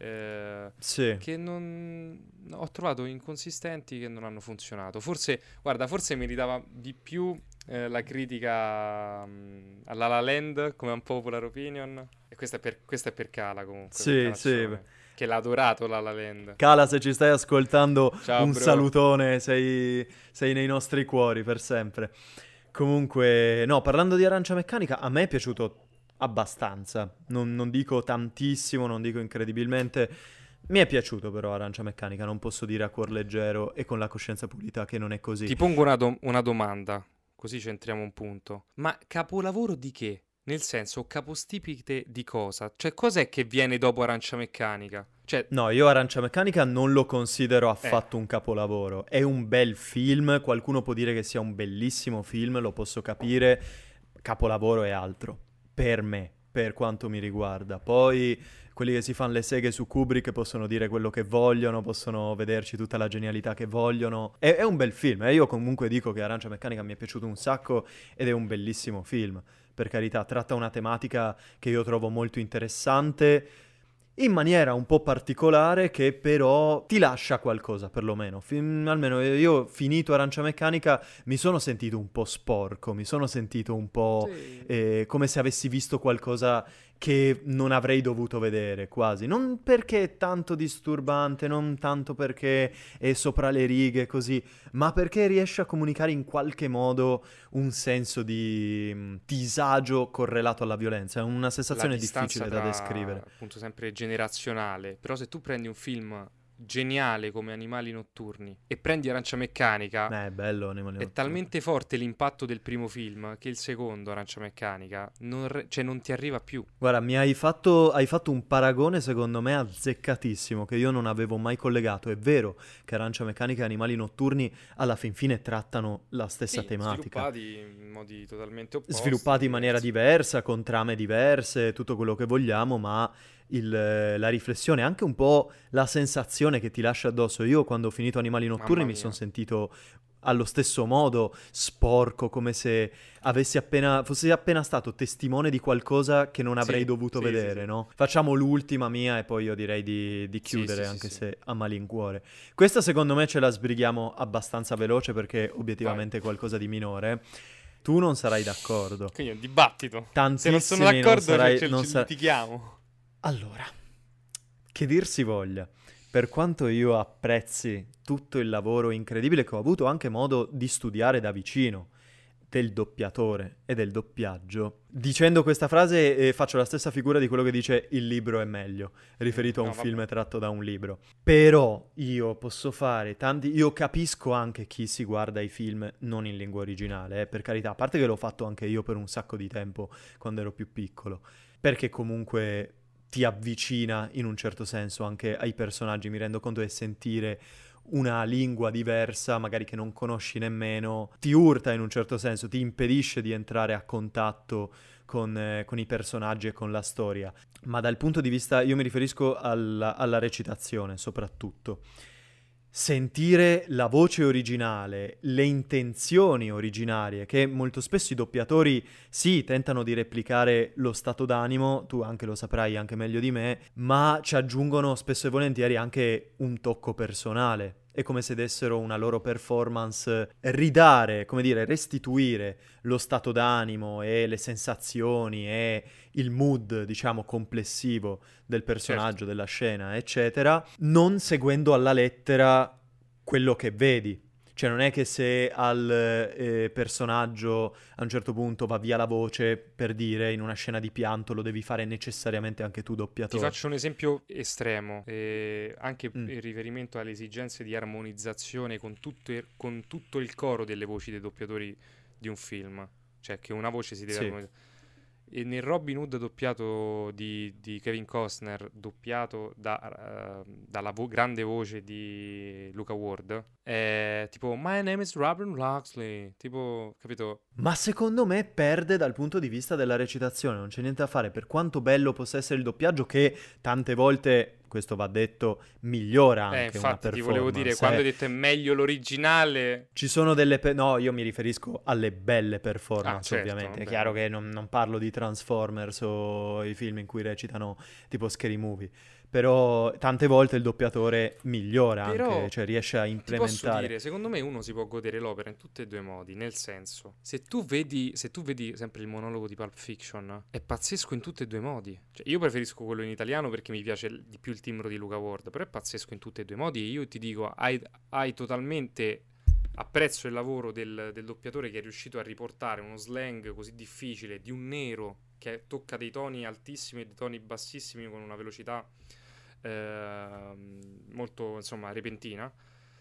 [SPEAKER 2] eh,
[SPEAKER 1] Sì.
[SPEAKER 2] che non ho trovato inconsistenti, che non hanno funzionato. Forse, guarda, forse meritava di più eh, la critica mh, alla La La Land come un popular opinion. E questa è per, questa è per Cala comunque, per
[SPEAKER 1] Sì, sì.
[SPEAKER 2] Calaccione, che l'ha adorato la La Land.
[SPEAKER 1] Cala, se ci stai ascoltando,
[SPEAKER 2] Ciao,
[SPEAKER 1] un
[SPEAKER 2] bro.
[SPEAKER 1] salutone, sei, sei nei nostri cuori per sempre. Comunque, no, parlando di Arancia Meccanica, a me è piaciuto abbastanza. Non, non dico tantissimo, non dico incredibilmente. Mi è piaciuto però Arancia Meccanica, non posso dire a cuor leggero e con la coscienza pulita che non è così.
[SPEAKER 2] Ti pongo una, do- una domanda, così centriamo un punto. Ma capolavoro di che? Nel senso, capostipite di cosa? Cioè, cos'è che viene dopo Arancia Meccanica? Cioè,
[SPEAKER 1] No, io Arancia Meccanica non lo considero
[SPEAKER 2] eh,
[SPEAKER 1] affatto un capolavoro. È un bel film, qualcuno può dire che sia un bellissimo film, lo posso capire. Capolavoro è altro, per me, per quanto mi riguarda. Poi quelli che si fanno le seghe su Kubrick possono dire quello che vogliono, possono vederci tutta la genialità che vogliono. È, è un bel film, e io comunque dico che Arancia Meccanica mi è piaciuto un sacco ed è un bellissimo film. Per carità, tratta una tematica che io trovo molto interessante in maniera un po' particolare che però ti lascia qualcosa, perlomeno. Fin- almeno io, finito Arancia Meccanica, mi sono sentito un po' sporco, mi sono sentito un po'
[SPEAKER 2] sì.
[SPEAKER 1] eh, come se avessi visto qualcosa che non avrei dovuto vedere, quasi. Non perché è tanto disturbante, non tanto perché è sopra le righe, così, ma perché riesce a comunicare in qualche modo un senso di mh, disagio correlato alla violenza. È una
[SPEAKER 2] La
[SPEAKER 1] sensazione
[SPEAKER 2] distanza
[SPEAKER 1] difficile da
[SPEAKER 2] tra,
[SPEAKER 1] descrivere.
[SPEAKER 2] appunto, sempre generazionale. Però se tu prendi un film geniale come Animali Notturni e prendi Arancia Meccanica,
[SPEAKER 1] Eh, bello Animali
[SPEAKER 2] è
[SPEAKER 1] Notturni.
[SPEAKER 2] talmente forte l'impatto del primo film che il secondo, Arancia Meccanica, non, re- cioè, non ti arriva più.
[SPEAKER 1] Guarda, mi hai fatto, hai fatto un paragone secondo me azzeccatissimo che io non avevo mai collegato. È vero che Arancia Meccanica e Animali Notturni alla fin fine trattano la stessa
[SPEAKER 2] Sì,
[SPEAKER 1] tematica,
[SPEAKER 2] sviluppati in modi totalmente opposti,
[SPEAKER 1] sviluppati in maniera
[SPEAKER 2] diversi.
[SPEAKER 1] diversa, con trame diverse, tutto quello che vogliamo, ma il- la riflessione, anche un po' la sensazione che ti lascia addosso. Io quando ho finito Animali Notturni
[SPEAKER 2] Mamma
[SPEAKER 1] mi sono
[SPEAKER 2] mia.
[SPEAKER 1] sentito allo stesso modo sporco, come se avessi appena, fossi appena stato testimone di qualcosa che non avrei
[SPEAKER 2] Sì,
[SPEAKER 1] dovuto
[SPEAKER 2] sì, sì,
[SPEAKER 1] vedere,
[SPEAKER 2] sì.
[SPEAKER 1] no? Facciamo l'ultima mia e poi io direi di, di
[SPEAKER 2] Sì, sì,
[SPEAKER 1] chiudere,
[SPEAKER 2] sì,
[SPEAKER 1] anche
[SPEAKER 2] sì.
[SPEAKER 1] se a malincuore. Questa secondo me ce la sbrighiamo abbastanza veloce perché
[SPEAKER 2] Vai.
[SPEAKER 1] obiettivamente è qualcosa di minore. Tu non sarai d'accordo.
[SPEAKER 2] Quindi è un dibattito. Se non sono
[SPEAKER 1] Tantissimi non
[SPEAKER 2] d'accordo, ce,
[SPEAKER 1] sarai...
[SPEAKER 2] ce-
[SPEAKER 1] Non
[SPEAKER 2] ce
[SPEAKER 1] sa-
[SPEAKER 2] litighiamo.
[SPEAKER 1] allora, che dir si voglia, per quanto io apprezzi tutto il lavoro incredibile che ho avuto anche modo di studiare da vicino del doppiatore e del doppiaggio, dicendo questa frase eh, faccio la stessa figura di quello che dice il libro è meglio,
[SPEAKER 2] Mm,
[SPEAKER 1] riferito a un
[SPEAKER 2] no, vabbè.
[SPEAKER 1] film tratto da un libro. Però io posso fare tanti... Io capisco anche chi si guarda i film non in lingua originale, eh, per carità, a parte che l'ho fatto anche io per un sacco di tempo quando ero più piccolo, perché comunque ti avvicina in un certo senso anche ai personaggi, mi rendo conto, e sentire una lingua diversa, magari che non conosci nemmeno, ti urta in un certo senso, ti impedisce di entrare a contatto con, eh, con i personaggi e con la storia. Ma dal punto di vista, io mi riferisco alla, alla recitazione soprattutto. Sentire la voce originale, le intenzioni originarie, che molto spesso i doppiatori sì, tentano di replicare lo stato d'animo, tu anche lo saprai anche meglio di me, ma ci aggiungono spesso e volentieri anche un tocco personale. È come se dessero una loro performance, ridare, come dire, restituire lo stato d'animo e le sensazioni e il mood, diciamo, complessivo del
[SPEAKER 2] Certo.
[SPEAKER 1] personaggio, della scena, eccetera, non seguendo alla lettera quello che vedi. Cioè non è che se al eh, personaggio a un certo punto va via la voce, per dire, in una scena di pianto lo devi fare necessariamente anche tu
[SPEAKER 2] Ti
[SPEAKER 1] doppiatore.
[SPEAKER 2] faccio un esempio estremo, eh, anche
[SPEAKER 1] Mm,
[SPEAKER 2] in riferimento alle esigenze di armonizzazione con tutto, il, con tutto il coro delle voci dei doppiatori di un film. Cioè che una voce si deve
[SPEAKER 1] sì,
[SPEAKER 2] armonizzare. E nel Robin Hood doppiato di, di Kevin Costner, doppiato da, eh, dalla vo- grande voce di Luca Ward, è tipo My name is Robin Loxley, tipo, capito?
[SPEAKER 1] Ma secondo me perde dal punto di vista della recitazione, non c'è niente da fare, per quanto bello possa essere il doppiaggio che tante volte, questo va detto, migliora
[SPEAKER 2] Eh,
[SPEAKER 1] anche una
[SPEAKER 2] infatti ti volevo dire,
[SPEAKER 1] performance.
[SPEAKER 2] quando
[SPEAKER 1] eh.
[SPEAKER 2] hai detto è meglio l'originale...
[SPEAKER 1] Ci sono delle... pe- no, io mi riferisco alle belle
[SPEAKER 2] Ah,
[SPEAKER 1] performance,
[SPEAKER 2] certo,
[SPEAKER 1] ovviamente. È
[SPEAKER 2] vabbè,
[SPEAKER 1] chiaro
[SPEAKER 2] vabbè.
[SPEAKER 1] che non, non parlo di Transformers o i film in cui recitano tipo Scary Movie, però tante volte il doppiatore migliora anche,
[SPEAKER 2] Però
[SPEAKER 1] cioè riesce a
[SPEAKER 2] ti posso
[SPEAKER 1] implementare.
[SPEAKER 2] dire, secondo me uno si può godere l'opera in tutti e due i modi, nel senso, se tu vedi, se tu vedi sempre il monologo di Pulp Fiction, è pazzesco in tutti e due i modi. Cioè, io preferisco quello in italiano perché mi piace il- di più il timbro di Luca Ward, però è pazzesco in tutti e due i modi e io ti dico, hai, hai totalmente apprezzo il lavoro del, del doppiatore che è riuscito a riportare uno slang così difficile di un nero che tocca dei toni altissimi e dei toni bassissimi con una velocità ehm, molto, insomma, repentina.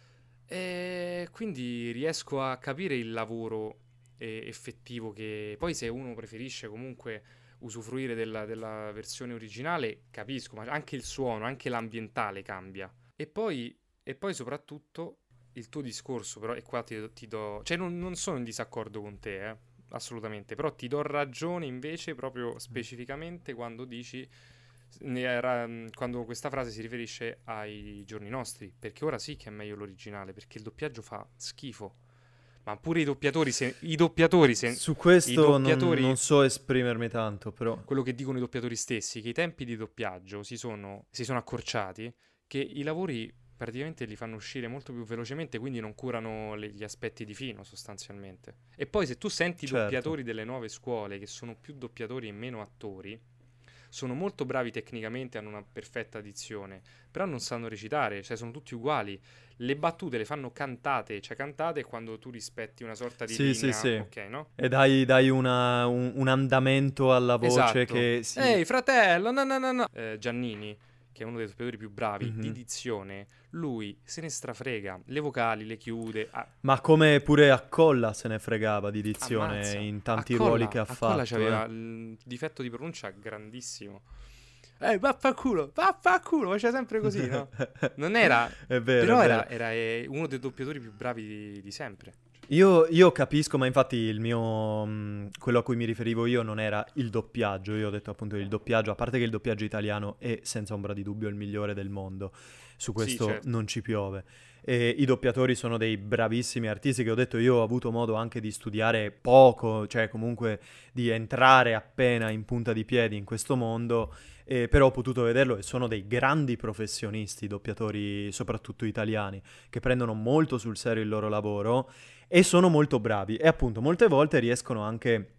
[SPEAKER 2] E quindi riesco a capire il lavoro eh, effettivo che poi se uno preferisce comunque usufruire della, della versione originale, capisco, ma anche il suono, anche l'ambientale cambia. E poi, e poi soprattutto il tuo discorso, però, e qua ti, ti do... Cioè non, non sono in disaccordo con te, eh, assolutamente, però ti do ragione invece proprio specificamente quando dici ne era- quando questa frase si riferisce ai giorni nostri, perché ora sì che è meglio l'originale, perché il doppiaggio fa schifo. Ma pure i doppiatori, se, i doppiatori, se,
[SPEAKER 1] Su
[SPEAKER 2] i
[SPEAKER 1] questo non,
[SPEAKER 2] doppiatori,
[SPEAKER 1] non so esprimermi tanto, però...
[SPEAKER 2] quello che dicono i doppiatori stessi, che i tempi di doppiaggio si sono, si sono accorciati, che i lavori praticamente li fanno uscire molto più velocemente, quindi non curano le- gli aspetti di fino sostanzialmente. E poi se tu senti i
[SPEAKER 1] Certo.
[SPEAKER 2] doppiatori delle nuove scuole, che sono più doppiatori e meno attori, sono molto bravi tecnicamente, hanno una perfetta dizione, però non sanno recitare, cioè sono tutti uguali. Le battute le fanno cantate, cioè cantate quando tu rispetti una sorta di
[SPEAKER 1] Sì, sì,
[SPEAKER 2] linea,
[SPEAKER 1] sì.
[SPEAKER 2] ok, no?
[SPEAKER 1] E dai, dai una- un, un andamento alla voce
[SPEAKER 2] Esatto.
[SPEAKER 1] che si...
[SPEAKER 2] Ehi, fratello, no, no, no, no. Eh, Giannini, che è uno dei doppiatori più bravi di
[SPEAKER 1] Mhm.
[SPEAKER 2] dizione, lui se ne strafrega, le vocali le chiude, ah,
[SPEAKER 1] Ma come pure Accolla se ne fregava di dizione
[SPEAKER 2] ammazza.
[SPEAKER 1] in
[SPEAKER 2] A
[SPEAKER 1] tanti ruoli che
[SPEAKER 2] colla,
[SPEAKER 1] ha
[SPEAKER 2] a colla
[SPEAKER 1] fatto,
[SPEAKER 2] c'aveva
[SPEAKER 1] eh.
[SPEAKER 2] il difetto di pronuncia grandissimo. Ehi, vaffanculo, vaffanculo, faceva sempre così, no? Non era,
[SPEAKER 1] È vero, è
[SPEAKER 2] però
[SPEAKER 1] vero.
[SPEAKER 2] era, era eh, uno dei doppiatori più bravi di, di sempre.
[SPEAKER 1] Io, io capisco, ma infatti il mio, mh, quello a cui mi riferivo io non era il doppiaggio, io ho detto appunto il doppiaggio, a parte che il doppiaggio italiano è senza ombra di dubbio il migliore del mondo, su
[SPEAKER 2] Sì,
[SPEAKER 1] questo
[SPEAKER 2] certo.
[SPEAKER 1] non ci piove. E i doppiatori sono dei bravissimi artisti che ho detto io ho avuto modo anche di studiare poco, cioè comunque di entrare appena in punta di piedi in questo mondo, eh, però ho potuto vederlo e sono dei grandi professionisti, i doppiatori soprattutto italiani, che prendono molto sul serio il loro lavoro e sono molto bravi e appunto molte volte riescono anche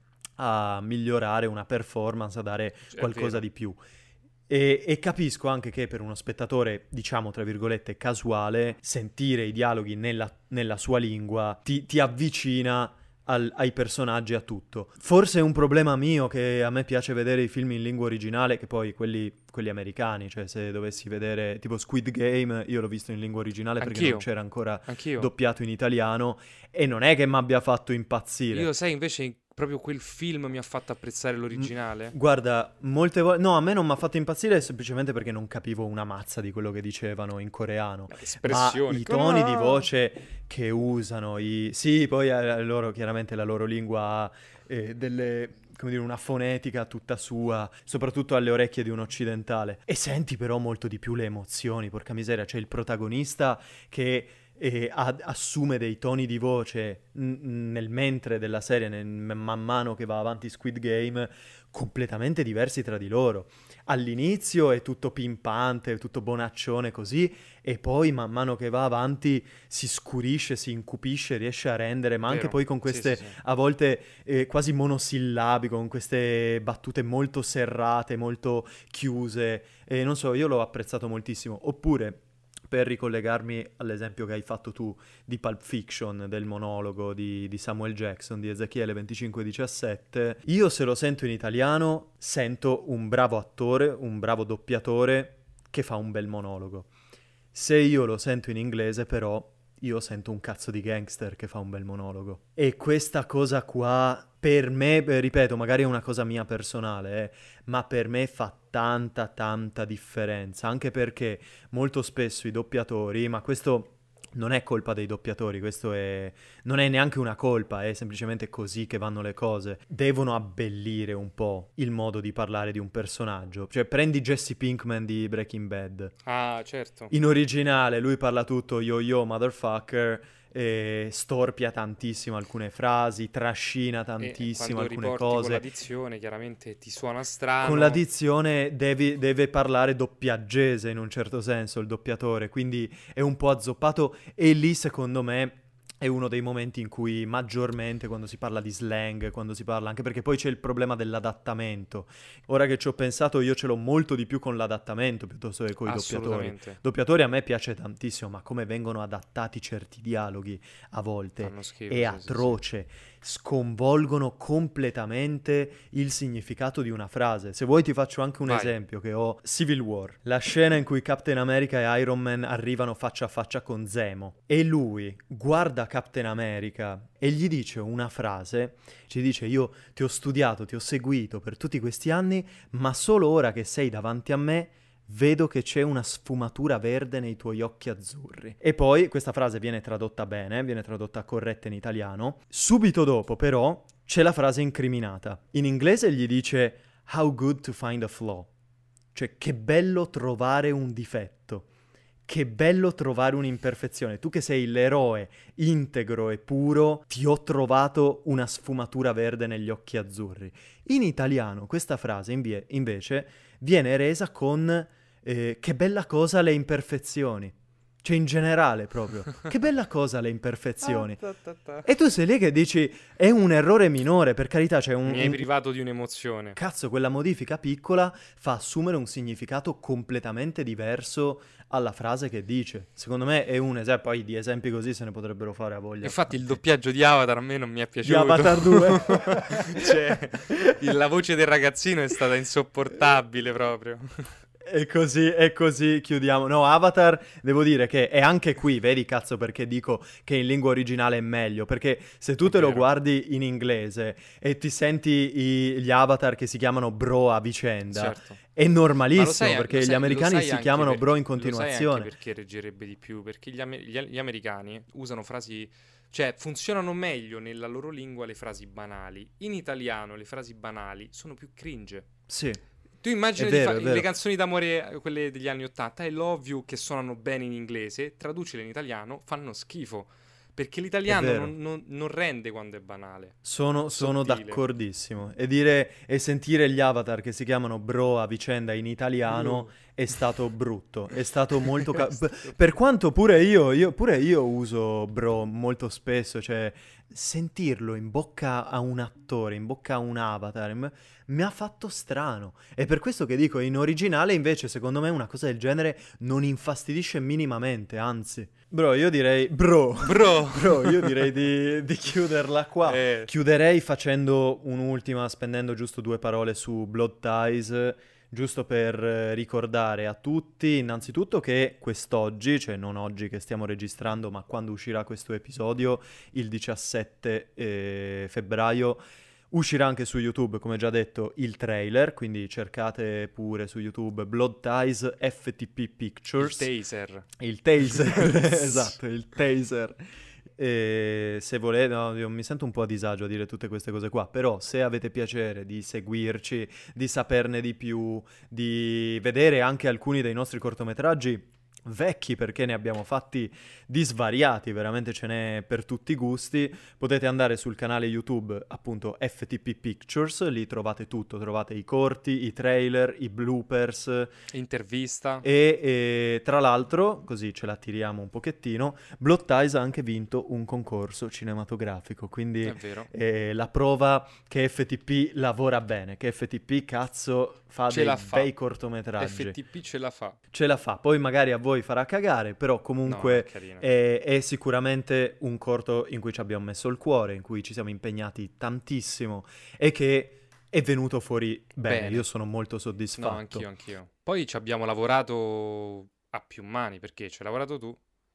[SPEAKER 1] a migliorare una performance, a dare
[SPEAKER 2] È
[SPEAKER 1] qualcosa
[SPEAKER 2] vero.
[SPEAKER 1] di più. E, e capisco anche che per uno spettatore, diciamo tra virgolette, casuale, sentire i dialoghi nella, nella sua lingua ti, ti avvicina al- ai personaggi, a tutto. Forse è un problema mio che a me piace vedere i film in lingua originale, che poi quelli, quelli americani, cioè se dovessi vedere tipo Squid Game, io l'ho visto in lingua originale perché non
[SPEAKER 2] Anch'io,
[SPEAKER 1] c'era ancora
[SPEAKER 2] anch'io.
[SPEAKER 1] doppiato in italiano e non è che mi abbia fatto impazzire.
[SPEAKER 2] Io, sai, invece in- proprio quel film mi ha fatto apprezzare
[SPEAKER 1] M-
[SPEAKER 2] l'originale.
[SPEAKER 1] Guarda, molte volte... No, a me non mi ha fatto impazzire semplicemente perché non capivo una mazza di quello che dicevano in coreano.
[SPEAKER 2] Le
[SPEAKER 1] Ma
[SPEAKER 2] espressioni.
[SPEAKER 1] i toni di voce che usano, i... Sì, poi eh, loro, chiaramente la loro lingua ha eh, delle... come dire, una fonetica tutta sua, soprattutto alle orecchie di un occidentale. E senti però molto di più le emozioni, porca miseria. C'è il protagonista che e a- assume dei toni di voce n- nel mentre della serie, nel- man mano che va avanti Squid Game, completamente diversi tra di loro. All'inizio è tutto pimpante, tutto bonaccione così, e poi man mano che va avanti si scurisce, si incupisce, riesce a rendere, ma anche
[SPEAKER 2] Vero?
[SPEAKER 1] poi con
[SPEAKER 2] Sì, sì,
[SPEAKER 1] queste
[SPEAKER 2] sì.
[SPEAKER 1] a volte eh, quasi monosillabiche, con queste battute molto serrate, molto chiuse. E non so, io l'ho apprezzato moltissimo. Oppure per ricollegarmi all'esempio che hai fatto tu di Pulp Fiction, del monologo di, di Samuel Jackson, di Ezechiele venticinque diciassette, io se lo sento in italiano sento un bravo attore, un bravo doppiatore che fa un bel monologo. Se io lo sento in inglese però io sento un cazzo di gangster che fa un bel monologo. E questa cosa qua, per me, beh, ripeto, magari è una cosa mia personale, eh, ma per me fa tanta, tanta differenza. Anche perché molto spesso i doppiatori, ma questo non è colpa dei doppiatori, questo è... non è neanche una colpa, è semplicemente così che vanno le cose. Devono abbellire un po' il modo di parlare di un personaggio. Cioè, prendi Jesse Pinkman di Breaking Bad.
[SPEAKER 2] Ah, certo.
[SPEAKER 1] In originale lui parla tutto yo yo motherfucker, e storpia tantissimo alcune frasi, trascina
[SPEAKER 2] E
[SPEAKER 1] tantissimo
[SPEAKER 2] quando
[SPEAKER 1] alcune
[SPEAKER 2] riporti con la
[SPEAKER 1] cose.
[SPEAKER 2] dizione, chiaramente ti suona
[SPEAKER 1] Con la
[SPEAKER 2] strano.
[SPEAKER 1] dizione devi- deve parlare doppiaggese in un certo senso il doppiatore, quindi è un po' azzoppato e lì secondo me è uno dei momenti in cui maggiormente quando si parla di slang, quando si parla anche perché poi c'è il problema dell'adattamento. Ora che ci ho pensato io ce l'ho molto di più con l'adattamento piuttosto che con i doppiatori.
[SPEAKER 2] Assolutamente.
[SPEAKER 1] Doppiatori a me piace tantissimo, ma come vengono adattati certi dialoghi a volte
[SPEAKER 2] Fanno schifo,
[SPEAKER 1] è
[SPEAKER 2] sì, sì, sì.
[SPEAKER 1] atroce, sconvolgono completamente il significato di una frase. Se vuoi ti faccio anche un
[SPEAKER 2] Vai.
[SPEAKER 1] esempio che ho Civil War, la scena in cui Captain America e Iron Man arrivano faccia a faccia con Zemo e lui guarda Captain America e gli dice una frase, ci dice io ti ho studiato, ti ho seguito per tutti questi anni, ma solo ora che sei davanti a me vedo che c'è una sfumatura verde nei tuoi occhi azzurri. E poi questa frase viene tradotta bene, viene tradotta corretta in italiano. Subito dopo, però, c'è la frase incriminata. In inglese gli dice "How good to find a flaw". Cioè, che bello trovare un difetto. Che bello trovare un'imperfezione. Tu che sei l'eroe integro e puro, ti ho trovato una sfumatura verde negli occhi azzurri. In italiano questa frase invie- invece viene resa con eh, che bella cosa le imperfezioni. Cioè in generale proprio. Che bella cosa le imperfezioni.
[SPEAKER 2] Ah, ta, ta, ta.
[SPEAKER 1] E tu sei lì che dici è un errore minore, per carità, c'è un...
[SPEAKER 2] Mi hai
[SPEAKER 1] un-
[SPEAKER 2] privato di un'emozione.
[SPEAKER 1] Cazzo, quella modifica piccola fa assumere un significato completamente diverso alla frase che dice. Secondo me è un esempio, poi di esempi così se ne potrebbero fare a voglia.
[SPEAKER 2] Infatti il doppiaggio di Avatar a me non mi è
[SPEAKER 1] Di
[SPEAKER 2] piaciuto.
[SPEAKER 1] Avatar due.
[SPEAKER 2] Cioè, il- la voce del ragazzino è stata insopportabile proprio.
[SPEAKER 1] E così, e così chiudiamo. No, Avatar, devo dire che è anche qui, vedi cazzo perché dico che in lingua originale è meglio, perché se tu
[SPEAKER 2] È
[SPEAKER 1] te lo
[SPEAKER 2] vero.
[SPEAKER 1] guardi in inglese e ti senti i- gli Avatar che si chiamano bro a vicenda,
[SPEAKER 2] Certo.
[SPEAKER 1] è
[SPEAKER 2] Ma lo
[SPEAKER 1] normalissimo
[SPEAKER 2] sai,
[SPEAKER 1] perché
[SPEAKER 2] lo
[SPEAKER 1] gli
[SPEAKER 2] sai- lo
[SPEAKER 1] americani
[SPEAKER 2] sai
[SPEAKER 1] si
[SPEAKER 2] anche
[SPEAKER 1] chiamano
[SPEAKER 2] per-
[SPEAKER 1] bro in
[SPEAKER 2] Lo sai anche
[SPEAKER 1] continuazione.
[SPEAKER 2] perché reggerebbe di più, perché gli, ame- gli- gli americani usano frasi, cioè funzionano meglio nella loro lingua le frasi banali. In italiano le frasi banali sono più cringe.
[SPEAKER 1] Sì,
[SPEAKER 2] Tu immagina
[SPEAKER 1] È
[SPEAKER 2] di
[SPEAKER 1] vero,
[SPEAKER 2] fa-
[SPEAKER 1] è vero.
[SPEAKER 2] le canzoni d'amore, eh, quelle degli anni ottanta, I love you, che suonano bene in inglese, traducile in italiano, fanno schifo. Perché l'italiano
[SPEAKER 1] vero.
[SPEAKER 2] non, non- non rende quando è banale.
[SPEAKER 1] Sono, sono
[SPEAKER 2] Sottile.
[SPEAKER 1] d'accordissimo. E dire e sentire gli Avatar che si chiamano bro a vicenda in italiano
[SPEAKER 2] Bro.
[SPEAKER 1] è stato brutto. È stato molto. ca-
[SPEAKER 2] È
[SPEAKER 1] b-
[SPEAKER 2] stato
[SPEAKER 1] per quanto pure io, io, pure io uso bro molto spesso. Cioè, sentirlo in bocca a un attore, in bocca a un Avatar, m- mi ha fatto strano. È per questo che dico, in originale invece, secondo me, una cosa del genere non infastidisce minimamente, anzi. Bro, io direi. Bro.
[SPEAKER 2] Bro.
[SPEAKER 1] Bro, io direi di, di chiuderla qua.
[SPEAKER 2] Eh,
[SPEAKER 1] Chiuderei facendo un'ultima, spendendo giusto due parole su Blood Ties, giusto per eh, ricordare a tutti, innanzitutto che quest'oggi, cioè non oggi che stiamo registrando, ma quando uscirà questo episodio, il diciassette eh, febbraio, uscirà anche su YouTube, come già detto, il trailer, quindi cercate pure su YouTube Blood Ties F T P
[SPEAKER 2] il
[SPEAKER 1] Pictures.
[SPEAKER 2] taser.
[SPEAKER 1] Il taser, esatto, il taser. E se volete, no, io mi sento un po' a disagio a dire tutte queste cose qua, però se avete piacere di seguirci, di saperne di più, di vedere anche alcuni dei nostri cortometraggi vecchi, perché ne abbiamo fatti di svariati, veramente ce n'è per tutti i gusti, potete andare sul canale YouTube appunto F T P Pictures, lì trovate tutto, trovate i corti, i trailer, i bloopers,
[SPEAKER 2] Intervista.
[SPEAKER 1] e, e, tra l'altro, così ce la tiriamo un pochettino, Blood Ties ha anche vinto un concorso cinematografico, quindi
[SPEAKER 2] È vero.
[SPEAKER 1] è la prova che F T P lavora bene, che F T P cazzo fa
[SPEAKER 2] Ce
[SPEAKER 1] dei
[SPEAKER 2] la fa.
[SPEAKER 1] bei cortometraggi.
[SPEAKER 2] F T P ce la fa.
[SPEAKER 1] Ce la fa, poi magari a voi farà cagare, però
[SPEAKER 2] No, è
[SPEAKER 1] comunque
[SPEAKER 2] carino.
[SPEAKER 1] è, è sicuramente un corto in cui ci abbiamo messo il cuore, in cui ci siamo impegnati tantissimo e che è venuto fuori bene.
[SPEAKER 2] Bene.
[SPEAKER 1] Io sono molto
[SPEAKER 2] No,
[SPEAKER 1] soddisfatto.
[SPEAKER 2] anch'io, anch'io. Poi ci abbiamo lavorato a più mani, perché ci hai lavorato tu,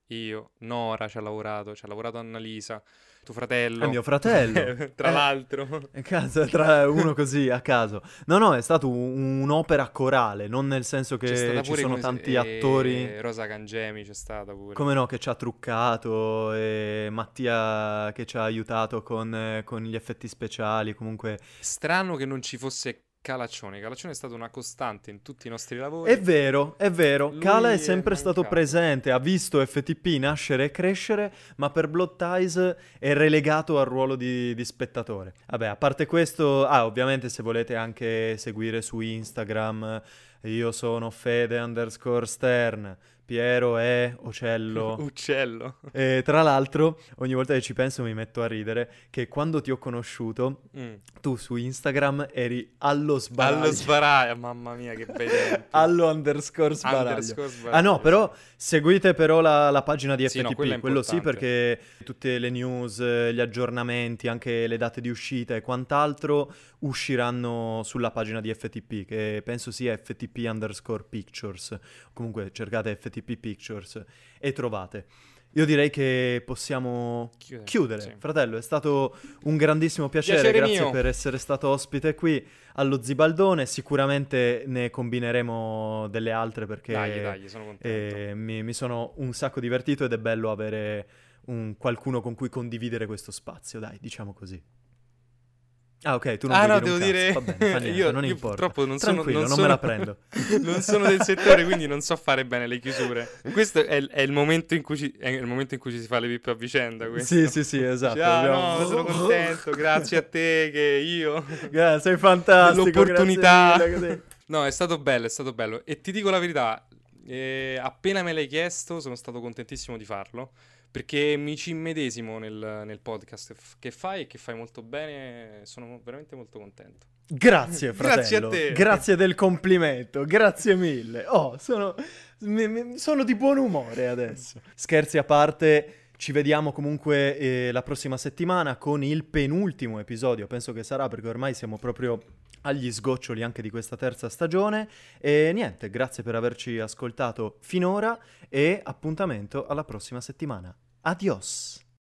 [SPEAKER 2] io, Nora ci ha lavorato, ci ha lavorato Annalisa, tuo
[SPEAKER 1] È
[SPEAKER 2] fratello,
[SPEAKER 1] mio fratello.
[SPEAKER 2] tra
[SPEAKER 1] Eh,
[SPEAKER 2] l'altro.
[SPEAKER 1] a caso, tra uno così a caso. No, no, è stato un- un'opera corale, non nel senso
[SPEAKER 2] C'è
[SPEAKER 1] che
[SPEAKER 2] stata
[SPEAKER 1] ci
[SPEAKER 2] pure
[SPEAKER 1] sono
[SPEAKER 2] come se-
[SPEAKER 1] tanti attori.
[SPEAKER 2] eh, Rosa Cangemi, c'è stata pure.
[SPEAKER 1] Come no, che ci ha truccato, e Mattia che ci ha aiutato con, eh, con gli effetti speciali, comunque.
[SPEAKER 2] Strano che non ci fosse Calaccione. Calaccione è stata una costante in tutti i nostri
[SPEAKER 1] È
[SPEAKER 2] lavori.
[SPEAKER 1] vero, è vero, Kala è
[SPEAKER 2] Lui è
[SPEAKER 1] sempre stato
[SPEAKER 2] mancato.
[SPEAKER 1] presente, ha visto F T P nascere e crescere, ma per Blood Ties è relegato al ruolo di, di spettatore. Vabbè, a parte questo, ah, ovviamente se volete anche seguire su Instagram, io sono Fede underscore Stern, Piero è Ocello.
[SPEAKER 2] Uccello.
[SPEAKER 1] E tra l'altro, ogni volta che ci penso mi metto a ridere che quando ti ho conosciuto,
[SPEAKER 2] Mm.
[SPEAKER 1] tu su Instagram eri allo sbaraglio.
[SPEAKER 2] Allo sbaraglio, mamma mia, che bei tempi.
[SPEAKER 1] Allo underscore sbaraglio.
[SPEAKER 2] Underscore sbaraglio,
[SPEAKER 1] Ah no, però
[SPEAKER 2] sì.
[SPEAKER 1] seguite però la, la pagina di
[SPEAKER 2] Sì, no,
[SPEAKER 1] F T P,
[SPEAKER 2] quello è
[SPEAKER 1] quello sì,
[SPEAKER 2] importante.
[SPEAKER 1] perché tutte le news, eh, gli aggiornamenti, anche le date di uscita e quant'altro usciranno sulla pagina di F T P, che penso sia F T P underscore pictures. Comunque cercate F T P Pictures e trovate. Io direi che possiamo
[SPEAKER 2] Chiudere,
[SPEAKER 1] chiudere.
[SPEAKER 2] sì.
[SPEAKER 1] Fratello, è stato un grandissimo piacere,
[SPEAKER 2] Piacere
[SPEAKER 1] grazie
[SPEAKER 2] mio.
[SPEAKER 1] per essere stato ospite qui allo Zibaldone, sicuramente ne combineremo delle altre perché
[SPEAKER 2] Dai, dai, sono contento.
[SPEAKER 1] eh, mi, mi sono un sacco divertito ed è bello avere un, qualcuno con cui condividere questo spazio, dai, diciamo così. Ah, ok, tu non
[SPEAKER 2] Ah
[SPEAKER 1] vuoi
[SPEAKER 2] no,
[SPEAKER 1] dire un
[SPEAKER 2] devo
[SPEAKER 1] cazzo,
[SPEAKER 2] dire,
[SPEAKER 1] va bene, fa niente,
[SPEAKER 2] io,
[SPEAKER 1] non
[SPEAKER 2] io
[SPEAKER 1] importa.
[SPEAKER 2] purtroppo non sono,
[SPEAKER 1] Tranquillo,
[SPEAKER 2] non
[SPEAKER 1] non
[SPEAKER 2] sono,
[SPEAKER 1] me la prendo.
[SPEAKER 2] non sono del settore, quindi non so fare bene le chiusure. Questo è, il- è il momento in cui ci, è il momento in cui ci si fa le pippe a vicenda, questo.
[SPEAKER 1] Sì, sì, sì, esatto.
[SPEAKER 2] Dici, ah
[SPEAKER 1] abbiamo-
[SPEAKER 2] no, sono contento, grazie a te che io...
[SPEAKER 1] Gra- sei fantastico,
[SPEAKER 2] Dell'opportunità.
[SPEAKER 1] grazie mille, così.
[SPEAKER 2] No, è stato bello, è stato bello. E ti dico la verità, eh, appena me l'hai chiesto sono stato contentissimo di farlo, perché mi ci immedesimo nel, nel podcast f- che fai e che fai molto bene, sono veramente molto contento.
[SPEAKER 1] Grazie, fratello.
[SPEAKER 2] Grazie a te.
[SPEAKER 1] Grazie del complimento, grazie mille. Oh, sono, mi- mi- sono di buon umore adesso. Scherzi a parte, ci vediamo comunque eh, la prossima settimana con il penultimo episodio, penso che sarà perché ormai siamo proprio agli sgoccioli anche di questa terza stagione. E niente, grazie per averci ascoltato finora e appuntamento alla prossima settimana. Adios!